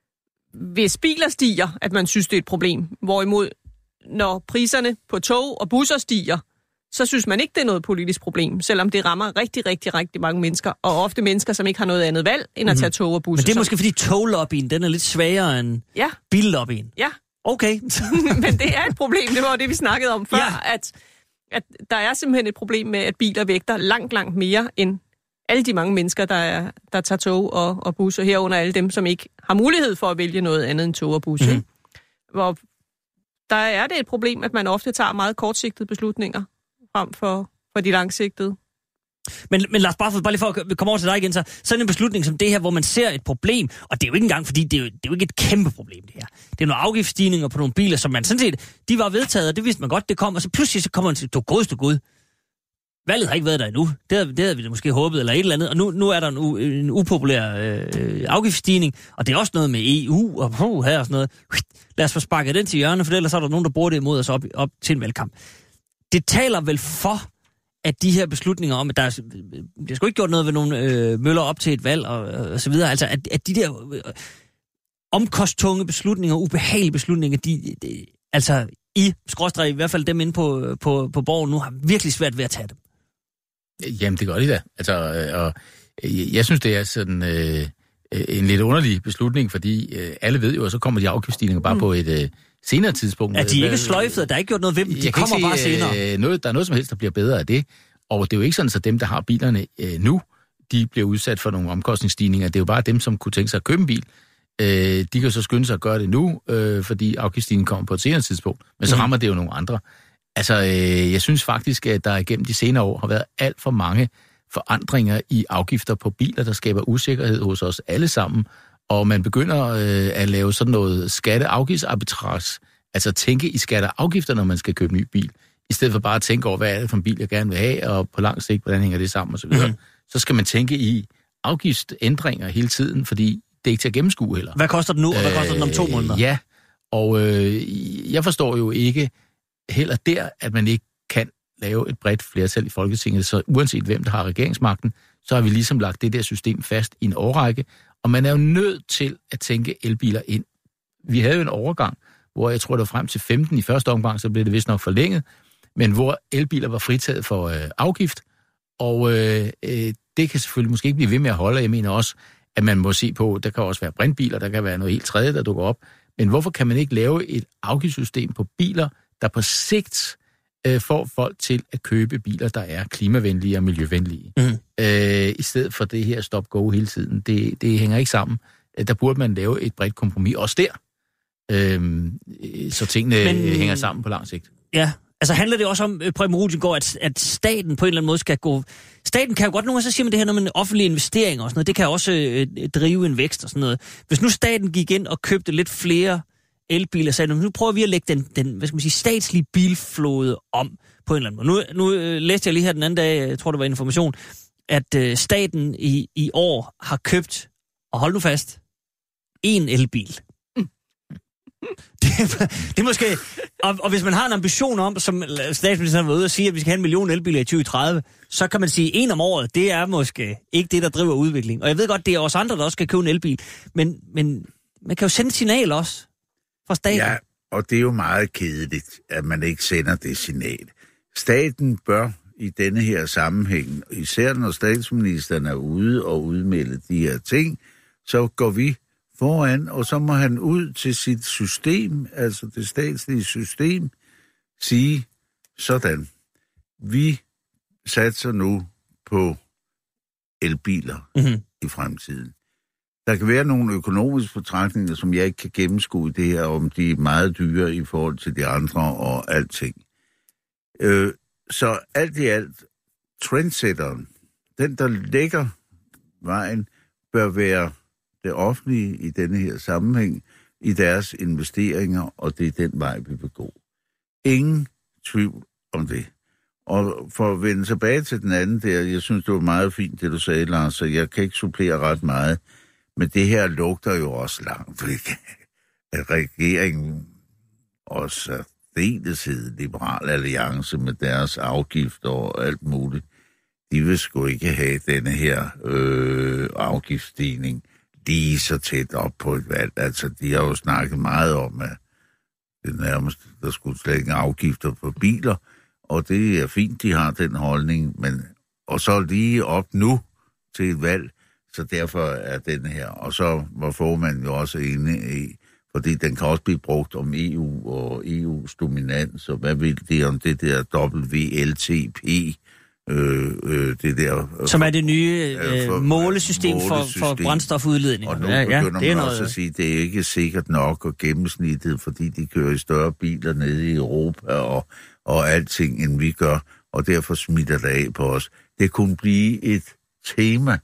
Speaker 6: hvis biler stiger, at man synes, det er et problem. Hvorimod, når priserne på tog og busser stiger, så synes man ikke, det er noget politisk problem, selvom det rammer rigtig, rigtig, rigtig mange mennesker, og ofte mennesker, som ikke har noget andet valg, end at tage tog og busser.
Speaker 4: Men det er måske, fordi toglobbyen, den er lidt svagere end
Speaker 6: ja.
Speaker 4: billobbyen.
Speaker 6: Ja.
Speaker 4: Okay.
Speaker 6: Men det er et problem, det var det, vi snakkede om før, ja. at, at der er simpelthen et problem med, at biler vægter langt, langt mere end alle de mange mennesker, der, er, der tager tog og, og busser, herunder alle dem, som ikke har mulighed for at vælge noget andet end tog og busser. Mm-hmm. Hvor der er det et problem, at man ofte tager meget kortsigtede beslutninger frem for, for de langsigtede.
Speaker 4: Men, men Lars Barfod, bare lige for at komme over til dig igen, så sådan en beslutning som det her, hvor man ser et problem, og det er jo ikke engang, fordi det er jo, det er jo ikke et kæmpe problem, det her. Det er nogle afgiftsstigninger på nogle biler, som man sådan set, de var vedtaget, og det vidste man godt, det kom, og så pludselig så kommer man til, du godeste gud. Valget har ikke været der endnu. Det havde, det havde vi da måske håbet, eller et eller andet, og nu, nu er der en, u, en upopulær øh, afgiftsstigning, og det er også noget med E U, og puh, her og sådan noget. Lad os få sparket den til hjørne, for ellers er der nogen, der bruger det imod os op, op til en valgkamp. Det taler vel for, at de her beslutninger om, at der er, der skulle ikke gjort noget ved nogle øh, møller op til et valg, og, og så videre, altså at, at de der øh, omkosttunge beslutninger, ubehagelige beslutninger, de, de altså i skråstreg, i hvert fald dem inde på, på, på borgen nu, har virkelig svært ved at tage dem.
Speaker 7: Jamen, det gør de da. Altså, og jeg synes, det er sådan øh, en lidt underlig beslutning, fordi øh, alle ved jo, at så kommer de afgiftsstigninger bare mm. på et øh, senere tidspunkt.
Speaker 4: Ja, de er ikke sløjfet, der er ikke gjort noget ved dem, de kommer bare se, senere.
Speaker 7: Øh, noget, der er noget som helst, der bliver bedre af det, og det er jo ikke sådan, at dem, der har bilerne øh, nu, de bliver udsat for nogle omkostningsstigninger. Det er jo bare dem, som kunne tænke sig at købe en bil. Øh, de kan så skynde sig at gøre det nu, øh, fordi afgiftsstigningen kommer på et senere tidspunkt, men så mm. rammer det jo nogle andre. Altså, øh, jeg synes faktisk, at der igennem de senere år har været alt for mange forandringer i afgifter på biler, der skaber usikkerhed hos os alle sammen, og man begynder øh, at lave sådan noget skatte-afgiftsarbitrage, altså tænke i skatter og afgifter, når man skal købe en ny bil, i stedet for bare at tænke over, hvad er det for en bil, jeg gerne vil have, og på lang sigt, hvordan hænger det sammen osv., mm-hmm. så skal man tænke i afgiftsændringer hele tiden, fordi det er ikke til at gennemskue heller.
Speaker 4: Hvad koster den nu, og hvad koster den om to måneder?
Speaker 7: Ja, og øh, jeg forstår jo ikke heller der, at man ikke kan lave et bredt flertal i Folketinget, så uanset hvem, der har regeringsmagten, så har vi ligesom lagt det der system fast i en årrække, og man er jo nødt til at tænke elbiler ind. Vi havde jo en overgang, hvor jeg tror, det var frem til femten i første omgang, så blev det vist nok forlænget, men hvor elbiler var fritaget for øh, afgift, og øh, øh, det kan selvfølgelig måske ikke blive ved med at holde. Jeg mener også, at man må se på, der kan også være brintbiler, der kan være noget helt tredje, der dukker op. Men hvorfor kan man ikke lave et afgiftssystem på biler, der på sigt øh, får folk til at købe biler, der er klimavenlige og miljøvenlige? Mm. Øh, I stedet for det her stop-go hele tiden. Det, det hænger ikke sammen. Der burde man lave et bredt kompromis også der, øh, så tingene Men, hænger sammen på lang sigt.
Speaker 4: Ja, altså handler det også om, Preben Rudiengaard, at, at staten på en eller anden måde skal gå... Staten kan jo godt, nogle gange så siger man det her, når man offentlige investeringer og sådan noget, det kan også øh, drive en vækst og sådan noget. Hvis nu staten gik ind og købte lidt flere elbiler, så nu prøver vi at lægge den, den hvad skal man sige, statslige bilflåde om på en eller anden måde. Nu, nu øh, læste jeg lige her den anden dag, jeg tror det var Information, at øh, staten i, i år har købt, og hold nu fast, én elbil. Det, det er måske... Og, og hvis man har en ambition om, som statsministeren var ude og sige, at vi skal have en million elbiler i tyve tredive, så kan man sige, en om året, det er måske ikke det, der driver udvikling. Og jeg ved godt, det er os andre, der også skal købe en elbil. Men, men man kan jo sende et signal også fra staten.
Speaker 5: Ja, og det er jo meget kedeligt, at man ikke sender det signal. Staten bør i denne her sammenhæng, især når statsministeren er ude og udmelde de her ting, så går vi foran, og så må han ud til sit system, altså det statslige system, sige sådan. Vi satser nu på elbiler mm-hmm. i fremtiden. Der kan være nogle økonomiske betragtninger, som jeg ikke kan gennemskue i det her, om de er meget dyre i forhold til de andre og alting. Øh, så alt i alt, trendsetteren, den der lægger vejen, bør være det offentlige i denne her sammenhæng, i deres investeringer, og det er den vej, vi vil gå. Ingen tvivl om det. Og for at vende tilbage til den anden der, jeg synes, det var meget fint, det du sagde, Lars, så jeg kan ikke supplere ret meget, men det her lugter jo også langt væk, at regeringen også er deleshed, Liberal Alliance med deres afgifter og alt muligt, de vil sgu ikke have denne her øh, afgiftsstigning lige så tæt op på et valg. Altså, de har jo snakket meget om, at det nærmest, der skulle slet ikke afgifter på biler, og det er fint, de har den holdning, men og så lige op nu til et valg, så derfor er den her. Og så var formanden jo også inde i, fordi den kan også blive brugt om E U og E U's dominans, og hvad vil det om det der W L T P, Øh, øh, det der,
Speaker 4: som er det nye øh, for, målesystem, målesystem for, for brændstofudledning.
Speaker 5: Og nu
Speaker 4: ja,
Speaker 5: begynder
Speaker 4: ja,
Speaker 5: man
Speaker 4: det er
Speaker 5: også
Speaker 4: noget...
Speaker 5: at sige, at det er ikke sikkert nok og gennemsnittet, fordi de kører i større biler nede i Europa og, og alting, end vi gør, og derfor smitter det af på os. Det kunne blive et tema.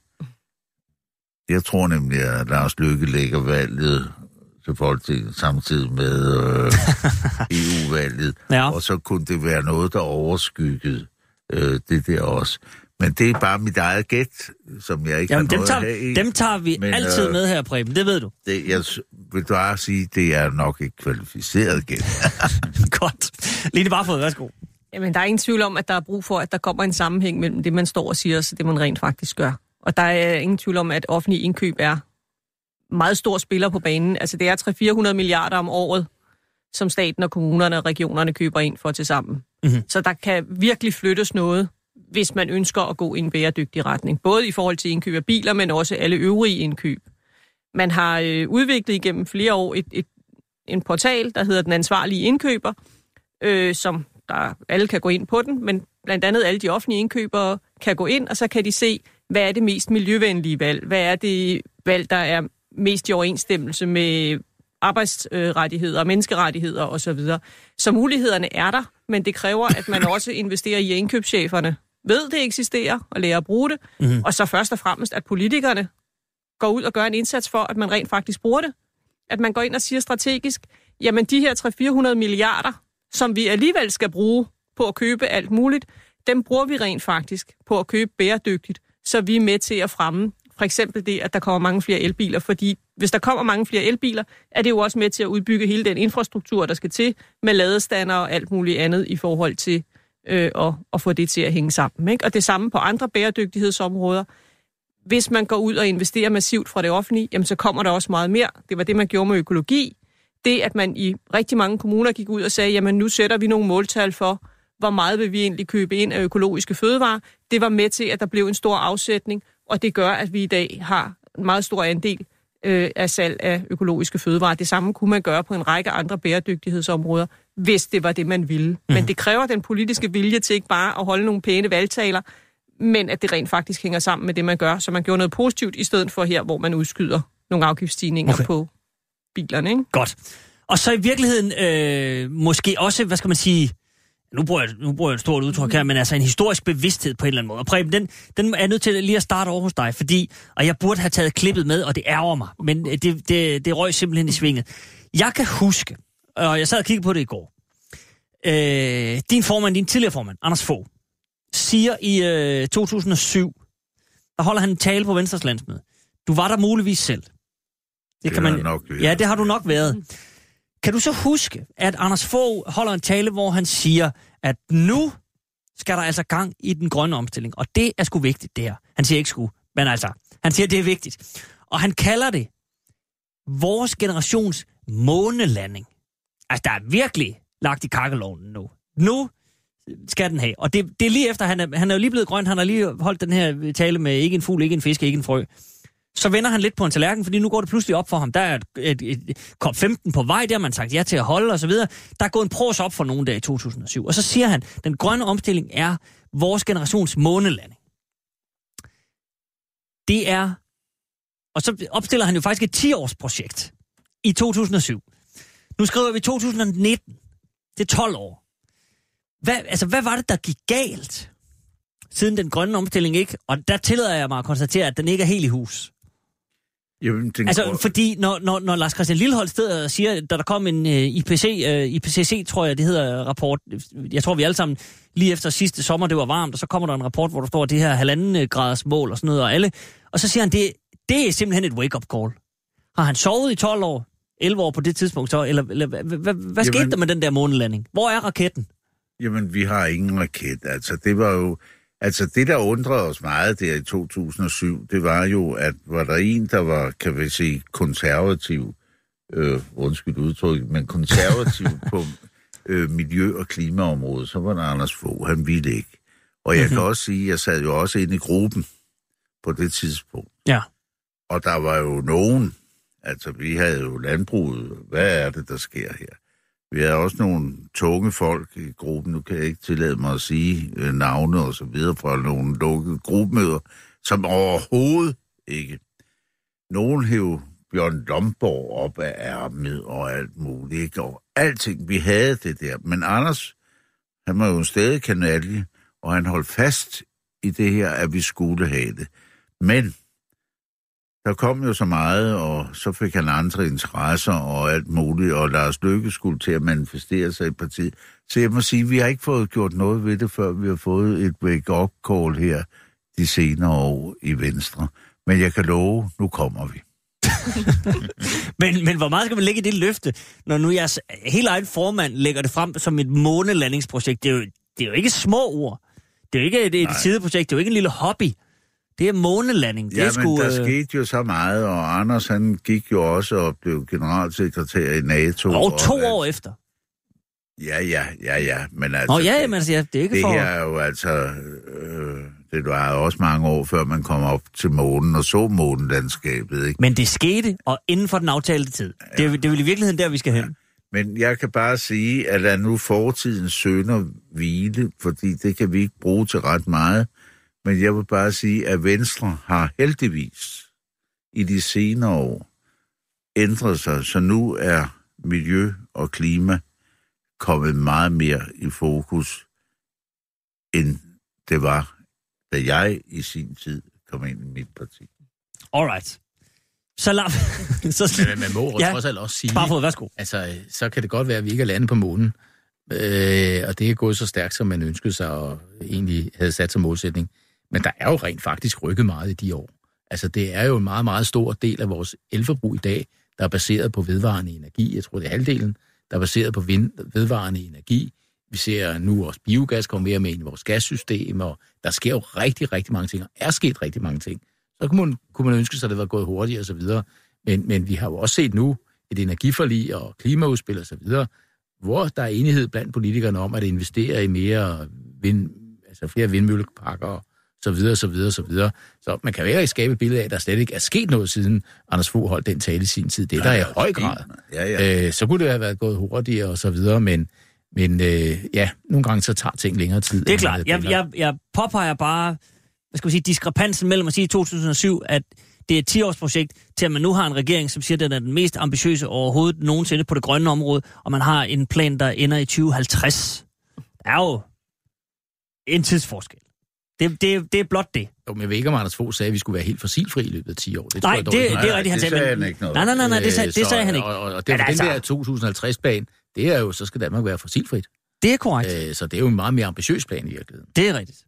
Speaker 5: Jeg tror nemlig, at Lars Løkke lægger valget til Folketinget samtidig med øh, E U-valget, ja. Og så kunne det være noget, der overskyggede det der også. Men det er bare mit eget gæt, som jeg ikke
Speaker 4: Jamen,
Speaker 5: har noget
Speaker 4: tager,
Speaker 5: at have i.
Speaker 4: Dem tager vi Men, altid øh, med her, Preben, det ved du.
Speaker 5: Det, jeg vil bare sige, det er nok ikke kvalificeret gæt.
Speaker 4: Godt. Line Barfod, værsgo.
Speaker 6: Jamen, der er ingen tvivl om, at der er brug for, at der kommer en sammenhæng mellem det, man står og siger, og det, man rent faktisk gør. Og der er ingen tvivl om, at offentlige indkøb er meget stor spiller på banen. Altså, det er tre til fire hundrede milliarder om året, som staten og kommunerne og regionerne køber ind for til sammen. Mm-hmm. Så der kan virkelig flyttes noget, hvis man ønsker at gå i en bæredygtig retning. Både i forhold til indkøb af biler, men også alle øvrige indkøb. Man har øh, udviklet igennem flere år et, et, en portal, der hedder Den Ansvarlige Indkøber, øh, som der alle kan gå ind på den, men blandt andet alle de offentlige indkøbere kan gå ind, og så kan de se, hvad er det mest miljøvenlige valg? Hvad er det valg, der er mest i overensstemmelse med arbejdsrettigheder, menneskerettigheder osv. Så mulighederne er der, men det kræver, at man også investerer i indkøbscheferne ved, det eksisterer, og lærer at bruge det. Mm-hmm. Og så først og fremmest, at politikerne går ud og gør en indsats for, at man rent faktisk bruger det. At man går ind og siger strategisk, jamen de her tre hundrede til fire hundrede milliarder, som vi alligevel skal bruge på at købe alt muligt, dem bruger vi rent faktisk på at købe bæredygtigt, så vi er med til at fremme for eksempel det, at der kommer mange flere elbiler, fordi hvis der kommer mange flere elbiler, er det jo også med til at udbygge hele den infrastruktur, der skal til, med ladestander og alt muligt andet i forhold til øh, at, at få det til at hænge sammen. Ikke? Og det samme på andre bæredygtighedsområder. Hvis man går ud og investerer massivt fra det offentlige, jamen så kommer der også meget mere. Det var det, man gjorde med økologi. Det, at man i rigtig mange kommuner gik ud og sagde, jamen nu sætter vi nogle måltal for, hvor meget vil vi egentlig købe ind af økologiske fødevarer. Det var med til, at der blev en stor afsætning, og det gør, at vi i dag har en meget stor andel øh, af salg af økologiske fødevarer. Det samme kunne man gøre på en række andre bæredygtighedsområder, hvis det var det, man ville. Mm. Men det kræver den politiske vilje til ikke bare at holde nogle pæne valgtaler, men at det rent faktisk hænger sammen med det, man gør, så man gjorde noget positivt, i stedet for her, hvor man udskyder nogle afgiftsstigninger okay. på bilerne. Ikke?
Speaker 4: Godt. Og så i virkeligheden øh, måske også, hvad skal man sige, nu bruger jeg, nu bruger jeg et stort udtryk her, men altså en historisk bevidsthed på en eller anden måde. Og Preben, den, den er nødt til lige at starte over hos dig, fordi, og jeg burde have taget klippet med, og det ærger mig, men det, det, det røg simpelthen i svinget. Jeg kan huske, og jeg sad og kiggede på det i går, øh, din formand, din tidligere formand, Anders Fogh, siger i øh, to tusind og syv, der holder han en tale på Venstres landsmøde. Du var der muligvis selv. Det,
Speaker 5: det
Speaker 4: kan man
Speaker 5: nok været.
Speaker 4: Ja, det har du nok været. Kan du så huske, at Anders Fogh holder en tale, hvor han siger, at nu skal der altså gang i den grønne omstilling, og det er sgu vigtigt, det her. Han siger ikke sgu, men altså, han siger, at det er vigtigt. Og han kalder det vores generations månelanding. Altså, der er virkelig lagt i kakkelovnen nu. Nu skal den have. Og det, det er lige efter, han er, han er jo lige blevet grøn, han har lige holdt den her tale med ikke en fugl, ikke en fisk, ikke en frø. Så vender han lidt på en tallerken, fordi nu går det pludselig op for ham. Der er et, et, et COP femten på vej, der har man sagt ja til at holde og så videre. Der er gået en pros op for nogen der i to tusind og syv. Og så siger han, den grønne omstilling er vores generations månelanding. Det er, og så opstiller han jo faktisk et ti-års projekt i to tusind og syv. Nu skriver vi to tusind og nitten. Det er tolv år. Hvad, altså, hvad var det, der gik galt, siden den grønne omstilling ikke? Og der tillader jeg mig at konstatere, at den ikke er helt i hus.
Speaker 5: Jamen, den
Speaker 4: altså,
Speaker 5: går...
Speaker 4: fordi når, når, når Lars Christian Lilleholt steder og siger, da der kom en uh, I P C, uh, I P C C, tror jeg, det hedder rapport, jeg tror vi alle sammen, lige efter sidste sommer, det var varmt, og så kommer der en rapport, hvor der står det her halvanden graders mål og sådan noget, og alle, og så siger han, det, det er simpelthen et wake-up call. Har han sovet i tolv år, elleve år på det tidspunkt så, eller, eller hvad, hvad, hvad skete der med den der månelanding? Hvor er raketten?
Speaker 5: Jamen, vi har ingen raket. Altså, det var jo... Altså, det, der undrede os meget der i to tusind og syv, det var jo, at var der en, der var, kan vi sige, konservativ, øh, undskyld udtryk, men konservativ på øh, miljø- og klimaområdet, så var der Anders Fogh. Han ville ikke. Og jeg mm-hmm. kan også sige, at jeg sad jo også inde i gruppen på det tidspunkt.
Speaker 4: Ja.
Speaker 5: Og der var jo nogen, altså vi havde jo landbruget. Hvad er det, der sker her? Vi har også nogle tunge folk i gruppen, nu kan jeg ikke tillade mig at sige øh, navne og så videre fra nogle lukkede gruppemøder, som overhovedet ikke. Nogen hæv Bjørn Lomborg op af ærmet og alt muligt, ikke? Og alting, vi havde det der. Men Anders, han var jo stadig kanalje, og han holdt fast i det her, at vi skulle have det. Men der kom jo så meget, og så fik han andre interesser og alt muligt, og Lars Løkke skulle til at manifestere sig i partiet. Så jeg må sige, at vi har ikke fået gjort noget ved det, før vi har fået et wake-up call her de senere år i Venstre. Men jeg kan love, nu kommer vi.
Speaker 4: men, men hvor meget skal man lægge i det løfte, når nu jeres helt egen formand lægger det frem som et månelandingsprojekt? Det er jo, det er jo ikke små ord. Det er jo ikke et, et sideprojekt, det er jo ikke en lille hobby. Det er månelanding. Det
Speaker 5: ja,
Speaker 4: er sgu,
Speaker 5: men der
Speaker 4: øh... skete
Speaker 5: jo så meget, og Anders han gik jo også og blev generalsekretær i NATO.
Speaker 4: Og to og, år efter.
Speaker 5: Ja, ja, ja, ja. Men altså,
Speaker 4: Nå, ja, men altså, ja, det er ikke
Speaker 5: det
Speaker 4: for...
Speaker 5: her er jo altså... Øh, det var også mange år, før man kom op til månen og så månelandskabet, ikke?
Speaker 4: Men det skete, og inden for den aftalte tid. Ja. Det, det er vel i virkeligheden der, vi skal hen. Ja.
Speaker 5: Men jeg kan bare sige, at lad nu fortidens synder hvile, fordi det kan vi ikke bruge til ret meget. Men jeg vil bare sige, at Venstre har heldigvis i de senere år ændret sig, så nu er miljø og klima kommet meget mere i fokus, end det var, da jeg i sin tid kom ind i mit parti.
Speaker 4: Alright. Så lad... så...
Speaker 7: Men man må ja. trods alt også sige...
Speaker 4: Barfod, værsgo.
Speaker 7: Altså, så kan det godt være, at vi ikke er landet på månen. Øh, og det er gået så stærkt, som man ønskede sig og egentlig havde sat som målsætning. Men der er jo rent faktisk rykket meget i de år. Altså, det er jo en meget, meget stor del af vores elforbrug i dag, der er baseret på vedvarende energi. Jeg tror, det er halvdelen, der er baseret på vind, vedvarende energi. Vi ser nu også biogas komme mere med ind i vores gassystem, og der sker jo rigtig, rigtig mange ting, og er sket rigtig mange ting. Så kunne man, kunne man ønske sig, at det var gået hurtigere og så videre. Men, men vi har jo også set nu et energiforlig og klimaudspil og så videre, hvor der er enighed blandt politikerne om at investere i mere vind, altså flere vindmølleparker så videre, så videre, så videre. Så man kan jo ikke skabe et billede af, at der slet ikke er sket noget, siden Anders Fogh holdt den tale i sin tid. Det er der ja, i høj grad. Ja, ja. Øh, så kunne det have været gået hurtigere og så videre, men, men øh, ja, nogle gange så tager ting længere tid.
Speaker 4: Det er klart. Jeg, jeg, jeg påpeger bare, hvad skal man sige, diskrepansen mellem at sige i to tusind og syv, at det er et ti-årsprojekt, til at man nu har en regering, som siger, at den er den mest ambitiøse overhovedet nogensinde på det grønne område, og man har en plan, der ender i tyve halvtreds. Det er jo en tidsforskel. Det, det, det er blot det.
Speaker 7: Jo, men jeg ved ikke, om Anders Fogh sagde, at vi skulle være helt fossilfri i løbet af ti år. Det
Speaker 4: nej,
Speaker 7: tror jeg
Speaker 4: det, det, det er rigtigt, han sagde.
Speaker 5: Det sagde
Speaker 4: men... Nej, nej, nej, nej, det sagde, det sagde han ikke.
Speaker 7: Og, og, og det, den altså... der to tusind og halvtreds-plan, det er jo, så skal Danmark være fossilfrit.
Speaker 4: Det er korrekt.
Speaker 7: Øh, så det er jo en meget mere ambitiøs plan i virkeligheden.
Speaker 4: Det er rigtigt.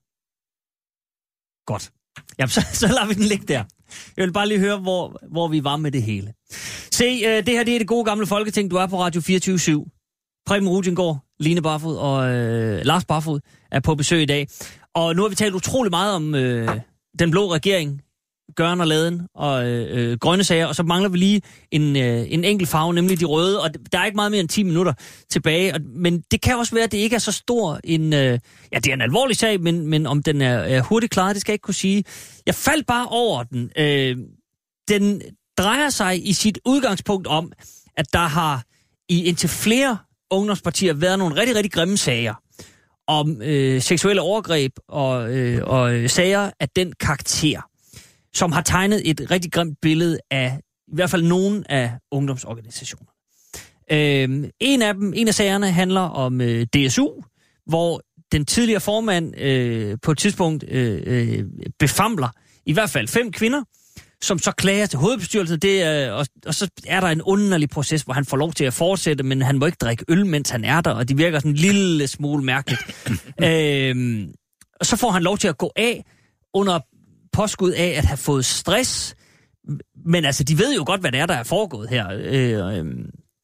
Speaker 4: Godt. Jamen, så, så lader vi den ligge der. Jeg vil bare lige høre, hvor, hvor vi var med det hele. Se, øh, det her det er det gode gamle Folketing. Du er på Radio fireogtyve syv. Preben Rudiengaard, Line Barfod og øh, Lars Barfod er på besøg i dag. Og nu har vi talt utrolig meget om øh, den blå regering, gøren og laden og øh, grønne sager, og så mangler vi lige en, øh, en enkelt farve, nemlig de røde, og der er ikke meget mere end ti minutter tilbage, og, men det kan også være, at det ikke er så stor en, øh, ja, det er en alvorlig sag, men, men om den er, er hurtigt klaret, det skal jeg ikke kunne sige. Jeg faldt bare over den. Øh, den drejer sig i sit udgangspunkt om, at der har i indtil flere ungdomspartier været nogle rigtig, rigtig grimme sager om øh, seksuelle overgreb og, øh, og sager af den karakter, som har tegnet et rigtig grimt billede af i hvert fald nogle af ungdomsorganisationer. Øh, en af dem, en af sagerne handler om øh, D S U, hvor den tidligere formand øh, på et tidspunkt øh, øh, befamler i hvert fald fem kvinder, som så klager til hovedbestyrelsen, det er, og, og så er der en underlig proces, hvor han får lov til at fortsætte, men han må ikke drikke øl, mens han er der, og det virker sådan en lille smule mærkeligt. øhm, og så får han lov til at gå af under påskud af at have fået stress, men altså, de ved jo godt, hvad det er, der er foregået her. Øh, øh,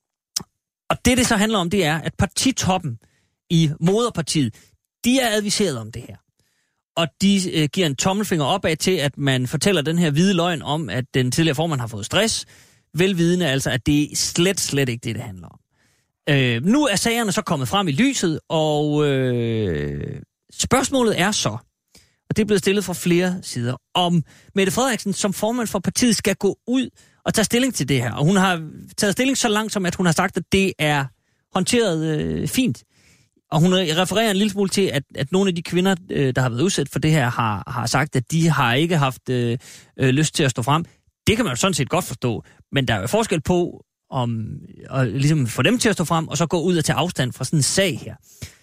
Speaker 4: og det, det så handler om, det er, at partitoppen i moderpartiet, de er adviseret om det her. Og de øh, giver en tommelfinger opad til, at man fortæller den her hvide løgn om, at den tidligere formand har fået stress. Velvidende altså, at det er slet, slet ikke det, det handler om. Øh, nu er sagerne så kommet frem i lyset, og øh, spørgsmålet er så, og det er blevet stillet fra flere sider, om Mette Frederiksen som formand for partiet skal gå ud og tage stilling til det her. Og hun har taget stilling så langt, som at hun har sagt, at det er håndteret øh, fint. Og hun refererer en lille smule til, at, at nogle af de kvinder, øh, der har været udsat for det her, har, har sagt, at de har ikke haft øh, øh, lyst til at stå frem. Det kan man jo sådan set godt forstå, men der er jo forskel på om at ligesom få dem til at stå frem, og så gå ud og tage afstand fra sådan en sag her.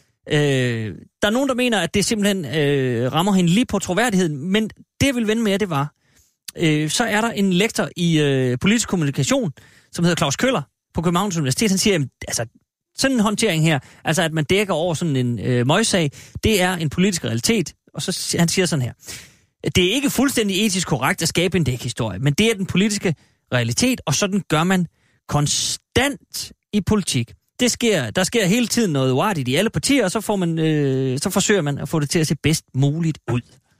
Speaker 4: Øh, der er nogen, der mener, at det simpelthen øh, rammer hende lige på troværdigheden, men det jeg vil vende med, det var, øh, så er der en lektor i øh, politisk kommunikation, som hedder Claus Køller på Københavns Universitet. Han siger, at altså, sådan en håndtering her, altså at man dækker over sådan en øh, møgssag, det er en politisk realitet. Og så han siger sådan her: det er ikke fuldstændig etisk korrekt at skabe en dækhistorie, men det er den politiske realitet, og sådan gør man konstant i politik. Det sker, der sker hele tiden noget uartigt i alle partier, og så, får man, øh, så forsøger man at få det til at se bedst muligt ud.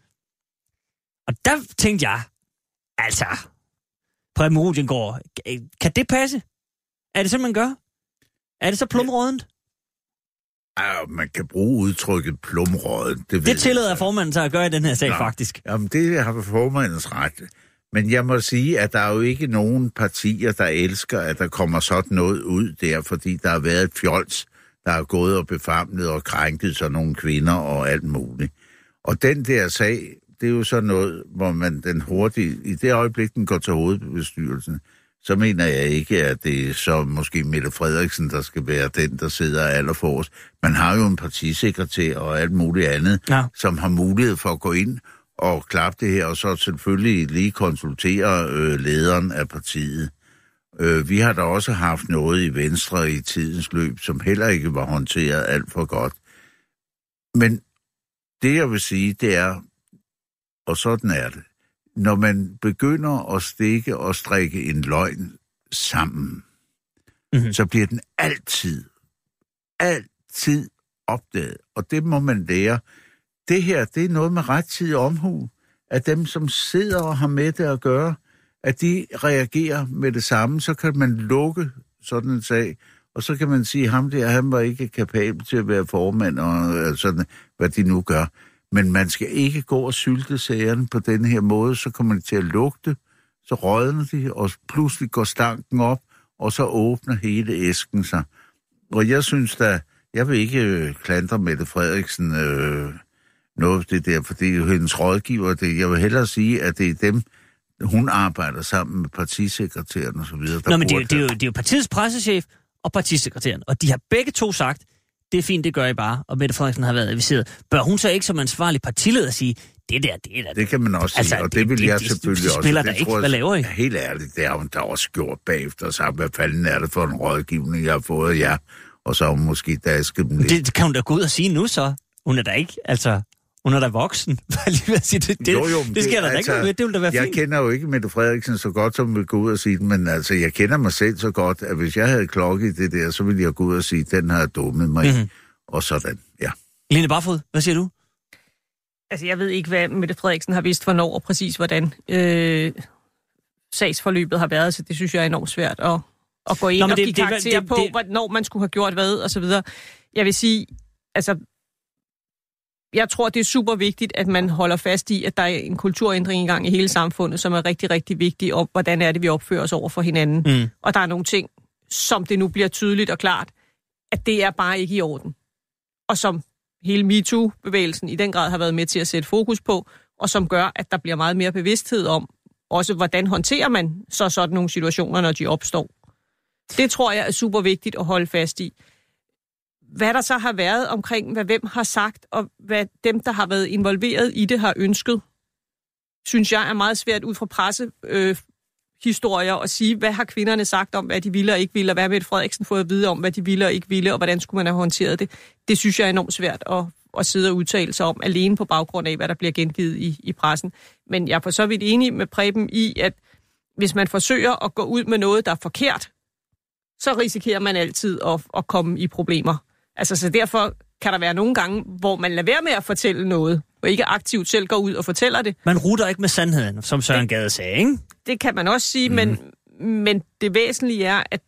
Speaker 4: Og der tænkte jeg, altså, Preben Rudiengaard, kan det passe? Er det sådan, man gør? Er det så plumrådent?
Speaker 5: Ja, man kan bruge udtrykket plumrådent. Det,
Speaker 4: det tillader formanden sig at gøre i den her sag, ja, faktisk.
Speaker 5: Jamen, det har formandens ret. Men jeg må sige, at der er jo ikke nogen partier, der elsker, at der kommer sådan noget ud der, fordi der har været et fjols, der er gået og befamlet og krænket sig nogle kvinder og alt muligt. Og den der sag, det er jo så noget, hvor man den hurtigt, i det øjeblik, den går til hovedbestyrelsen, så mener jeg ikke, at det er så måske Mette Frederiksen, der skal være den, der sidder allerforrest. Man har jo en partisekretær og alt muligt andet, ja. som har mulighed for at gå ind og klappe det her, og så selvfølgelig lige konsultere øh, lederen af partiet. Øh, vi har da også haft noget i Venstre i tidens løb, som heller ikke var håndteret alt for godt. Men det, jeg vil sige, det er, og sådan er det, når man begynder at stikke og strikke en løgn sammen, mm-hmm. så bliver den altid, altid opdaget. Og det må man lære. Det her, det er noget med rettidig omhu, at dem, som sidder og har med det at gøre, at de reagerer med det samme, så kan man lukke sådan en sag, og så kan man sige, at ham der, han var ikke kapabel til at være formand, og sådan, hvad de nu gør. Men man skal ikke gå og sylte sagerne på den her måde, så kommer de til at lugte, så rådner de, og pludselig går stanken op, og så åbner hele æsken sig. Og jeg synes da, jeg vil ikke øh, klandre Mette Frederiksen øh, noget af det der, for det er jo hendes rådgiver. Det. Jeg vil hellere sige, at det er dem, hun arbejder sammen med partisekretæren og så videre.
Speaker 4: Nå, men det er, det, er jo, det er jo partiets pressechef og partisekretæren, og de har begge to sagt, det er fint, det gør I bare, og Mette Frederiksen har været adviseret. Bør hun så ikke som ansvarlig partileder sige, det der, det der...
Speaker 5: Det kan man også altså, sige, og det, det vil jeg det, selvfølgelig det, det
Speaker 4: spiller
Speaker 5: også.
Speaker 4: Det spiller der ikke, hvad laver I?
Speaker 5: Helt ærligt, det har hun da også gjort bagefter, og sagt, hvad fanden er det for en rådgivning, jeg har fået af jer, og så har hun måske dasket dem lidt.
Speaker 4: Det, det kan hun da gå ud og sige nu så. Hun er da ikke, altså... Hun er da voksen. det, det,
Speaker 5: jo, jo,
Speaker 4: det skal der altså, ikke med. Det vil da være
Speaker 5: jeg
Speaker 4: fint.
Speaker 5: Jeg kender jo ikke Mette Frederiksen så godt, som vil gå ud og sige det, men altså, jeg kender mig selv så godt, at hvis jeg havde klokket det der, så ville jeg gå ud og sige, den har dummet mig mm-hmm. og sådan, ja.
Speaker 4: Line Barfod, hvad siger du?
Speaker 6: Altså, jeg ved ikke, hvad Mette Frederiksen har vidst hvornår, og præcis hvordan øh, sagsforløbet har været, så det synes jeg er enormt svært at, at gå ind Nå, og give karakter på, det, hvornår man skulle have gjort hvad, og så videre. Jeg vil sige, altså, jeg tror, det er super vigtigt, at man holder fast i, at der er en kulturændring i gang i hele samfundet, som er rigtig, rigtig vigtig om, hvordan er det, vi opfører os over for hinanden. Mm. Og der er nogle ting, som det nu bliver tydeligt og klart, at det er bare ikke i orden. Og som hele MeToo-bevægelsen i den grad har været med til at sætte fokus på, og som gør, at der bliver meget mere bevidsthed om, også hvordan håndterer man så sådan nogle situationer, når de opstår. Det tror jeg er super vigtigt at holde fast i. Hvad der så har været omkring, hvad hvem har sagt, og hvad dem, der har været involveret i det, har ønsket, synes jeg er meget svært ud fra pressehistorier øh, at sige, hvad har kvinderne sagt om, hvad de ville og ikke ville, og hvad har Mette Frederiksen fået at vide om, hvad de ville og ikke ville, og hvordan skulle man have håndteret det. Det synes jeg er enormt svært at, at sidde og udtale sig om, alene på baggrund af, hvad der bliver gengivet i, i pressen. Men jeg er for så vidt enig med Preben i, at hvis man forsøger at gå ud med noget, der er forkert, så risikerer man altid at, at komme i problemer. Altså, så derfor kan der være nogle gange, hvor man lader være med at fortælle noget, og ikke aktivt selv går ud og fortæller det.
Speaker 4: Man rutter ikke med sandheden, som Søren Gade sagde, ikke?
Speaker 6: Det kan man også sige, mm. men, men det væsentlige er, at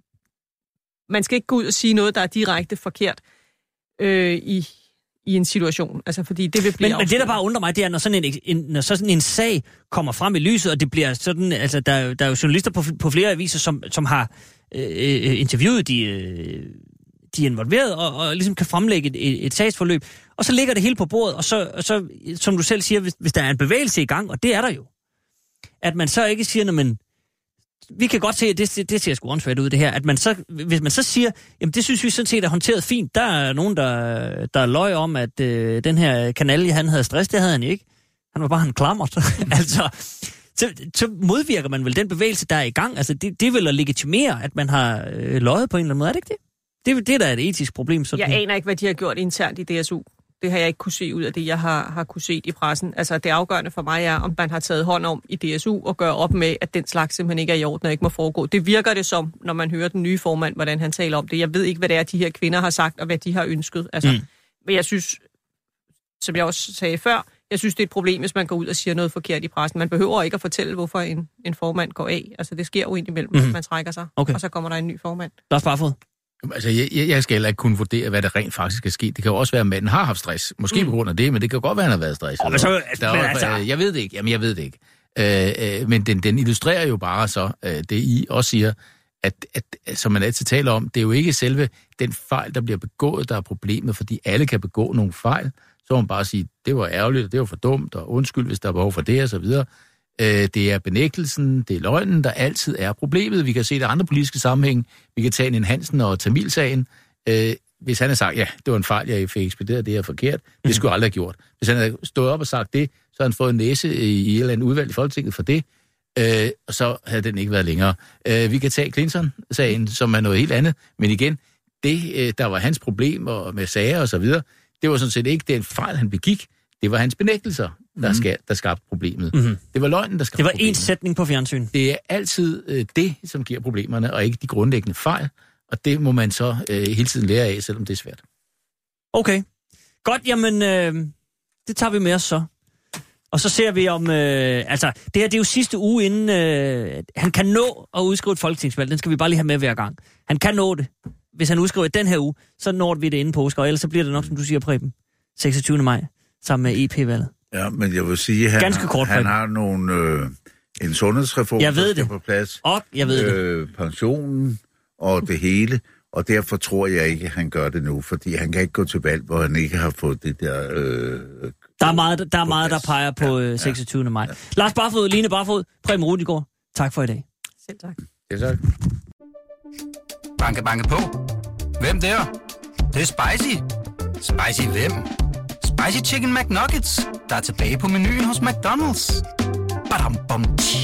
Speaker 6: man skal ikke gå ud og sige noget, der er direkte forkert øh, i, i en situation. Altså, fordi det vil blive
Speaker 4: men, men det, der bare undrer mig, det er, når sådan en, en, når sådan en sag kommer frem i lyset, og det bliver sådan, altså, der, der er jo journalister på, på flere aviser, som, som har øh, interviewet de... Øh, de er involveret, og, og ligesom kan fremlægge et, et, et sagsforløb. Og så ligger det hele på bordet, og så, og så som du selv siger, hvis, hvis der er en bevægelse i gang, og det er der jo, at man så ikke siger, men vi kan godt se, at det, det, det ser sgu åndssvagt ud, det her. At man så, hvis man så siger, jamen det synes vi sådan set er håndteret fint, der er nogen, der, der løj om, at øh, den her kanalje, han havde stress, det havde han ikke. Han var bare en klammert. altså, så, så modvirker man vel den bevægelse, der er i gang. Altså, det, det er vel at legitimere, at man har øh, løjet på en eller anden måde, er det ikke det? Det, det er da et etisk problem. Sådan.
Speaker 6: Jeg aner ikke, hvad de har gjort internt i D S U. Det har jeg ikke kunne se ud af det, jeg har, har kunne se i pressen. Altså, det afgørende for mig er, om man har taget hånd om i D S U og gør op med, at den slags simpelthen ikke er i orden og ikke må foregå. Det virker det som, når man hører den nye formand, hvordan han taler om det. Jeg ved ikke, hvad det er, de her kvinder har sagt, og hvad de har ønsket. Altså, mm. Men jeg synes, som jeg også sagde før, jeg synes, det er et problem, hvis man går ud og siger noget forkert i pressen. Man behøver ikke at fortælle, hvorfor en, en formand går af. Altså, det sker jo indimellem, mm. at man trækker sig, okay. Og så kommer der en ny formand.
Speaker 4: Lars Barfod.
Speaker 7: Altså, jeg, jeg skal heller ikke kunne vurdere, hvad der rent faktisk er sket. Det kan jo også være, at manden har haft stress. Måske mm. på grund af det, men det kan godt være, at han har været stresset.
Speaker 4: Oh, men så,
Speaker 7: der
Speaker 4: men
Speaker 7: er,
Speaker 4: altså...
Speaker 7: Jeg ved det ikke. Jamen, jeg ved det ikke. Øh, øh, men den, den illustrerer jo bare så, øh, det I også siger, at, at, som man altid taler om, det er jo ikke selve den fejl, der bliver begået, der er problemet, fordi alle kan begå nogle fejl. Så må man bare sige, det var ærgerligt, det var for dumt, og undskyld, hvis der er behov for det, og så videre. Øh, det er benægtelsen, det er løgnen, der altid er problemet. Vi kan se det i andre politiske sammenhæng. Vi kan tage en Hansen og Tamilsagen. Øh, hvis han har sagt, ja, det var en fejl, jeg fik ekspederet, det er forkert, det skulle jeg aldrig have gjort. Hvis han havde stået op og sagt det, så havde han fået en næse i, i et eller andet udvalg i Folketinget for det, øh, og så havde den ikke været længere. Øh, vi kan tage Clinton-sagen, som er noget helt andet, men igen, det, øh, der var hans problem og med sager og så videre, det var sådan set ikke den fejl, han begik. Det var hans benægtelser, der, mm. skal, der skabte problemet.
Speaker 4: Mm-hmm.
Speaker 7: Det var løgnen, der skabte
Speaker 4: Det var
Speaker 7: problemet.
Speaker 4: en sætning på fjernsyn.
Speaker 7: Det er altid øh, det, som giver problemerne, og ikke de grundlæggende fejl. Og det må man så øh, hele tiden lære af, selvom det er svært.
Speaker 4: Okay. Godt, jamen, øh, det tager vi med os så. Og så ser vi om... Øh, altså, det her det er jo sidste uge inden... Øh, han kan nå at udskrive et folketingsvalg. Den skal vi bare lige have med hver gang. Han kan nå det. Hvis han udskriver den her uge, så når vi det inden påske. Og ellers så bliver det nok, som du siger, Preben, seksogtyvende maj, sammen med E P-valget.
Speaker 5: Ja, men jeg vil sige, at han,
Speaker 4: Ganske kort,
Speaker 5: han har nogle, øh, en sundhedsreform,
Speaker 4: jeg ved
Speaker 5: der skal
Speaker 4: det.
Speaker 5: på plads.
Speaker 4: Og jeg ved
Speaker 5: øh, det. Pensionen og det hele. Og derfor tror jeg ikke, at han gør det nu, fordi han kan ikke gå til valg, hvor han ikke har fået det der... Øh,
Speaker 4: der er meget, der, er meget, der peger på ja, seksogtyvende maj. Ja. Lars Barfod, Line Barfod, Preben Rudigaard, tak for i dag.
Speaker 6: Selv tak.
Speaker 7: Det er så.
Speaker 1: Banke, banke på. Hvem der? Det, det er spicy. Spicy hvem? Spicy Chicken McNuggets, der er tilbage på menuen hos McDonald's. Badum, bom, tji.